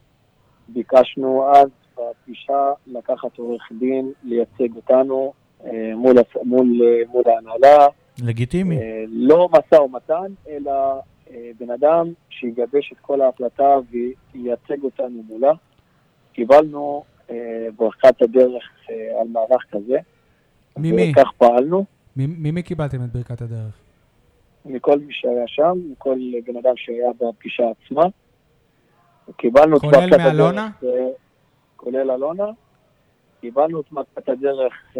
ביקשנו אז בפגישה לקחת עורך דין לייצג אותנו אה, מול, מול, מול ההנהלה. לגיטימי. אה, לא משא ומתן, אלא אה, בן אדם שיגבש את כל ההחלטה וייצג אותנו מולה. קיבלנו אה, ברכת הדרך אה, על מערך כזה. ממי? וכך פעלנו. ממי קיבלתם את ברכת הדרך? מכל מי שהיה שם, מכל בן אדם שהיה בפגישה עצמה. קיבלנו כולל מאלונה? הדרך, כולל אלונה. קיבלנו את מכת הדרך אה,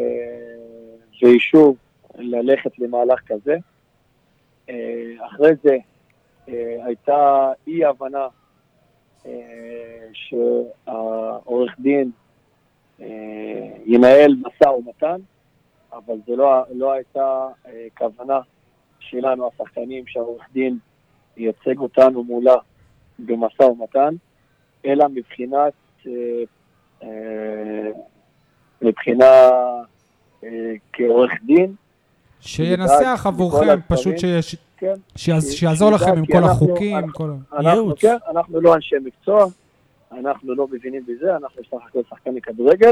ואישור ללכת למהלך כזה. אה, אחרי זה אה, הייתה אי הבנה אה, שהעורך דין אה, ינהל משא ומתן, אבל זה לא, לא הייתה אה, כוונה שלנו, השחקנים, שהעורך דין ייצג אותנו מולה במשא ומתן, אלא מבחינת אה, אה, מבחינה אה, כעורך דין. שינסח עבורכם, פשוט שיש, כן, שיעז, שיעזור לכם עם כל אנחנו, החוקים. אנחנו, כל... אנחנו, כן, אנחנו לא אנשי מקצוע, אנחנו לא מבינים בזה, אנחנו סך הכל שחקני כדורגל.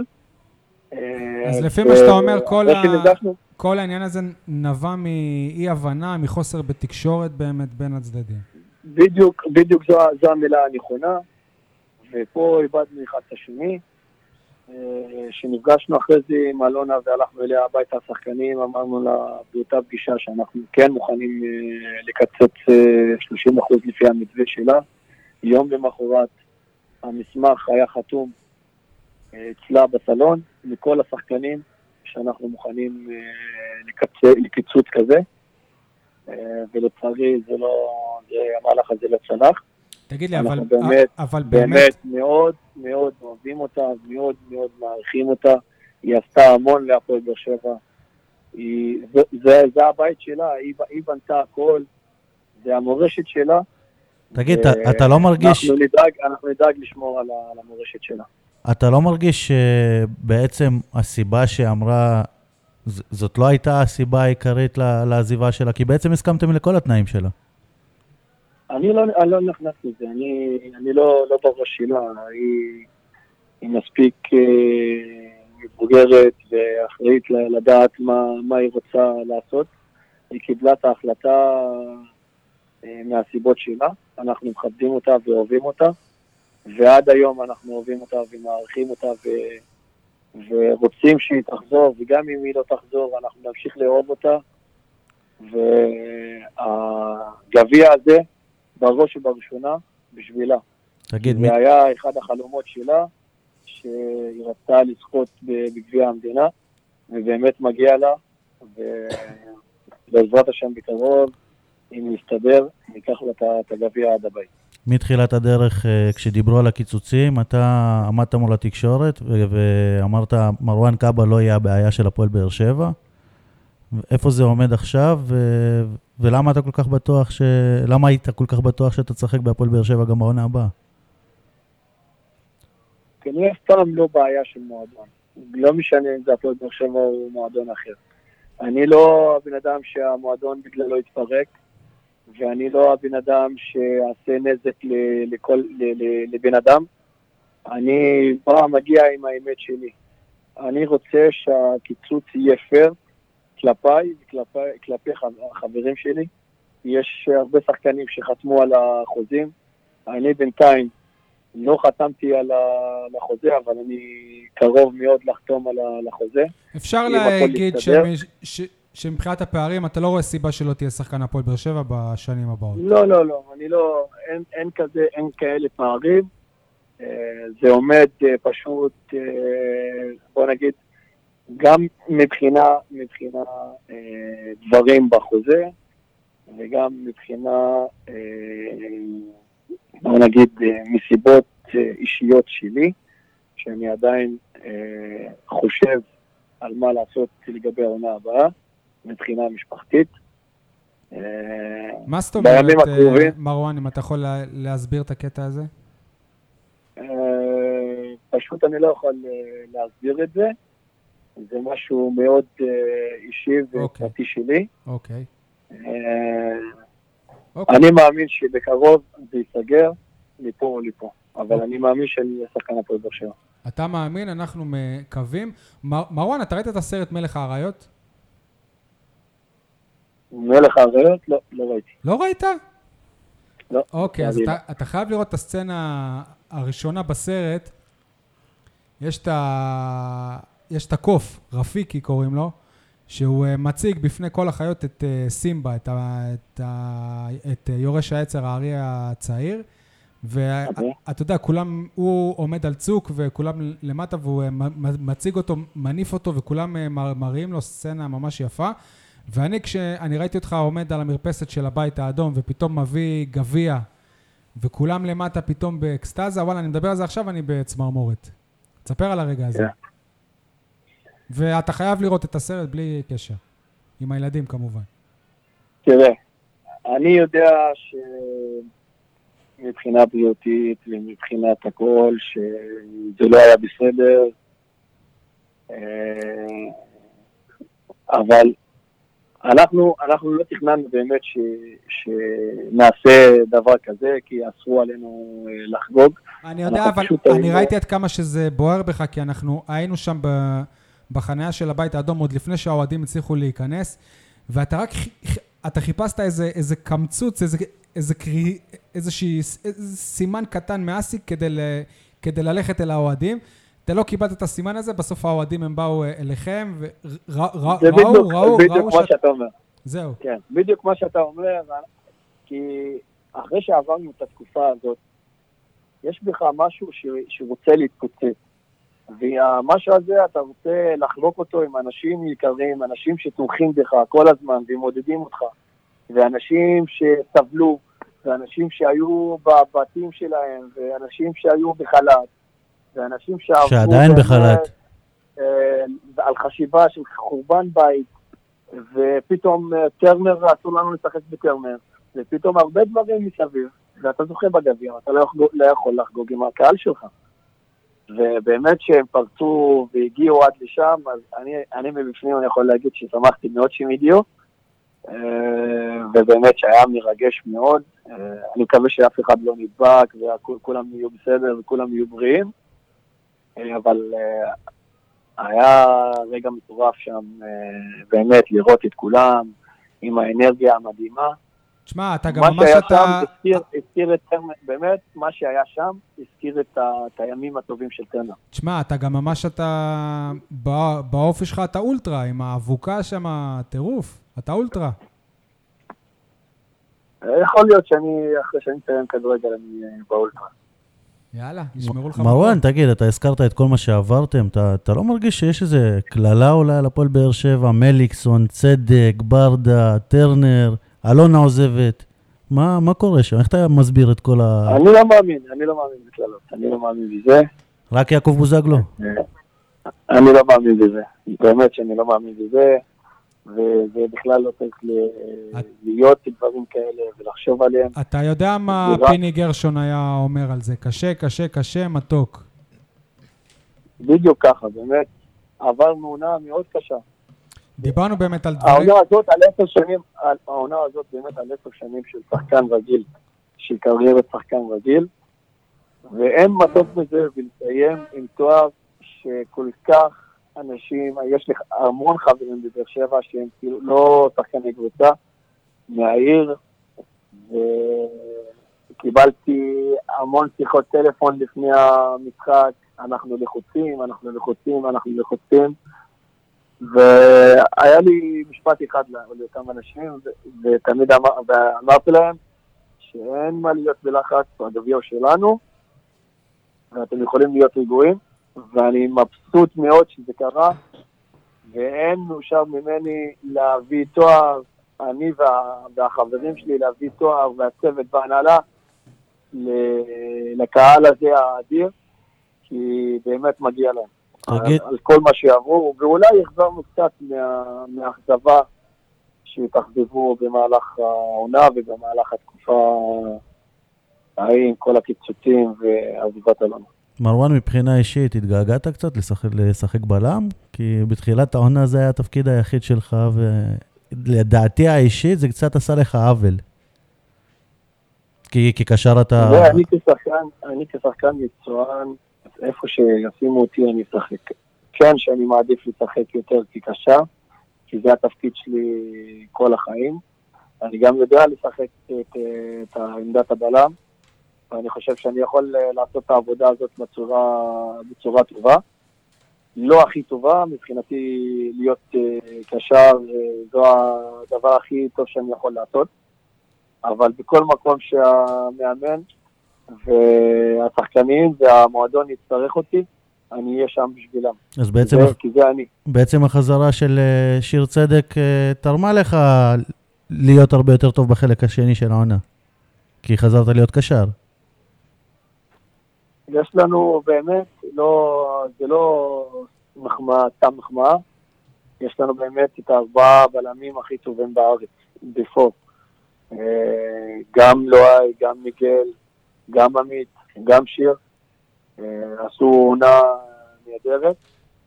אז לפי מה שאתה אומר, כל, ה... כל העניין הזה נבע מאי הבנה, מחוסר בתקשורת באמת בין הצדדים. בדיוק, בדיוק זו, זו המילה הנכונה, ופה איבדנו אחד את השני, שנפגשנו אחרי זה עם אלונה והלכנו אליה הביתה השחקנים, אמרנו לה באותה פגישה שאנחנו כן מוכנים לקצץ שלושים אחוז לפי המתווה שלה. יום למחרת המסמך היה חתום אצלה בסלון מכל השחקנים שאנחנו מוכנים לקצ... לקיצוץ כזה, ולצערי זה לא, זה, המהלך הזה לא צלח. תגיד לי, אבל באמת, אבל באמת, באמת מאוד מאוד אוהבים אותה, מאוד מאוד מעריכים אותה. היא עשתה המון להפועל באר שבע. היא, זה, זה, זה הבית שלה, היא, היא בנתה הכל, זה המורשת שלה. תגיד, ו... אתה לא מרגיש... אנחנו נדאג, אנחנו נדאג לשמור על, על המורשת שלה. אתה לא מרגיש שבעצם הסיבה שאמרה, זאת לא הייתה הסיבה העיקרית לעזיבה שלה, כי בעצם הסכמתם לכל התנאים שלה. אני לא, אני לא נכנס לזה, אני, אני לא, לא בראש שלה, היא, היא מספיק אה, מבוגרת ואחראית לדעת מה, מה היא רוצה לעשות. היא קיבלה את ההחלטה אה, מהסיבות שלה, אנחנו מכבדים אותה ואוהבים אותה, ועד היום אנחנו אוהבים אותה ומעריכים אותה ו, ורוצים שהיא תחזור, וגם אם היא לא תחזור אנחנו נמשיך לאהוב אותה, והגביע הזה בראש ובראשונה בשבילה. תגיד, זה מי... היה אחד החלומות שלה, שהיא רצתה לזכות בגביע המדינה, ובאמת מגיע לה, ובעזרת השם בקרוב, אם נסתדר, ניקח לה את הגביע עד הבית. מתחילת הדרך, כשדיברו על הקיצוצים, אתה עמדת מול התקשורת, ואמרת, מרואן קאבה לא יהיה הבעיה של הפועל באר שבע. איפה זה עומד עכשיו, ו... ולמה אתה כל כך בטוח ש... למה היית כל כך בטוח שאתה תשחק בהפועל באר שבע גם בעונה הבאה? כנראה פעם לא בעיה של מועדון. לא משנה אם זה הפועל באר שבע או מועדון אחר. אני לא הבן אדם שהמועדון בגלל לא יתפרק, ואני לא הבן אדם שעשה נזק לכל, לבן אדם. אני פעם מגיע עם האמת שלי. אני רוצה שהקיצוץ יהיה פייר, כלפיי וכלפי החברים שלי. יש הרבה שחקנים שחתמו על החוזים. אני בינתיים לא חתמתי על החוזה, אבל אני קרוב מאוד לחתום על החוזה. אפשר להגיד שמבחינת הפערים, אתה לא רואה סיבה שלא תהיה שחקן הפועל באר שבע בשנים הבאות? לא, לא, לא. אני לא, אין, אין כזה, אין כאלה פערים. זה עומד פשוט, בוא נגיד, גם מבחינה, מבחינה אה, דברים בחוזה, וגם מבחינה, בוא נגיד, מסיבות אישיות שלי, שאני עדיין חושב על מה לעשות לגבי העונה הבאה, מבחינה משפחתית. מה זאת אומרת, מרואן, אם אתה יכול להסביר את הקטע הזה? פשוט אני לא יכול להסביר את זה. זה משהו מאוד אישי ופרטי שלי. אוקיי. אני מאמין שבקרוב זה ייסגר, לפה או לפה. אבל אני מאמין שאני אהיה שחקן הפועל באר שבע. אתה מאמין, אנחנו מקווים. מרואן, אתה ראית את הסרט מלך האריות? מלך האריות? לא, לא ראיתי. לא ראית? לא. אוקיי, אז אתה, אתה חייב לראות את הסצנה הראשונה בסרט. יש את ה... יש את הקוף, רפיקי קוראים לו, שהוא מציג בפני כל החיות את סימבה, את, ה... את, ה... את יורש העצר הארי הצעיר. ואתה יודע, כולם, הוא עומד על צוק וכולם למטה והוא מציג אותו, מניף אותו וכולם מראים לו סצנה ממש יפה. ואני כשאני ראיתי אותך עומד על המרפסת של הבית האדום ופתאום מביא גביע וכולם למטה פתאום באקסטאזה, וואלה, אני מדבר על זה עכשיו, אני בצמרמורת. תספר על הרגע הזה. Yeah. ואתה חייב לראות את הסרט בלי קשר, עם הילדים כמובן. תראה, אני יודע שמבחינה בריאותית ומבחינת הכל, שזה לא היה בסדר, אבל אנחנו, אנחנו לא תכננו באמת ש, שנעשה דבר כזה, כי אסרו עלינו לחגוג. אני יודע, אבל אני היינו... ראיתי עד כמה שזה בוער בך, כי אנחנו היינו שם בחניה של הבית האדום, עוד לפני שהאוהדים הצליחו להיכנס, ואתה רק, אתה חיפשת איזה, איזה קמצוץ, איזה, איזה קרי, איזושהי, איזה סימן קטן מאסיק כדי, ל, כדי ללכת אל האוהדים. אתה לא קיבלת את הסימן הזה, בסוף האוהדים הם באו אליכם, וראו, זה בדיוק, ראו, בדיוק ראו מה שאת... שאתה אומר. זהו. כן, בדיוק מה שאתה אומר, כי אחרי שעברנו את התקופה הזאת, יש בך משהו ש... שרוצה להתפוצץ. והמשהו הזה, אתה רוצה לחלוק אותו עם אנשים יקרים, אנשים שתומכים בך כל הזמן, ומודדים אותך. ואנשים שסבלו, ואנשים שהיו בבתים שלהם, ואנשים שהיו בחל"ת. ואנשים שעברו... שעדיין בחל"ת. אה, על חשיבה של חורבן בית, ופתאום טרנר, אסור לנו לשחק בטרנר, ופתאום הרבה דברים מסביב, ואתה זוכה בגביע, אתה לא יכול, לא יכול לחגוג עם הקהל שלך. ובאמת שהם פרצו והגיעו עד לשם, אז אני, אני מבפנים, אני יכול להגיד ששמחתי מאוד שהם הגיעו, אה, ובאמת שהיה מרגש מאוד. אה, אני מקווה שאף אחד לא נדבק, וכולם יהיו בסדר, וכולם יהיו בריאים. אבל uh, היה רגע מטורף שם, uh, באמת לראות את כולם עם האנרגיה המדהימה. תשמע, אתה גם ממש אתה... הזכיר, הזכיר את טרנר, באמת, מה שהיה שם, הזכיר את, ה, את הימים הטובים של טרנר. תשמע, אתה גם ממש אתה, בא, באופי שלך אתה אולטרה, עם האבוקה שם, הטירוף, אתה אולטרה. יכול להיות שאני, אחרי שאני אתאם כדורגל, אני באולטרה. יאללה, נשמרו לך. מרואן, תגיד, אתה הזכרת את כל מה שעברתם, אתה, אתה לא מרגיש שיש איזה כללה אולי על הפועל באר שבע, מליקסון, צדק, ברדה, טרנר, אלונה עוזבת, מה, מה קורה שם? איך אתה מסביר את כל ה... אני לא מאמין, אני לא מאמין בכללות, אני לא מאמין בזה. רק יעקב בוזגלו? אני לא מאמין בזה, באמת שאני לא מאמין בזה, וזה בכלל לא צריך להיות דברים כאלה ולחשוב עליהם. אתה יודע מה פיני גרשון היה אומר על זה? קשה, קשה, קשה, מתוק. בדיוק ככה, באמת. עברנו עונה מאוד קשה. דיברנו באמת על דברים. העונה הזאת על עשר שנים, העונה הזאת באמת על עשר שנים של שחקן רגיל, של קריירת שחקן רגיל, ואין מתוק מזה ולסיים עם תואר שכל כך אנשים, יש לי המון חברים בבאר שבע שהם כאילו לא שחקני קבוצה מהעיר, וקיבלתי המון שיחות טלפון לפני המשחק, אנחנו לחוצים, אנחנו לחוצים, אנחנו לחוצים, והיה לי משפט אחד לאותם אנשים, ותמיד אמר, ואמרתי להם שאין מה להיות בלחץ, הגביע שלנו, ואתם יכולים להיות רגועים, ואני מבסוט מאוד שזה קרה, ואין מאושר ממני להביא תואר אני וה, והחברים שלי להביא תואר והצוות בהנהלה לקהל הזה האדיר, כי באמת מגיע להם. תגיד... על, על כל מה שיעברו, ואולי יחזרנו קצת מה, מהאכזבה שהתאכזבו במהלך העונה ובמהלך התקופה ההיא עם כל הקיצוצים ועזיבת אלונה. מרואן, מבחינה אישית, התגעגעת קצת לשחק, לשחק בלם? כי בתחילת העונה זה היה התפקיד היחיד שלך, ולדעתי האישית זה קצת עשה לך עוול. כי, כי קשר אתה... ואני כשחקן, אני כשחקן מצוין, איפה שישימו אותי אני אשחק. כן, שאני מעדיף לשחק יותר כקשר, כי זה התפקיד שלי כל החיים. אני גם יודע לשחק את, את עמדת הבלם, ואני חושב שאני יכול לעשות את העבודה הזאת בצורה, בצורה טובה. לא הכי טובה, מבחינתי להיות uh, קשר, זו הדבר הכי טוב שאני יכול לעשות. אבל בכל מקום שהמאמן והשחקנים והמועדון יצטרך אותי, אני אהיה שם בשבילם. אז בעצם, זה, כי זה אני. בעצם החזרה של שיר צדק תרמה לך להיות הרבה יותר טוב בחלק השני של העונה. כי חזרת להיות קשר. יש לנו באמת, לא, זה לא מחמאה, תם מחמאה. יש לנו באמת את הארבעה בלמים הכי טובים בארץ, בפוק. גם לואי, גם מיגל, גם עמית, גם שיר. עשו עונה נהדרת.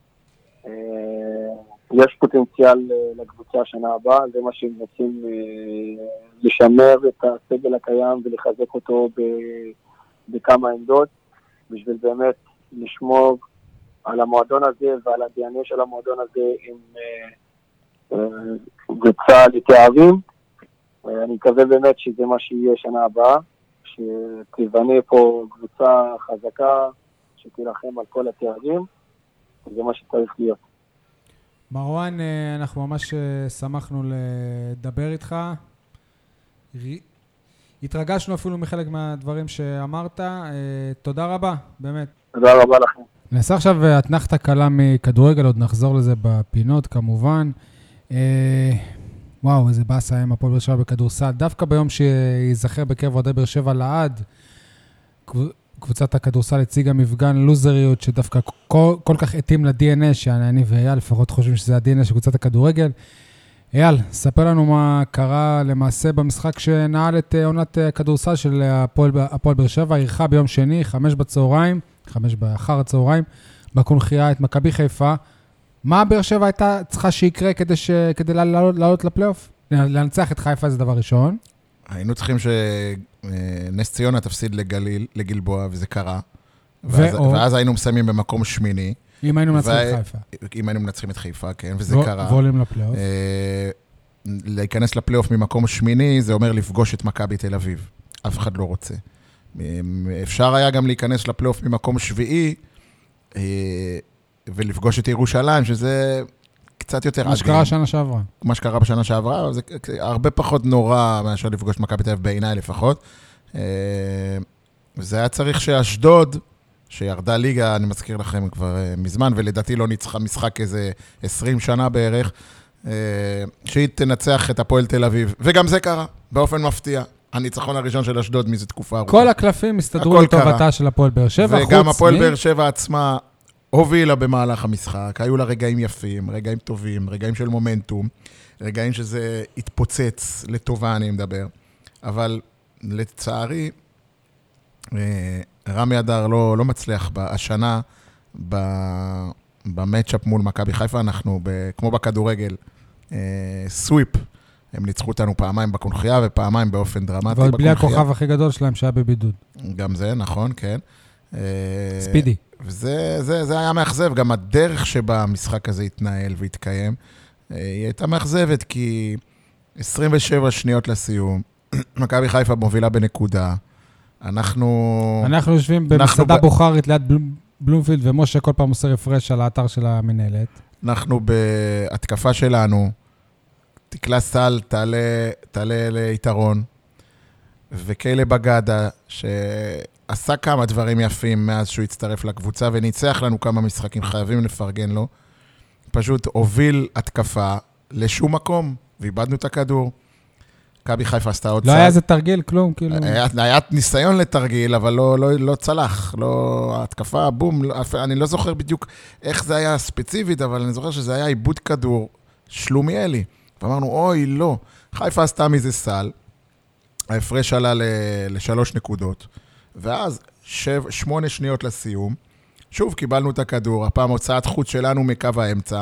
יש פוטנציאל לקבוצה השנה הבאה, זה מה שהם רוצים לשמר את הסגל הקיים ולחזק אותו בכמה עמדות, בשביל באמת לשמור על המועדון הזה ועל ה-די אן איי של המועדון הזה עם קבוצה לתארים. אני מקווה באמת שזה מה שיהיה שנה הבאה, שתבנה פה קבוצה חזקה, שתילחם על כל התארים, זה מה שצריך להיות. מרואן, אנחנו ממש שמחנו לדבר איתך. התרגשנו אפילו מחלק מהדברים שאמרת. תודה רבה, באמת. תודה רבה לכם. נעשה עכשיו אתנחתא קלה מכדורגל, עוד נחזור לזה בפינות כמובן. וואו, איזה באסה עם הפועל באר שבע בכדורסל. דווקא ביום שיזכר בקרב אוהדי באר שבע לעד, קבוצת הכדורסל הציגה מפגן לוזריות שדווקא כל, כל כך התאים ל-די אן איי, שאני ואייל לפחות חושבים שזה ה-די אן איי של קבוצת הכדורגל. אייל, ספר לנו מה קרה למעשה במשחק שנעל את עונת הכדורסל של הפועל, הפועל באר שבע, ערכה ביום שני, חמש בצהריים, חמש באחר הצהריים, בקונחייה את מכבי חיפה. מה באר שבע הייתה צריכה שיקרה כדי, ש... כדי לעלות, לעלות לפלייאוף? לנצח את חיפה זה דבר ראשון. היינו צריכים שנס ציונה תפסיד לגליל, לגלבוע, וזה קרה. ואז, ואו... ואז היינו מסיימים במקום שמיני. אם היינו מנצחים את חיפה. אם היינו מנצחים את חיפה, כן, וזה ו... קרה. ועולים לפלייאוף. אה, להיכנס לפלייאוף ממקום שמיני, זה אומר לפגוש את מכבי תל אביב. אף אחד לא רוצה. אפשר היה גם להיכנס לפלייאוף ממקום שביעי, אה, ולפגוש את ירושלים, שזה קצת יותר עדין. מה שקרה שנה שעברה. מה שקרה בשנה שעברה, זה הרבה פחות נורא מאשר לפגוש את מכבי תל אביב בעיניי לפחות. זה היה צריך שאשדוד, שירדה ליגה, אני מזכיר לכם כבר מזמן, ולדעתי לא ניצחה משחק איזה עשרים שנה בערך, שהיא תנצח את הפועל תל אביב. וגם זה קרה, באופן מפתיע. הניצחון הראשון של אשדוד מזה תקופה ארוכה. כל הקלפים הסתדרו לטובתה של הפועל באר שבע, וגם הפועל באר שבע עצמה הובילה במהלך המשחק, היו לה רגעים יפים, רגעים טובים, רגעים של מומנטום, רגעים שזה התפוצץ לטובה, אני מדבר. אבל לצערי, רמי אדר לא, לא מצליח השנה במאצ'אפ מול מכבי חיפה. אנחנו, כמו בכדורגל, סוויפ, הם ניצחו אותנו פעמיים בקונחייה ופעמיים באופן דרמטי. אבל בלי הכוכב הכי גדול שלהם שהיה בבידוד. גם זה, נכון, כן. ספידי. וזה זה, זה היה מאכזב, גם הדרך שבה המשחק הזה התנהל והתקיים, היא הייתה מאכזבת, כי עשרים ושבע שניות לסיום, מכבי חיפה מובילה בנקודה, אנחנו... אנחנו יושבים במסעדה ב... בוחרית ליד בלום, בלומפילד, ומשה כל פעם עושה רפרש על האתר של המנהלת. אנחנו בהתקפה שלנו, תקלה סל, תעלה, תעלה ליתרון, וקיילה בגדה, שעשה כמה דברים יפים מאז שהוא הצטרף לקבוצה, וניצח לנו כמה משחקים, חייבים לפרגן לו, פשוט הוביל התקפה לשום מקום, ואיבדנו את הכדור. מכבי חיפה עשתה עוד לא היה איזה תרגיל, כלום, כאילו. היה, היה ניסיון לתרגיל, אבל לא, לא, לא צלח. לא, התקפה, בום, לא, אני לא זוכר בדיוק איך זה היה ספציפית, אבל אני זוכר שזה היה עיבוד כדור שלומיאלי. ואמרנו, אוי, לא. חיפה עשתה מזה סל, ההפרש עלה ל, לשלוש נקודות, ואז שב, שמונה שניות לסיום, שוב קיבלנו את הכדור, הפעם הוצאת חוץ שלנו מקו האמצע,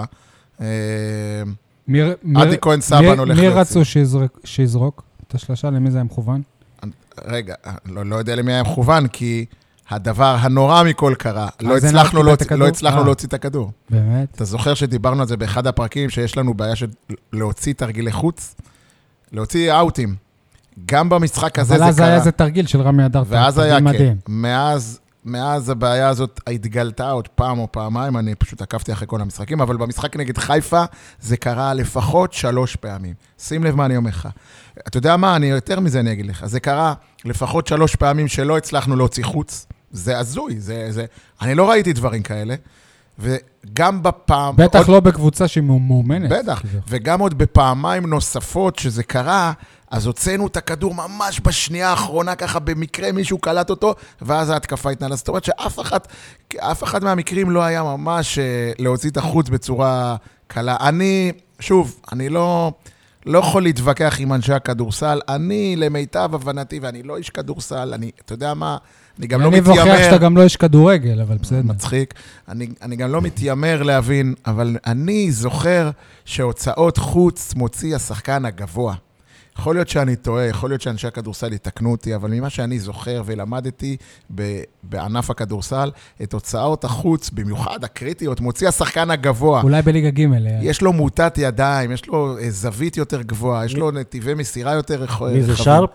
עדי כהן סבן הולך מי רצו שיזרוק את השלשה? למי זה היה מכוון? רגע, לא, לא יודע למי היה מכוון, כי הדבר הנורא מכל קרה, לא הצלחנו, לא, לא הצלחנו להוציא את הכדור. באמת? אתה זוכר שדיברנו על זה באחד הפרקים, שיש לנו בעיה של להוציא תרגילי חוץ, להוציא אאוטים. גם במשחק הזה זה קרה. אבל אז היה איזה תרגיל של רמי אדר. ואז היה, כן. מאז, מאז הבעיה הזאת התגלתה עוד פעם או פעמיים, אני פשוט עקבתי אחרי כל המשחקים, אבל במשחק נגד חיפה זה קרה לפחות שלוש פעמים. שים לב מה אני אומר לך. אתה יודע מה? אני יותר מזה אני אגיד לך. זה קרה לפחות שלוש פעמים שלא הצלחנו להוציא חוץ. זה הזוי. זה, זה... אני לא ראיתי דברים כאלה. וגם בפעם... בטח עוד... לא בקבוצה שהיא מאומנת. בטח. וגם עוד בפעמיים נוספות שזה קרה, אז הוצאנו את הכדור ממש בשנייה האחרונה, ככה במקרה מישהו קלט אותו, ואז ההתקפה התנהלה. זאת אומרת שאף אחד, אף אחד מהמקרים לא היה ממש להוציא את החוץ בצורה קלה. אני, שוב, אני לא, לא יכול להתווכח עם אנשי הכדורסל. אני למיטב הבנתי, ואני לא איש כדורסל, אני, אתה יודע מה, אני גם לא מתיימר... אני מבוכח שאתה גם לא איש כדורגל, אבל בסדר. מצחיק. אני, אני גם לא מתיימר להבין, אבל אני זוכר שהוצאות חוץ מוציא השחקן הגבוה. יכול להיות שאני טועה, יכול להיות שאנשי הכדורסל יתקנו אותי, אבל ממה שאני זוכר ולמדתי בענף הכדורסל, את הוצאות החוץ, במיוחד הקריטיות, מוציא השחקן הגבוה. אולי בליגה ג' יש לו מוטת ידיים, יש לו זווית יותר גבוהה, יש לו נתיבי מסירה יותר רחבים. מי זה שרפ?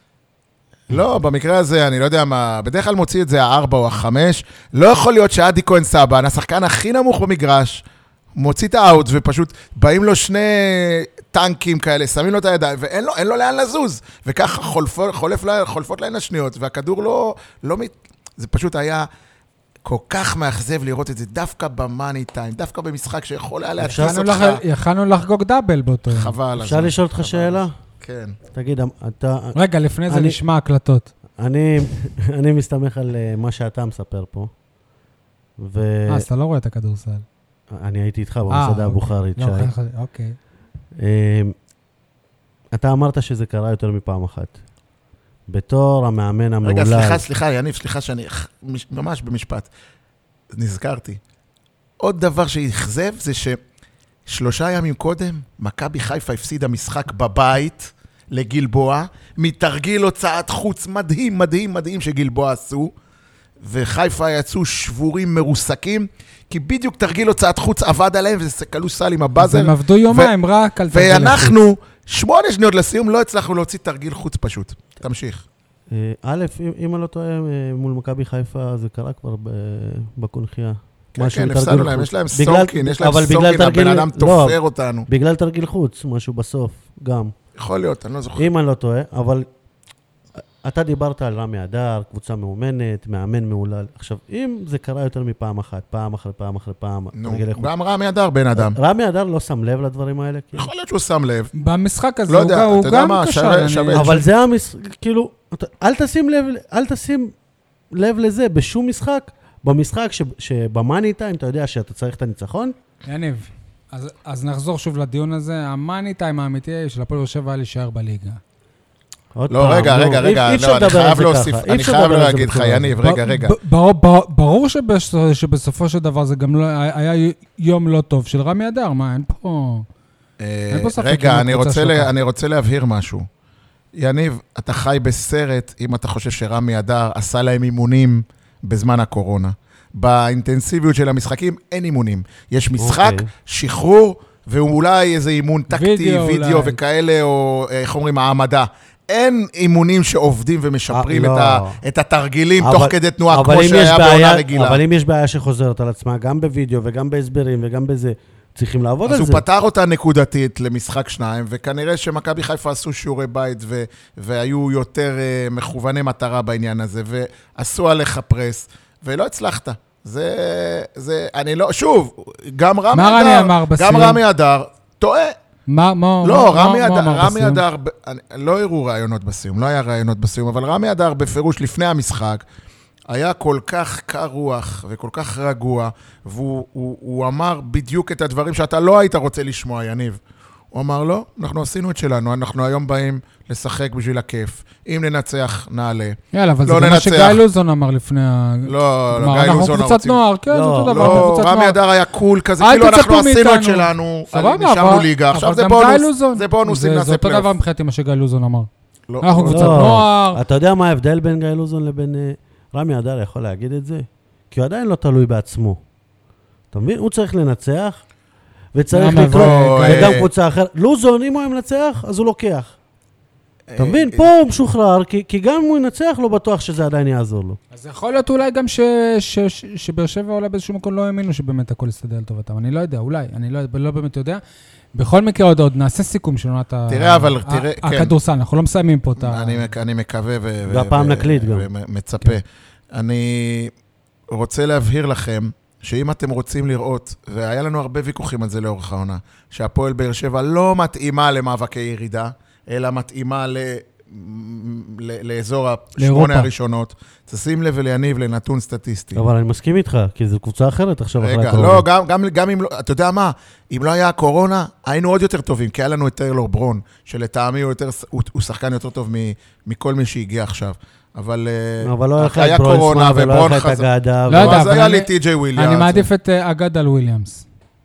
לא, במקרה הזה, אני לא יודע מה, בדרך כלל מוציא את זה הארבע או החמש, לא יכול להיות שעדי כהן סבן, השחקן הכי נמוך במגרש, מוציא את האוט ופשוט באים לו שני טנקים כאלה, שמים לו את הידיים, ואין לו, אין לו לאן לזוז. וככה חולפות, חולף, חולפות להן השניות, והכדור לא, לא מת... זה פשוט היה כל כך מאכזב לראות את זה, דווקא במאני טיים, דווקא במשחק שיכול היה להתחיס אותך. יכלנו לחגוג דאבל באותו יום. חבל. אפשר לשאול אותך שאלה? כן. תגיד, אתה... רגע, לפני זה נשמע הקלטות. אני, אני מסתמך על מה שאתה מספר פה. ו... אה, אז אתה לא רואה את הכדורסל. אני הייתי איתך במסעדה הבוכרית, שי. אוקיי. אתה אמרת שזה קרה יותר מפעם אחת. בתור המאמן המעולה... רגע, סליחה, סליחה, יניב, סליחה שאני ממש במשפט. נזכרתי. עוד דבר שהכזב זה ששלושה ימים קודם, מכבי חיפה הפסידה משחק בבית לגלבוע, מתרגיל הוצאת חוץ מדהים, מדהים, מדהים שגלבוע עשו, וחיפה יצאו שבורים מרוסקים, כי בדיוק תרגיל הוצאת חוץ עבד עליהם, וזה קלו סל עם הבאזר. הם עבדו יומיים רק על תרגיל חוץ. ואנחנו, שמונה שניות לסיום, לא הצלחנו להוציא תרגיל חוץ פשוט. תמשיך. א', אם אני לא טועה, מול מכבי חיפה, זה קרה כבר בקונחייה. כן, כן, הפסדנו להם, יש להם סורקין, יש להם סורקין, הבן אדם תופר אותנו. בגלל תרגיל חוץ, משהו בסוף, גם. יכול להיות, אני לא זוכר. אם אני לא טועה, אבל... אתה דיברת על רמי אדר, קבוצה מאומנת, מאמן מעולל. עכשיו, אם זה קרה יותר מפעם אחת, פעם אחרי פעם אחרי פעם... נו, גם רמי אדר בן אדם. רמי אדר לא שם לב לדברים האלה? יכול להיות שהוא שם לב. במשחק הזה הוא גם קשר. אבל זה המשחק, כאילו, אל תשים לב, אל תשים לב לזה בשום משחק. במשחק שבמאני טיים, אתה יודע שאתה צריך את הניצחון? יניב, אז נחזור שוב לדיון הזה. המאני טיים האמיתי של הפועל באר שבע להישאר בליגה. לא, רגע, רגע, רגע, אני חייב להוסיף, אני חייב להגיד לך, יניב, רגע, רגע. ברור שבסופו של דבר זה גם היה יום לא טוב של רמי אדר, מה, אין פה... רגע, אני רוצה להבהיר משהו. יניב, אתה חי בסרט אם אתה חושב שרמי אדר עשה להם אימונים בזמן הקורונה. באינטנסיביות של המשחקים אין אימונים. יש משחק, שחרור, ואולי איזה אימון טקטי, וידאו וכאלה, או איך אומרים, העמדה. אין אימונים שעובדים ומשפרים את התרגילים תוך כדי תנועה, כמו שהיה בעונה רגילה. אבל אם יש בעיה שחוזרת על עצמה, גם בווידאו וגם בהסברים וגם בזה, צריכים לעבוד על זה. אז הוא פתר אותה נקודתית למשחק שניים, וכנראה שמכבי חיפה עשו שיעורי בית, והיו יותר מכווני מטרה בעניין הזה, ועשו עליך פרס, ולא הצלחת. זה, זה, אני לא, שוב, גם רמי אדר, גם רמי אדר, טועה. מה, מה, לא, מה, רמי מה, אדר, מה אמר רמי בסיום? אדר, לא הראו רעיונות בסיום, לא היה רעיונות בסיום, אבל רמי אדר בפירוש לפני המשחק, היה כל כך קר רוח וכל כך רגוע, והוא הוא, הוא אמר בדיוק את הדברים שאתה לא היית רוצה לשמוע, יניב. הוא אמר, לא, אנחנו עשינו את שלנו, אנחנו היום באים לשחק בשביל הכיף. אם ננצח, נעלה. יאללה, אבל לא זה גם מה ננצח. שגיא לוזון אמר לפני ה... לא, לא, כלומר, גיא אנחנו לוזון קבוצת רוצים- נוער, כן, זה לא, אותו דבר, לא, קבוצת רמי נוער. אדר היה קול כזה, אל כאילו אנחנו תצפו עשינו את מאיתנו. שלנו, סבבה, נשארנו אבל- ליגה, עכשיו אבל זה גם גיא בונוס, לוזון. זה בונוס אם זה- זה נעשה אותו פלייאוף. דבר מבחינתי מה שגיא לוזון אמר. לא, אנחנו לא. קבוצת נוער. אתה יודע מה ההבדל בין גיא לוזון לבין אה, רמי אדר יכול להגיד את זה? כי הוא עדיין לא תלוי בעצמו. אתה מבין? הוא צריך לנצח, וצריך למה, לקרוא, אבל- וגם אה, קבוצה אחרת. לוזון, אם הוא מנצח, אז הוא לוקח. אתה מבין? אה, פה הוא משוחרר, כי, כי גם אם הוא ינצח, לא בטוח שזה עדיין יעזור לו. אז יכול להיות אולי גם ש- ש- ש- שבאר שבע אולי באיזשהו מקום לא האמינו שבאמת הכל יסתדר לטובתם. אני לא יודע, אולי, אני לא, לא באמת יודע. בכל מקרה עוד עוד נעשה סיכום של עונת ה... תראה, אבל ה- תראה, ה- כן. הכדורסל, אנחנו לא מסיימים פה את ה... אני, מק- אני מקווה ו- ו- והפעם ו- נקליט גם. ומצפה. אני רוצה להבהיר לכם, שאם אתם רוצים לראות, והיה לנו הרבה ויכוחים על זה לאורך העונה, שהפועל באר שבע לא מתאימה למאבקי ירידה, אלא מתאימה ל... ל- לאזור השמונה לאירופה. הראשונות. תשים לב וליניב לנתון סטטיסטי. אבל אני מסכים איתך, כי זו קבוצה אחרת עכשיו אחרי רגע, הקורונה. לא, גם, גם, גם אם לא, אתה יודע מה, אם לא היה הקורונה, היינו עוד יותר טובים, כי היה לנו את טיילור ברון, שלטעמי הוא, יותר, הוא, הוא שחקן יותר טוב מ, מכל מי שהגיע עכשיו. אבל, אה, אבל לא היה לך היה את קורונה ברויסמה ולא היה וברון לך את חזר. אגדה. לא יודע, אז אבל היה אני- לי טי.ג'יי וויליאמס. אני מעדיף את אה, אגד על וויליאמס.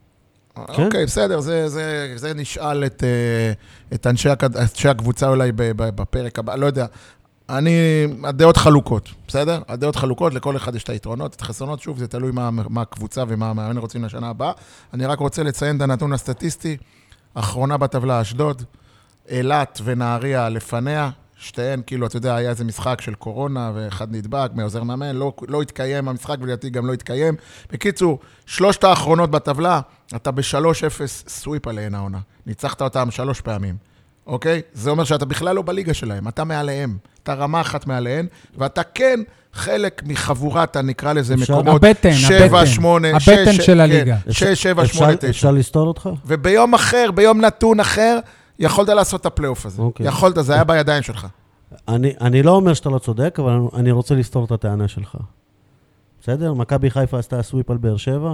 אוקיי, בסדר, זה, זה, זה נשאל את, אה, את אנשי, הכד- אנשי הקבוצה אולי ב- ב- בפרק הבא, לא יודע. אני, הדעות חלוקות, בסדר? הדעות חלוקות, לכל אחד יש את היתרונות, את החסרונות, שוב, זה תלוי מה, מה הקבוצה ומה המאמן רוצים לשנה הבאה. אני רק רוצה לציין את הנתון הסטטיסטי, אחרונה בטבלה, אשדוד, אילת ונהריה לפניה, שתיהן, כאילו, אתה יודע, היה איזה משחק של קורונה, ואחד נדבק, מעוזר מאמן, לא, לא התקיים המשחק, ולדעתי גם לא התקיים. בקיצור, שלושת האחרונות בטבלה, אתה ב-שלוש אפס סוויפ עליהן העונה. ניצחת אותם שלוש פעמים, אוקיי? זה אומר שאתה בכלל לא בליגה שלהם, אתה מעליהם, אתה רמה אחת מעליהן, ואתה כן חלק מחבורת, נקרא לזה אפשר- מקומות, הבטן, שבע, הבטן. שמונה, הבטן שש, של כן, הליגה. שש, שבע, אפשר- שמונה, תשע. אפשר לסתור אותך? וביום אחר, ביום נתון אחר, יכולת לעשות את הפלייאוף הזה. אוקיי. יכולת, זה היה בידיים שלך. אני, אני לא אומר שאתה לא צודק, אבל אני- אני רוצה לסתור את הטענה שלך. בסדר? מכבי חיפה עשתה סוויפ על באר שבע,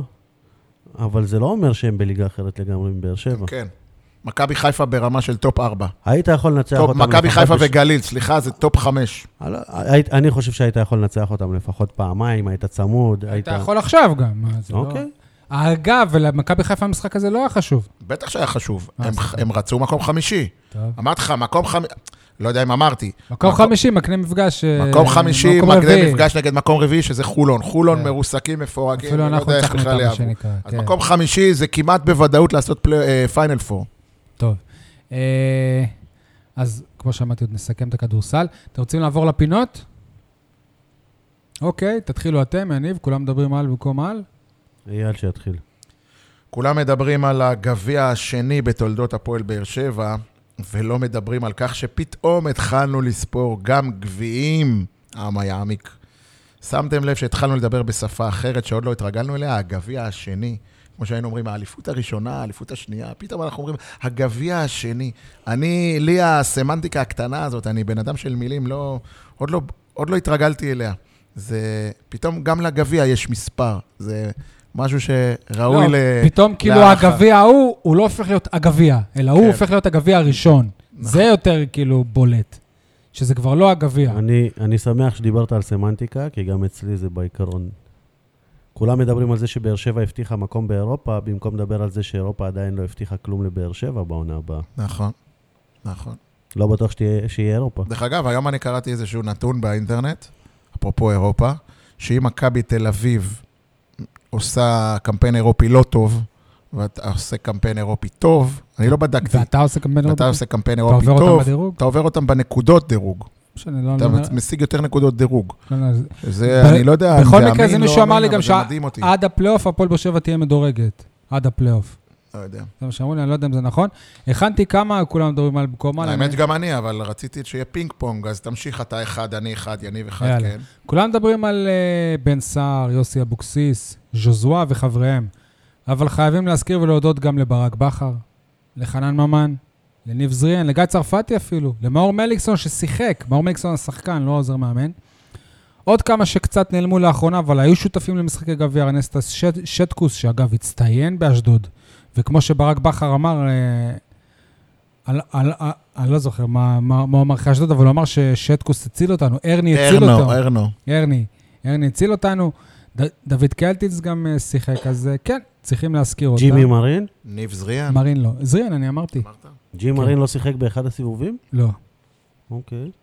אבל זה לא אומר שהם בליגה אחרת לגמרי מבאר שבע. כן. מכבי חיפה ברמה של טופ ארבע. היית יכול לנצח טופ, אותם מכבי לפחות חיפה בש- וגליל, סליחה, זה טופ חמש. אני- היית- אני חושב שהיית יכול לנצח אותם לפחות פעמיים, היית צמוד, היית... אתה יכול עכשיו גם. מה, זה לא- אוקיי. אגב, ולמכבי חיפה המשחק הזה לא היה חשוב. בטח שהיה חשוב. אה, הם, סליחה. הם רצו מקום חמישי. טוב. אמרתי לך, מקום חמישי, לא יודע אם אמרתי. מקום חמישי, מקנה מפגש... אה, מקום חמישי, מקום מקדם רביעי. מפגש נגד מקום רביעי, שזה חולון. חולון כן. מרוסקים, מפורקים, אפילו אני לא אנחנו יודע איך ניצחנו בכלל אותם, מה יעברו. שנקרא. אז כן. מקום חמישי זה כמעט בוודאות לעשות פיינל פור. טוב. אה, אז כמו שאמרתי, עוד נסכם את הכדורסל. אתם רוצים לעבור לפינות? אוקיי, תתחילו אתם, יניב, כולם מדברים על במקום על. אייל שיתחיל. כולם מדברים על הגביע השני בתולדות הפועל באר שבע, ולא מדברים על כך שפתאום התחלנו לספור גם גביעים, עם היעמיק. שמתם לב שהתחלנו לדבר בשפה אחרת שעוד לא התרגלנו אליה, הגביע השני. כמו שהיינו אומרים, האליפות הראשונה, האליפות השנייה, פתאום אנחנו אומרים, הגביע השני. אני, לי הסמנטיקה הקטנה הזאת, אני בן אדם של מילים, לא, עוד, לא, עוד לא התרגלתי אליה. זה, פתאום גם לגביע יש מספר. זה משהו שראוי לא, ל... פתאום כאילו להערכה. הגביע ההוא, הוא לא הופך להיות הגביע, אלא הוא כן. הופך להיות הגביע הראשון. נכון. זה יותר כאילו בולט. שזה כבר לא הגביע. אני, אני שמח שדיברת על סמנטיקה, כי גם אצלי זה בעיקרון. כולם מדברים על זה שבאר שבע הבטיחה מקום באירופה, במקום לדבר על זה שאירופה עדיין לא הבטיחה כלום לבאר שבע בעונה הבאה. נכון, נכון. לא בטוח שתהיה, שיהיה אירופה. דרך אגב, היום אני קראתי איזשהו נתון באינטרנט, אפרופו אירופה, שאם מכבי תל אביב עושה קמפיין אירופי לא טוב, ואתה עושה קמפיין אירופי טוב, אני לא בדקתי, ואתה עושה קמפיין ואתה אירופי? עושה קמפיין אתה אירופי עובר אותם טוב, בדירוג? אתה עובר אותם בנקודות דירוג. משנה, לא... אתה לא- משיג יותר נקודות דירוג. לא- לא- זה, ב- אני לא יודע, אם בכל זה מקרה, זה אמין, מישהו לא אמר לי אמין, גם אבל זה מדהים אותי. שעד הפלייאוף הפועל באר שבע תהיה מדורגת. עד הפלייאוף. לא יודע. זה מה שאמרו לי, אני לא יודע אם זה נכון. הכנתי כמה, כולם מדברים על במקום על. האמת אני- גם אני, אבל רציתי שיהיה פינג פונג, אז תמשיך אתה אחד, אני אחד, יניב אחד, יאללה. כן. כולם מדברים על uh, בן סער, יוסי אבוקסיס, ז'וזואה וחבריהם. אבל חייבים להזכיר ולהודות גם לברק בכר, לחנן ממן, לניב זריאן, לגיא צרפתי אפילו, למאור מליקסון ששיחק, מאור מליקסון השחקן, לא עוזר מאמן. עוד כמה שקצת נעלמו לאחרונה, אבל היו שותפים למשחקי גביע, ארנסטס שט, שטקוס, שאגב הצטיין באשדוד, וכמו שברק בכר אמר, אני לא זוכר מה הוא אמר אחרי אשדוד, אבל הוא אמר ששטקוס הציל אותנו, ארני הציל אותנו. ארנו, ארני, ארני הציל אותנו, דוד קלטיץ גם שיחק, אז כן, צריכים להזכיר אותה. ג'ימי מרין? ניב זריאן. מרין לא, זריאן אני אמרתי. ג'ימי מרין לא שיחק באחד הסיבובים? לא. אוקיי.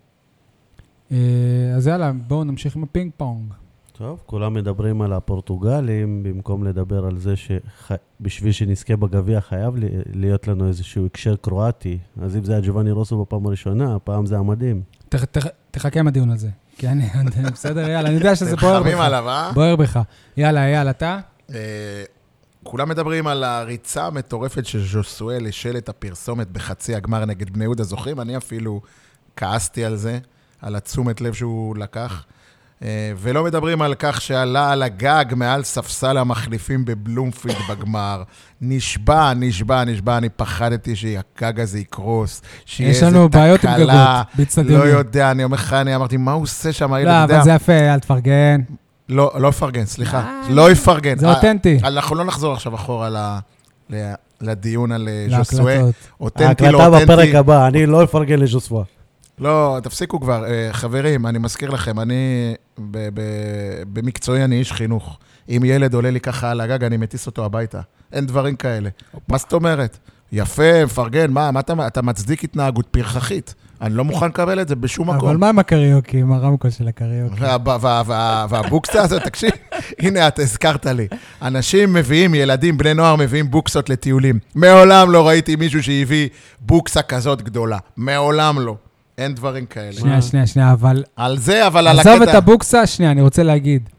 אז יאללה, בואו נמשיך עם הפינג פונג. טוב, כולם מדברים על הפורטוגלים, במקום לדבר על זה שבשביל שנזכה בגביע חייב להיות לנו איזשהו הקשר קרואטי. אז אם זה היה ג'ובאני רוסו בפעם הראשונה, הפעם זה המדהים. תחכה עם הדיון הזה. כי אני, בסדר, יאללה, אני יודע שזה בוער בך. חמים עליו, אה? בוער בך. יאללה, יאללה, אתה? כולם מדברים על הריצה המטורפת של ז'וסואל לשלט הפרסומת בחצי הגמר נגד בני יהודה, זוכרים? אני אפילו כעסתי על זה, על התשומת לב שהוא לקח. ולא מדברים על כך שעלה על הגג מעל ספסל המחליפים בבלומפילד בגמר. נשבע, נשבע, נשבע, אני פחדתי שהגג הזה יקרוס, שיהיה איזה תקלה. יש לנו בעיות עם גגות, בצדדים. לא יודע, אני אומר לך, אני אמרתי, מה הוא עושה שם? לא, אבל זה יפה, אל תפרגן. לא, לא יפרגן, סליחה. לא יפרגן. זה אותנטי. אנחנו לא נחזור עכשיו אחורה לדיון על ז'וסואל. ההקלטה בפרק הבא, אני לא אפרגן לז'וסואל. לא, תפסיקו כבר. חברים, אני מזכיר לכם, אני במקצועי אני איש חינוך. אם ילד עולה לי ככה על הגג, אני מטיס אותו הביתה. אין דברים כאלה. מה זאת אומרת? יפה, מפרגן, מה, מה אתה, אתה מצדיק התנהגות פרחחית. אני לא מוכן לקבל את זה בשום מקום. אבל מה עם הקריוקי, עם הרמקול של הקריוקי? והבוקסה הזאת, תקשיב, הנה, את הזכרת לי. אנשים מביאים, ילדים, בני נוער מביאים בוקסות לטיולים. מעולם לא ראיתי מישהו שהביא בוקסה כזאת גדולה. מעולם לא. אין דברים כאלה. שנייה, שנייה, שנייה, אבל... על זה, אבל על הקטע... עזוב את הבוקסה, שנייה, אני רוצה להגיד.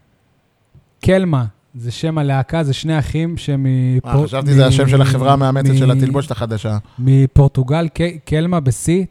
קלמה, זה שם הלהקה, זה שני אחים שמפור... אה, חשבתי זה השם של החברה המאמצת של התלבושת החדשה. מפורטוגל, קלמה בסי.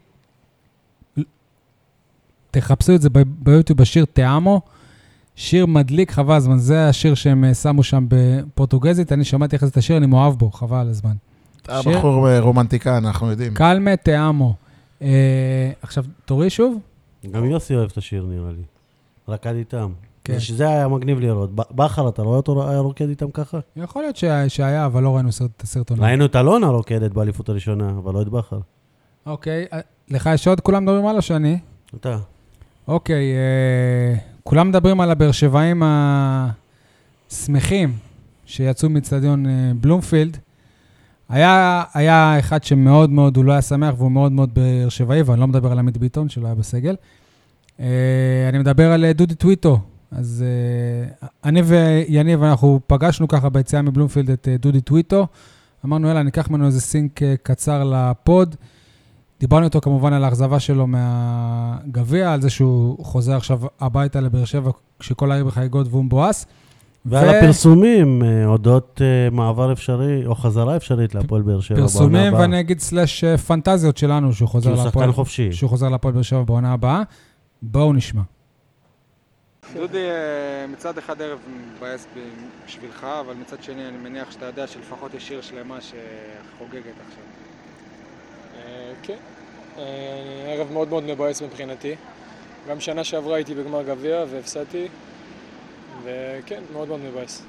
תחפשו את זה ביוטיוב בשיר תאמו. שיר מדליק, חבל הזמן. זה השיר שהם שמו שם בפורטוגזית. אני שמעתי איך זה את השיר, אני מאוהב בו, חבל הזמן. אתה בחור רומנטיקה, אנחנו יודעים. קלמה תאמו. עכשיו, תורי שוב? גם יוסי אוהב את השיר, נראה לי. רקד איתם. שזה היה מגניב לראות. בכר, אתה רואה אותו היה רוקד איתם ככה? יכול להיות שהיה, אבל לא ראינו את הסרטון. ראינו את אלונה רוקדת באליפות הראשונה, אבל לא את בכר. אוקיי, לך יש עוד? כולם מדברים על או שאני? אתה. אוקיי, כולם מדברים על הבאר שבעים השמחים שיצאו מצטדיון בלומפילד. היה, היה אחד שמאוד מאוד, הוא לא היה שמח, והוא מאוד מאוד באר שבעי, ואני לא מדבר על עמית ביטון, שלא היה בסגל. אני מדבר על דודי טוויטו. אז אני ויניב, אנחנו פגשנו ככה ביציאה מבלומפילד את דודי טוויטו. אמרנו, יאללה, ניקח ממנו איזה סינק קצר לפוד. דיברנו איתו כמובן על האכזבה שלו מהגביע, על זה שהוא חוזר עכשיו הביתה לבאר שבע, כשכל העיר בחגיגות והוא מבואס. ועל ו... הפרסומים, אודות uh, מעבר אפשרי, או חזרה אפשרית להפועל באר שבע בעונה הבאה. פרסומים ואני אגיד סלש פנטזיות שלנו, שהוא חוזר להפועל, שחקן חופשי. שהוא חוזר להפועל באר שבע בעונה הבאה. בואו נשמע. דודי, מצד אחד ערב מבאס בשבילך, אבל מצד שני אני מניח שאתה יודע שלפחות יש שיר שלמה שחוגגת עכשיו. כן, ערב מאוד מאוד מבאס מבחינתי. גם שנה שעברה הייתי בגמר גביע והפסדתי. וכן, מאוד מאוד מבאס.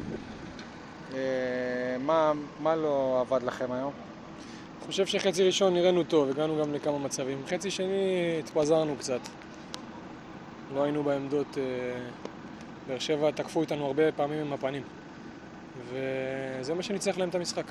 מה, מה לא עבד לכם היום? אני חושב שחצי ראשון נראינו טוב, הגענו גם לכמה מצבים. חצי שני התפזרנו קצת. לא היינו בעמדות, באר שבע תקפו איתנו הרבה פעמים עם הפנים. וזה מה שניצח להם את המשחק.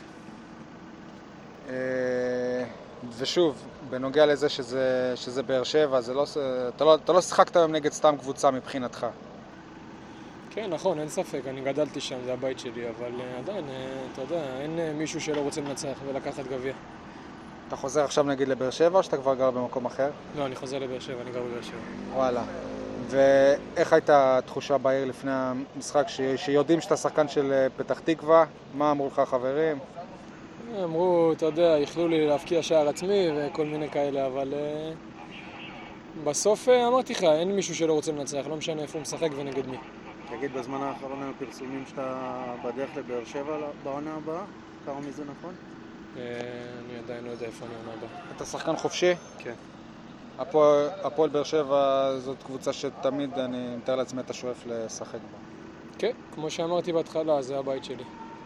ושוב, בנוגע לזה שזה, שזה באר שבע, זה לא, אתה לא, אתה לא שחקת היום נגד סתם קבוצה מבחינתך. כן, נכון, אין ספק, אני גדלתי שם, זה הבית שלי, אבל עדיין, אתה יודע, אין מישהו שלא רוצה לנצח ולקחת גביע. אתה חוזר עכשיו נגיד לבאר שבע או שאתה כבר גר במקום אחר? לא, אני חוזר לבאר שבע, אני גר בבאר שבע. וואלה. ואיך הייתה התחושה בעיר לפני המשחק, ש... שיודעים שאתה שחקן של פתח תקווה? מה אמרו לך חברים? אמרו, אתה יודע, יכלו לי להפקיע שער עצמי וכל מיני כאלה, אבל בסוף אמרתי לך, אין מישהו שלא רוצה לנצח, לא משנה איפה הוא משחק ונגד מי. תגיד, בזמן האחרון היו פרסומים שאתה בדרך לבאר שבע בעונה הבאה? קראו מזה נכון? אני עדיין לא יודע איפה אני עונה בה. אתה שחקן חופשי? כן. הפועל, הפועל באר שבע זאת קבוצה שתמיד אני מתאר לעצמי אתה שואף לשחק בה. כן, כמו שאמרתי בהתחלה, זה הבית שלי.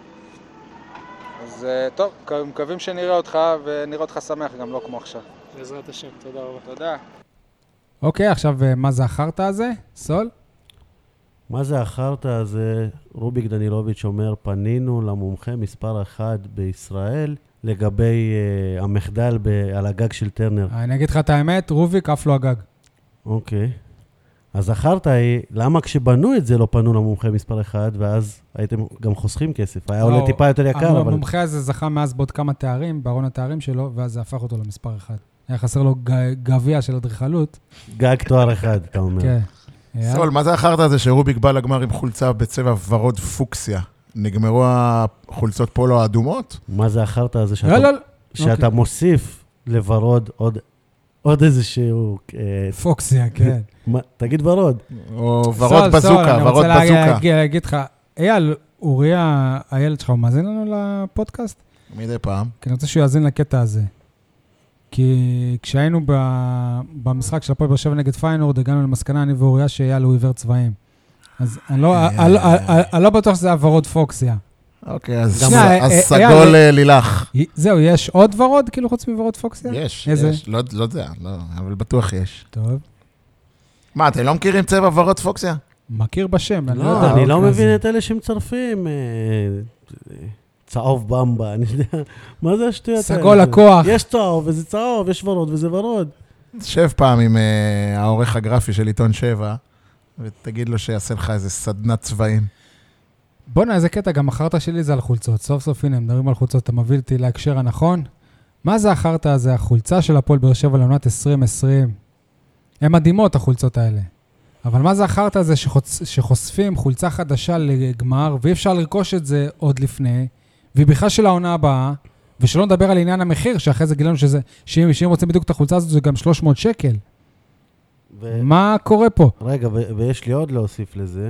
אז טוב, מקווים שנראה אותך ונראה אותך שמח גם לא כמו עכשיו. בעזרת השם, תודה רבה. תודה. אוקיי, עכשיו מה זה החרטא הזה? סול? מה זה החרטא הזה? רוביק דנילוביץ' אומר, פנינו למומחה מספר אחד בישראל לגבי uh, המחדל ב- על הגג של טרנר. אני אגיד לך את האמת, רוביק אף לא הגג. אוקיי. אז החרטא היא, למה כשבנו את זה לא פנו למומחה מספר אחד, ואז הייתם גם חוסכים כסף? היה עולה טיפה יותר יקר, אבל... המומחה הזה זכה מאז בעוד כמה תארים, בארון התארים שלו, ואז זה הפך אותו למספר אחד. היה חסר לו גביע של אדריכלות. גג תואר אחד, אתה אומר. כן. סול, מה זה החרטא הזה שרוביק בא לגמר עם חולצה בצבע ורוד פוקסיה? נגמרו החולצות פולו האדומות? מה זה החרטא הזה שאתה, לא, לא, לא. שאתה מוסיף לוורוד עוד, עוד איזשהו... אה, פוקסיה, כן. מה, תגיד ורוד. או ורוד בזוקה, ורוד בזוקה. אני רוצה להגיד לך, אייל, אוריה, הילד שלך, הוא מאזין לנו לפודקאסט? מדי פעם. כי אני רוצה שהוא יאזין לקטע הזה. כי כשהיינו במשחק של הפועל באר שבע נגד פיינורד, הגענו למסקנה, אני ואוריה, שאייל הוא עיוור צבעים. אז אני לא בטוח שזה הוורוד פוקסיה. אוקיי, אז סגול לילך. זהו, יש עוד ורוד, כאילו חוץ מוורוד פוקסיה? יש, יש, לא יודע, אבל בטוח יש. טוב. מה, אתם לא מכירים צבע ורוד פוקסיה? מכיר בשם, אני לא לא, יודע. אני לא מבין את אלה שמצרפים. צהוב במבה, אני יודע. מה זה השטויות האלה? סגול הכוח. יש צהוב וזה צהוב, יש ורוד וזה ורוד. שב פעם עם העורך הגרפי של עיתון שבע, ותגיד לו שיעשה לך איזה סדנת צבעים. בוא'נה, איזה קטע, גם החרטא שלי זה על חולצות. סוף סוף, הנה, מדברים על חולצות, אתה מביא אותי להקשר הנכון. מה זה החרטא הזה? החולצה של הפועל באר שבע לעונת עשרים עשרים. הן מדהימות, החולצות האלה. אבל מה זה החרטא הזה שחוצ... שחושפים חולצה חדשה לגמר, ואי אפשר לרכוש את זה עוד לפני, והיא בכלל של העונה הבאה, ושלא נדבר על עניין המחיר, שאחרי זה גילנו שזה, שאם, שאם רוצים בדיוק את החולצה הזאת, זה גם שלוש מאות שקל. ו... מה קורה פה? רגע, ו... ויש לי עוד להוסיף לזה,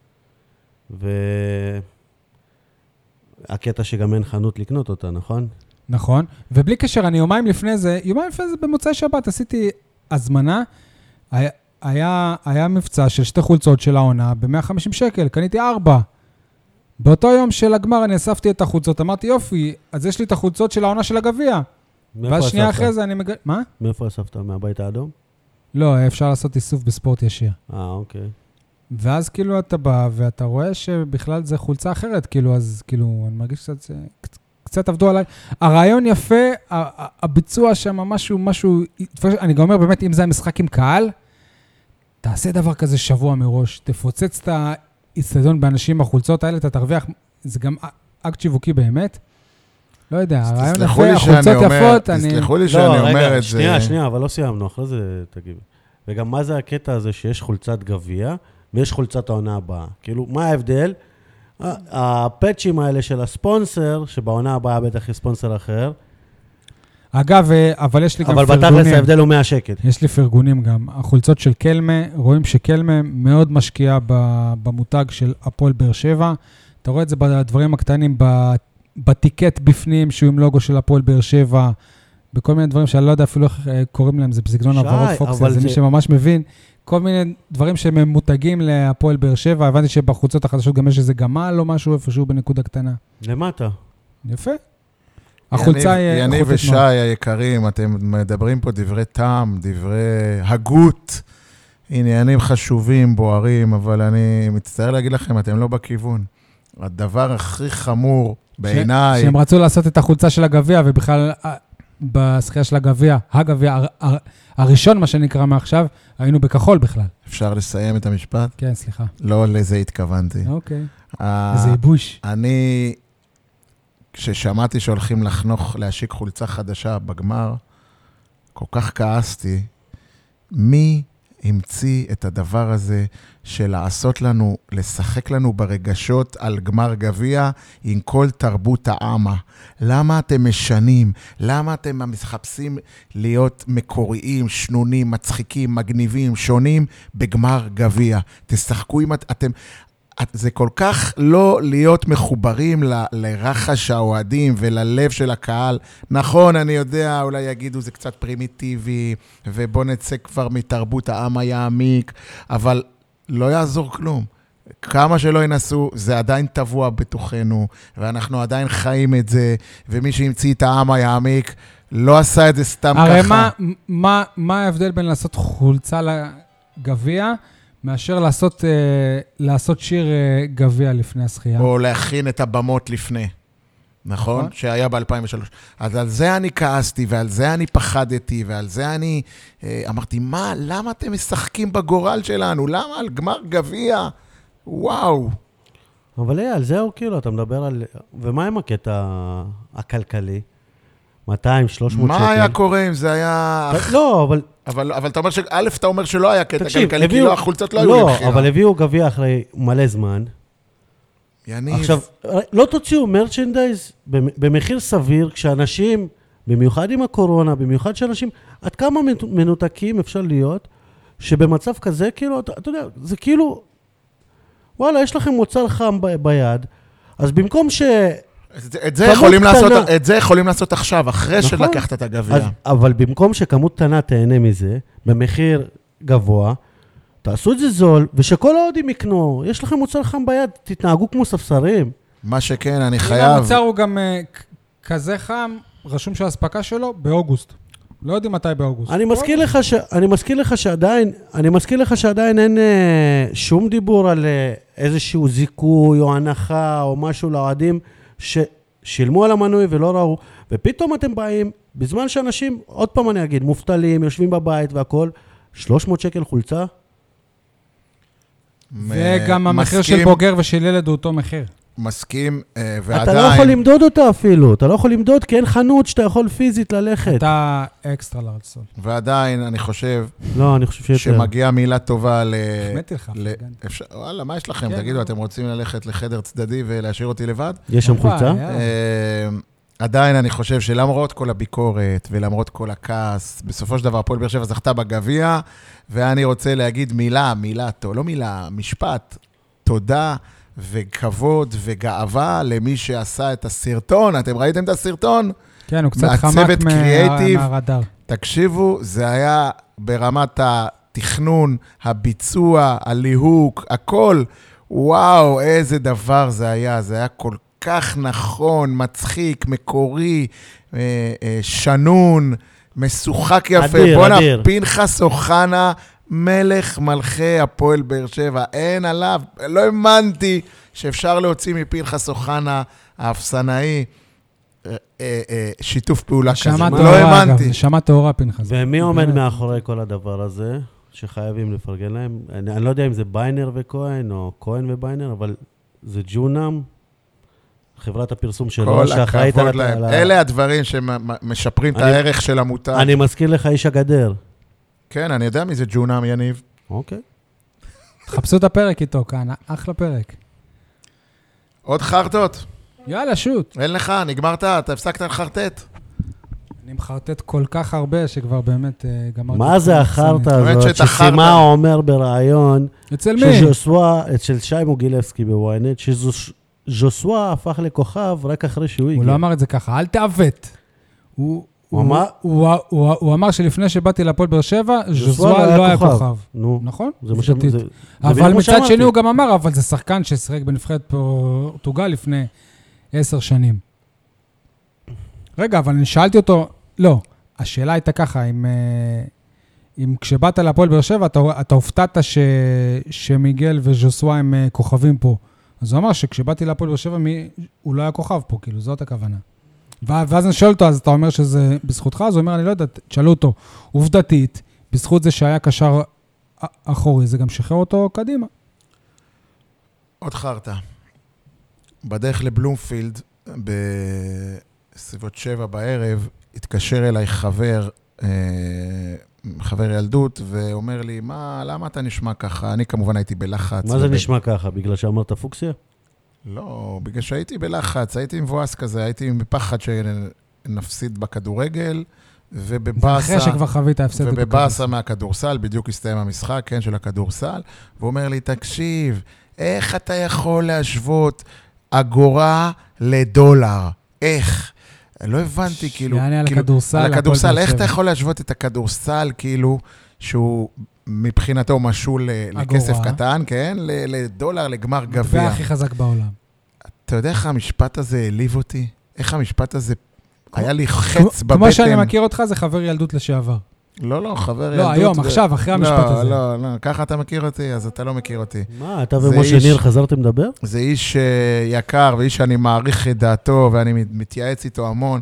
והקטע שגם אין חנות לקנות אותה, נכון? נכון, ובלי קשר, אני יומיים לפני זה, יומיים לפני זה במוצאי שבת, עשיתי הזמנה, היה, היה, היה מבצע של שתי חולצות של העונה, ב-מאה וחמישים שקל, קניתי ארבע. באותו יום של הגמר אני אספתי את החולצות, אמרתי יופי, אז יש לי את החולצות של העונה של הגביע. ואז שנייה אחרי זה אני מג... מה? מאיפה אספת? מהבית האדום? לא, אפשר לעשות איסוף בספורט ישיר. אה, אוקיי. ואז כאילו אתה בא, ואתה רואה שבכלל זה חולצה אחרת, כאילו, אז כאילו, אני מרגיש קצת, קצת עבדו עליי. הרעיון יפה, הביצוע שם משהו, משהו, אני גם אומר באמת, אם זה המשחק עם קהל, תעשה דבר כזה שבוע מראש, תפוצץ את האצטדיון באנשים בחולצות האלה, אתה תרוויח, זה גם אקט שיווקי באמת. לא יודע, הרעיון יפה, החולצות יפות, אני... תסלחו לי שאני אומר את זה. שנייה, שנייה, אבל לא סיימנו, אחרי זה תגיב. וגם מה זה הקטע הזה שיש חולצת גביע, ויש חולצת העונה הבאה? כאילו, מה ההבדל? הפאצ'ים האלה של הספונסר, שבעונה הבאה בטח יש ספונסר אחר. אגב, אבל יש לי גם פרגונים. אבל בתכלס ההבדל הוא מאה שקל. יש לי פרגונים גם. החולצות של קלמה, רואים שקלמה מאוד משקיעה במותג של הפועל באר שבע. אתה רואה את זה בדברים הקטנים, בטיקט בפנים, שהוא עם לוגו של הפועל באר שבע, בכל מיני דברים שאני לא יודע אפילו איך קוראים להם, זה בסגנון הוורוד פוקס, זה מי שממש מבין. כל מיני דברים שהם מותגים להפועל באר שבע, הבנתי שבחוצות החדשות גם יש איזה גמל או משהו איפשהו בנקודה קטנה. למטה. יפה. החולצה היא... יניב ושי היקרים, אתם מדברים פה דברי טעם, דברי הגות, עניינים חשובים, בוערים, אבל אני מצטער להגיד לכם, אתם לא בכיוון. הדבר הכי חמור בעיניי... שהם רצו לעשות את החולצה של הגביע, ובכלל בשחייה של הגביע, הגביע הראשון, מה שנקרא מעכשיו, היינו בכחול בכלל. אפשר לסיים את המשפט? כן, סליחה. לא לזה התכוונתי. אוקיי. איזה ייבוש. אני, כששמעתי שהולכים לחנוך, להשיק חולצה חדשה בגמר, כל כך כעסתי, מי המציא את הדבר הזה של לעשות לנו, לשחק לנו ברגשות על גמר גביע עם כל תרבות העמה? למה אתם משנים? למה אתם מחפשים להיות מקוריים, שנונים, מצחיקים, מגניבים, שונים בגמר גביע? תשחקו עם... אתם... זה כל כך לא להיות מחוברים ל, לרחש האוהדים וללב של הקהל. נכון, אני יודע, אולי יגידו זה קצת פרימיטיבי, ובוא נצא כבר מתרבות העם היעמיק, אבל לא יעזור כלום. כמה שלא ינסו, זה עדיין טבוע בתוכנו, ואנחנו עדיין חיים את זה, ומי שהמציא את העם היעמיק, לא עשה את זה סתם ככה. הרי מה, מה, מה ההבדל בין לעשות חולצה לגביע, מאשר לעשות, אה, לעשות שיר אה, גביע לפני השחייה? או להכין את הבמות לפני, נכון? נכון. שהיה ב-אלפיים ושלוש. אז על זה אני כעסתי, ועל זה אני פחדתי, ועל זה אני אה, אמרתי, מה, למה אתם משחקים בגורל שלנו? למה על גמר גביע? וואו. אבל אייל, זהו כאילו, אתה מדבר על... ומה עם הקטע הכלכלי? מאתיים, שלוש מאות שקל. מה היה קורה אם זה היה... לא, אבל... אבל, אבל אתה אומר ש... א', אתה אומר שלא היה קטע תקשיב, כלכלי, כי הביאו... לא, החולצות לא היו לא, לבחירה. אבל הביאו גביע אחרי מלא זמן. יניב. עכשיו, לא תוציאו מרצ'נדייז במחיר סביר, כשאנשים, במיוחד עם הקורונה, במיוחד שאנשים, עד כמה מנותקים אפשר להיות, שבמצב כזה, כאילו, אתה, אתה יודע, זה כאילו, וואלה, יש לכם מוצר חם ב, ביד, אז במקום ש... את, את, זה יכולים לעשות, את זה יכולים לעשות עכשיו, אחרי נכון? שלקחת את הגביע. אז, אבל במקום שכמות קטנה תהנה מזה, במחיר גבוה, תעשו את זה זול, ושכל העודים יקנו, יש לכם מוצר חם ביד, תתנהגו כמו ספסרים. מה שכן, אני חייב... המוצר הוא גם uh, כזה חם, רשום שההספקה שלו באוגוסט. לא יודעים מתי באוגוסט. אני מזכיר לך ש... אני מזכיר לך שעדיין, אני מזכיר לך שעדיין אין uh, שום דיבור על uh, איזשהו זיכוי או הנחה או משהו לאוהדים ששילמו על המנוי ולא ראו, ופתאום אתם באים, בזמן שאנשים, עוד פעם אני אגיד, מובטלים, יושבים בבית והכל, שלוש מאות שקל חולצה, וגם המחיר של בוגר ושל ילד הוא אותו מחיר. מסכים, ועדיין... אתה לא יכול למדוד אותה אפילו, אתה לא יכול למדוד, כי אין חנות שאתה יכול פיזית ללכת. אתה אקסטרה לארצסול. ועדיין, אני חושב... לא, אני חושב שיותר. שמגיעה מילה טובה ל... החמאתי לך. וואלה, מה יש לכם? תגידו, אתם רוצים ללכת לחדר צדדי ולהשאיר אותי לבד? יש שם חולצה? עדיין אני חושב שלמרות כל הביקורת ולמרות כל הכעס, בסופו של דבר הפועל באר שבע זכתה בגביע, ואני רוצה להגיד מילה, מילה, לא מילה, משפט, תודה וכבוד וגאווה למי שעשה את הסרטון. אתם ראיתם את הסרטון? כן, הוא קצת חמק מהרדאר. תקשיבו, זה היה ברמת התכנון, הביצוע, הליהוק, הכל. וואו, איזה דבר זה היה. זה היה כל כך נכון, מצחיק, מקורי, שנון, משוחק יפה. אדיר, בוא אדיר. פנחס אוחנה, מלך מלכי הפועל באר שבע. אין עליו, לא האמנתי שאפשר להוציא מפנחס אוחנה, האפסנאי, שיתוף פעולה כזה. לא האמנתי. נשמה תאורה פנחס. ומי עומד מאחורי כל הדבר הזה, שחייבים לפרגן להם? אני, אני לא יודע אם זה ביינר וכהן, או כהן וביינר, אבל זה ג'ונם, חברת הפרסום שלו, שאחראית על... להם. אלה הדברים שמשפרים את הערך של המותג. אני מזכיר לך איש הגדר. כן, אני יודע מי זה ג'ונם, יניב. אוקיי. תחפשו את הפרק איתו כאן, אחלה פרק. עוד חרטות. יאללה, שוט. אין לך, נגמרת, אתה הפסקת לחרטט. אני מחרטט כל כך הרבה שכבר באמת גמרתי. מה זה החרטה הזאת שסימה אומר ברעיון? אצל מי? שז'וסווה, אצל שי מוגילבסקי בוויינט, שז'וסווה הפך לכוכב רק אחרי שהוא הגיע. הוא לא אמר את זה ככה, אל תעוות. הוא... הוא אמר, הוא, הוא, הוא אמר שלפני שבאתי לפועל באר שבע, ז'וסווה לא היה כוכב. נו, נכון? זה מה שאמרתי. אבל מצד שני הוא גם אמר, אבל זה שחקן ששיחק בנבחרת פורטוגל לפני עשר שנים. רגע, אבל אני שאלתי אותו, לא, השאלה הייתה ככה, אם, אם כשבאת לפועל באר שבע, אתה, אתה הופתעת ש, שמיגל וז'וסווה הם כוכבים פה. אז הוא אמר שכשבאתי לפועל באר שבע, הוא לא היה כוכב פה, כאילו, זאת הכוונה. ואז אני שואל אותו, אז אתה אומר שזה בזכותך? אז הוא אומר, אני לא יודעת, תשאלו אותו. עובדתית, בזכות זה שהיה קשר אחורי, זה גם שחרר אותו קדימה. עוד חרטה. בדרך לבלומפילד, בסביבות שבע בערב, התקשר אליי חבר, חבר ילדות, ואומר לי, מה, למה אתה נשמע ככה? אני כמובן הייתי בלחץ. מה זה נשמע ככה? בגלל שאמרת פוקסיה? לא, בגלל שהייתי בלחץ, הייתי מבואס כזה, הייתי בפחד שנפסיד בכדורגל, ובבאסה... אחרי שכבר חווית ההפסד. ובבאסה מהכדורסל, בדיוק הסתיים המשחק, כן, של הכדורסל, והוא אומר לי, תקשיב, איך אתה יכול להשוות אגורה לדולר? איך? לא הבנתי, כאילו... יעני על הכדורסל. על הכדורסל, איך אתה יכול להשוות את הכדורסל, כאילו, שהוא מבחינתו משול לכסף קטן, כן? לדולר, לגמר גביע. והכי חזק בעולם. אתה יודע איך המשפט הזה העליב אותי? איך המשפט הזה... היה לי חץ בבטן. כמו שאני מכיר אותך, זה חבר ילדות לשעבר. לא, לא, חבר ילדות. לא, היום, עכשיו, אחרי המשפט הזה. לא, לא, ככה אתה מכיר אותי, אז אתה לא מכיר אותי. מה, אתה ומשה ניר חזרתם לדבר? זה איש יקר, ואיש שאני מעריך את דעתו, ואני מתייעץ איתו המון,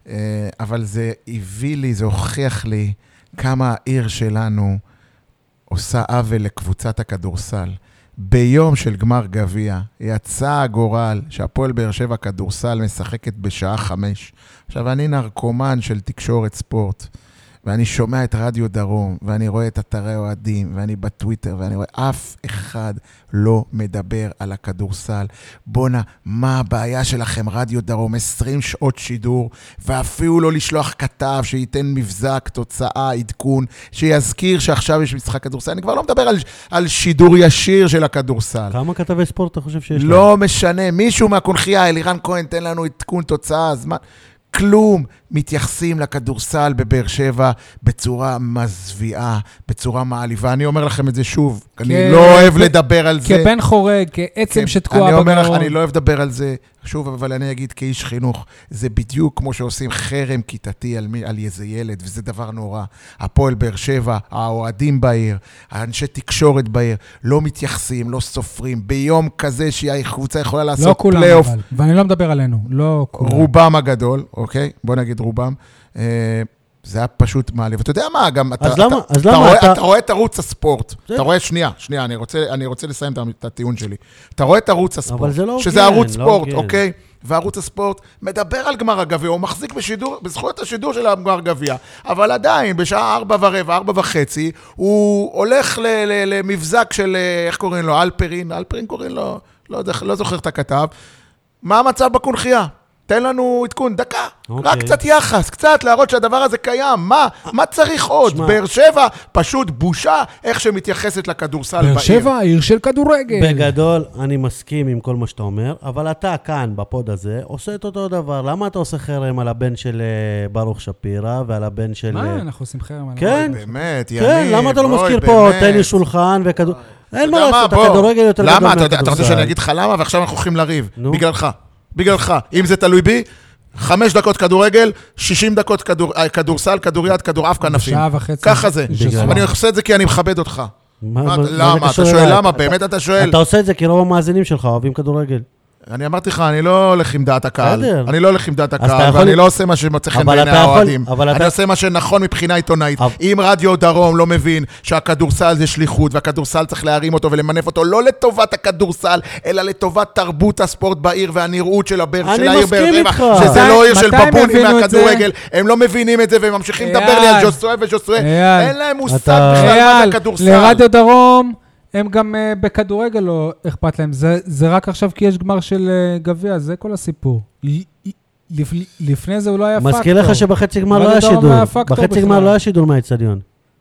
אבל זה הביא לי, זה הוכיח לי כמה העיר שלנו עושה עוול לקבוצת הכדורסל. ביום של גמר גביע, יצא הגורל שהפועל באר שבע כדורסל משחקת בשעה חמש. עכשיו, אני נרקומן של תקשורת ספורט, ואני שומע את רדיו דרום, ואני רואה את אתרי אוהדים, ואני בטוויטר, ואני רואה אף אחד לא מדבר על הכדורסל. בונה, מה הבעיה שלכם, רדיו דרום? עשרים שעות שידור, ואפילו לא לשלוח כתב שייתן מבזק, תוצאה, עדכון, שיזכיר שעכשיו יש משחק כדורסל. אני כבר לא מדבר על, על שידור ישיר של הכדורסל. כמה כתבי ספורט אתה חושב שיש? לא לה? משנה, מישהו מהקונחייה, אלירן כהן, תן לנו עדכון, תוצאה, זמן... כלום, מתייחסים לכדורסל בבאר שבע בצורה מזוויעה, בצורה מעליבה. אני אומר לכם את זה שוב, כ... אני לא אוהב כ... לדבר על זה. כבן חורג, כעצם שתקוע בגרון. אני אומר לך, אני לא אוהב לדבר על זה, שוב, אבל אני אגיד כאיש חינוך, זה בדיוק כמו שעושים חרם כיתתי על, מי, על איזה ילד, וזה דבר נורא. הפועל באר שבע, האוהדים בעיר, האנשי תקשורת בעיר, לא מתייחסים, לא סופרים. ביום כזה שהקבוצה יכולה לעשות לא כולם, פלייאוף. אבל, ואני לא מדבר עלינו, לא כולם. רובם הגדול, אוקיי? בוא נגיד רובם. זה היה פשוט מעליב. אתה יודע מה, גם אתה, אז למה, אתה, אז אתה, למה רואה, אתה... אתה רואה את ערוץ הספורט. זה... אתה רואה, שנייה, שנייה, אני רוצה, אני רוצה לסיים את הטיעון שלי. אתה רואה את ערוץ הספורט, לא שזה כן, ערוץ לא ספורט, כן. אוקיי? וערוץ הספורט מדבר על גמר הגביע, הוא מחזיק בשידור, בזכויות השידור של הגמר גביע, אבל עדיין, בשעה ארבע ורבע, ארבע וחצי, הוא הולך ל, ל, למבזק של, איך קוראים לו? אלפרין, אלפרין קוראים לו, לא, יודע, לא זוכר את הכתב. מה המצב בקונחייה? תן לנו עדכון, דקה, okay. רק קצת יחס, קצת להראות שהדבר הזה קיים, מה, מה צריך עוד? שמה. באר שבע, פשוט בושה, איך שמתייחסת לכדורסל בעיר. באר שבע, עיר של כדורגל. בגדול, אני מסכים עם כל מה שאתה אומר, אבל אתה כאן, בפוד הזה, עושה את אותו דבר. למה אתה עושה חרם על הבן של ברוך שפירה, ועל הבן של... מה, אנחנו עושים חרם על... כן, באמת, יניב. כן, למה אתה לא מזכיר פה טניס שולחן וכדור... אין מה לעשות, הכדורגל יותר גדול מהכדורסל. למה? אתה רוצה שאני אגיד לך למה, ועכשיו אנחנו הולכים לריב, בגללך. בגללך, אם זה תלוי בי, חמש דקות כדורגל, שישים דקות כדור, כדורסל, כדוריד, כדורעף, כנפים. שעה וחצי. ככה זה. אני עושה את זה כי אני מכבד אותך. למה? אתה שואל למה? באמת אתה שואל? אתה עושה את זה כי רוב המאזינים שלך אוהבים כדורגל. אני אמרתי לך, אני לא הולך עם דעת הקהל. אני לא הולך עם דעת הקהל, ואני לא עושה מה שמוצא חן בעיני האוהדים. אני עושה מה שנכון מבחינה עיתונאית. אם רדיו דרום לא מבין שהכדורסל זה שליחות, והכדורסל צריך להרים אותו ולמנף אותו, לא לטובת הכדורסל, אלא לטובת תרבות הספורט בעיר והנראות של העיר באר שבע, שזה לא עיר של בבונים מהכדורגל. הם לא מבינים את זה, והם ממשיכים לדבר לי על ג'וסוי ושוסוי. אין להם מושג בכלל מה זה הכדורסל. לרדיו דרום הם גם uh, בכדורגל לא אכפת להם, זה, זה רק עכשיו כי יש גמר של uh, גביע, זה כל הסיפור. לפ, לפני זה הוא לא היה פקטור. מזכיר לך שבחצי גמר לא היה שידור, בחצי גמר לא היה שידור מהאצטדיון.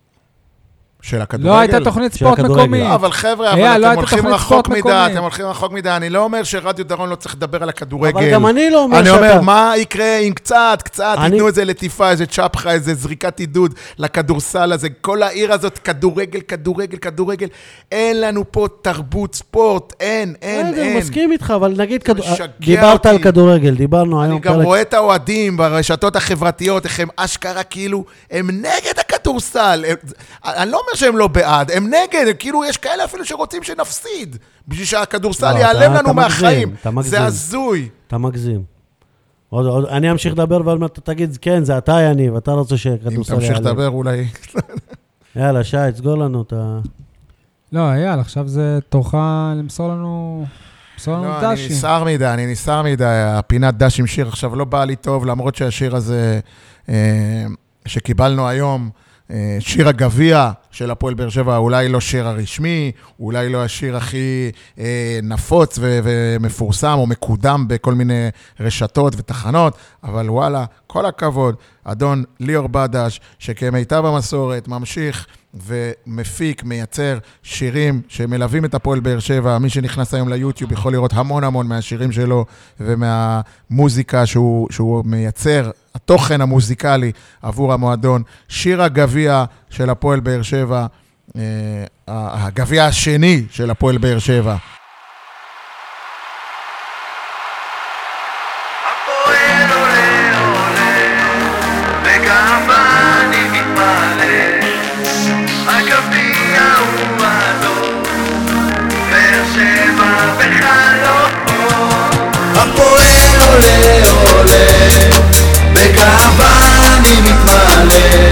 של הכדורגל. לא הייתה תוכנית ספורט מקומית. אבל חבר'ה, אבל אתם הולכים רחוק מדי, אתם הולכים רחוק מדי. אני לא אומר שרדיו דרום לא צריך לדבר על הכדורגל. אבל גם אני לא אומר שאתה... אני אומר, מה יקרה אם קצת, קצת, תיתנו איזה לטיפה, איזה צ'פחה, איזה זריקת עידוד לכדורסל הזה. כל העיר הזאת, כדורגל, כדורגל, כדורגל. אין לנו פה תרבות ספורט, אין, אין, אין. אני מסכים איתך, אבל נגיד, דיברת על כדורגל, דיברנו היום. אני גם רואה את האוהדים ברשתות החברתיות, איך הם אשכרה כאילו, הם נגד הכדורסל. אני לא אומר שהם לא בעד, הם נגד, הם כאילו יש כאלה אפילו שרוצים שנפסיד, בשביל שהכדורסל ייעלם לנו מהחיים. זה הזוי. אתה מגזים. אני אמשיך לדבר, אבל אתה תגיד, כן, זה אתה יניב, אתה רוצה שכדורסל ייעלם. אם תמשיך לדבר אולי... יאללה, שי, תסגור לנו את ה... לא, יאללה, עכשיו זה תורך למסור לנו... לא, אני ניסר מדי, אני ניסר מדי, הפינת דשים שיר עכשיו לא בא לי טוב, למרות שהשיר הזה שקיבלנו היום, שיר הגביע של הפועל באר שבע, אולי לא שיר הרשמי, אולי לא השיר הכי נפוץ ומפורסם או מקודם בכל מיני רשתות ותחנות, אבל וואלה, כל הכבוד, אדון ליאור בדש, שכמיטב המסורת ממשיך ומפיק, מייצר שירים שמלווים את הפועל באר שבע. מי שנכנס היום ליוטיוב יכול לראות המון המון מהשירים שלו ומהמוזיקה שהוא, שהוא מייצר, התוכן המוזיקלי עבור המועדון. שיר הגביע של הפועל באר שבע, אה, הגביע השני של הפועל באר שבע. הפועל עולה עולה בגאווה אני מתמלא, הגביע הוא אדום, באר שבע בחלום. הפועל עולה עולה בגאווה אני מתמלא,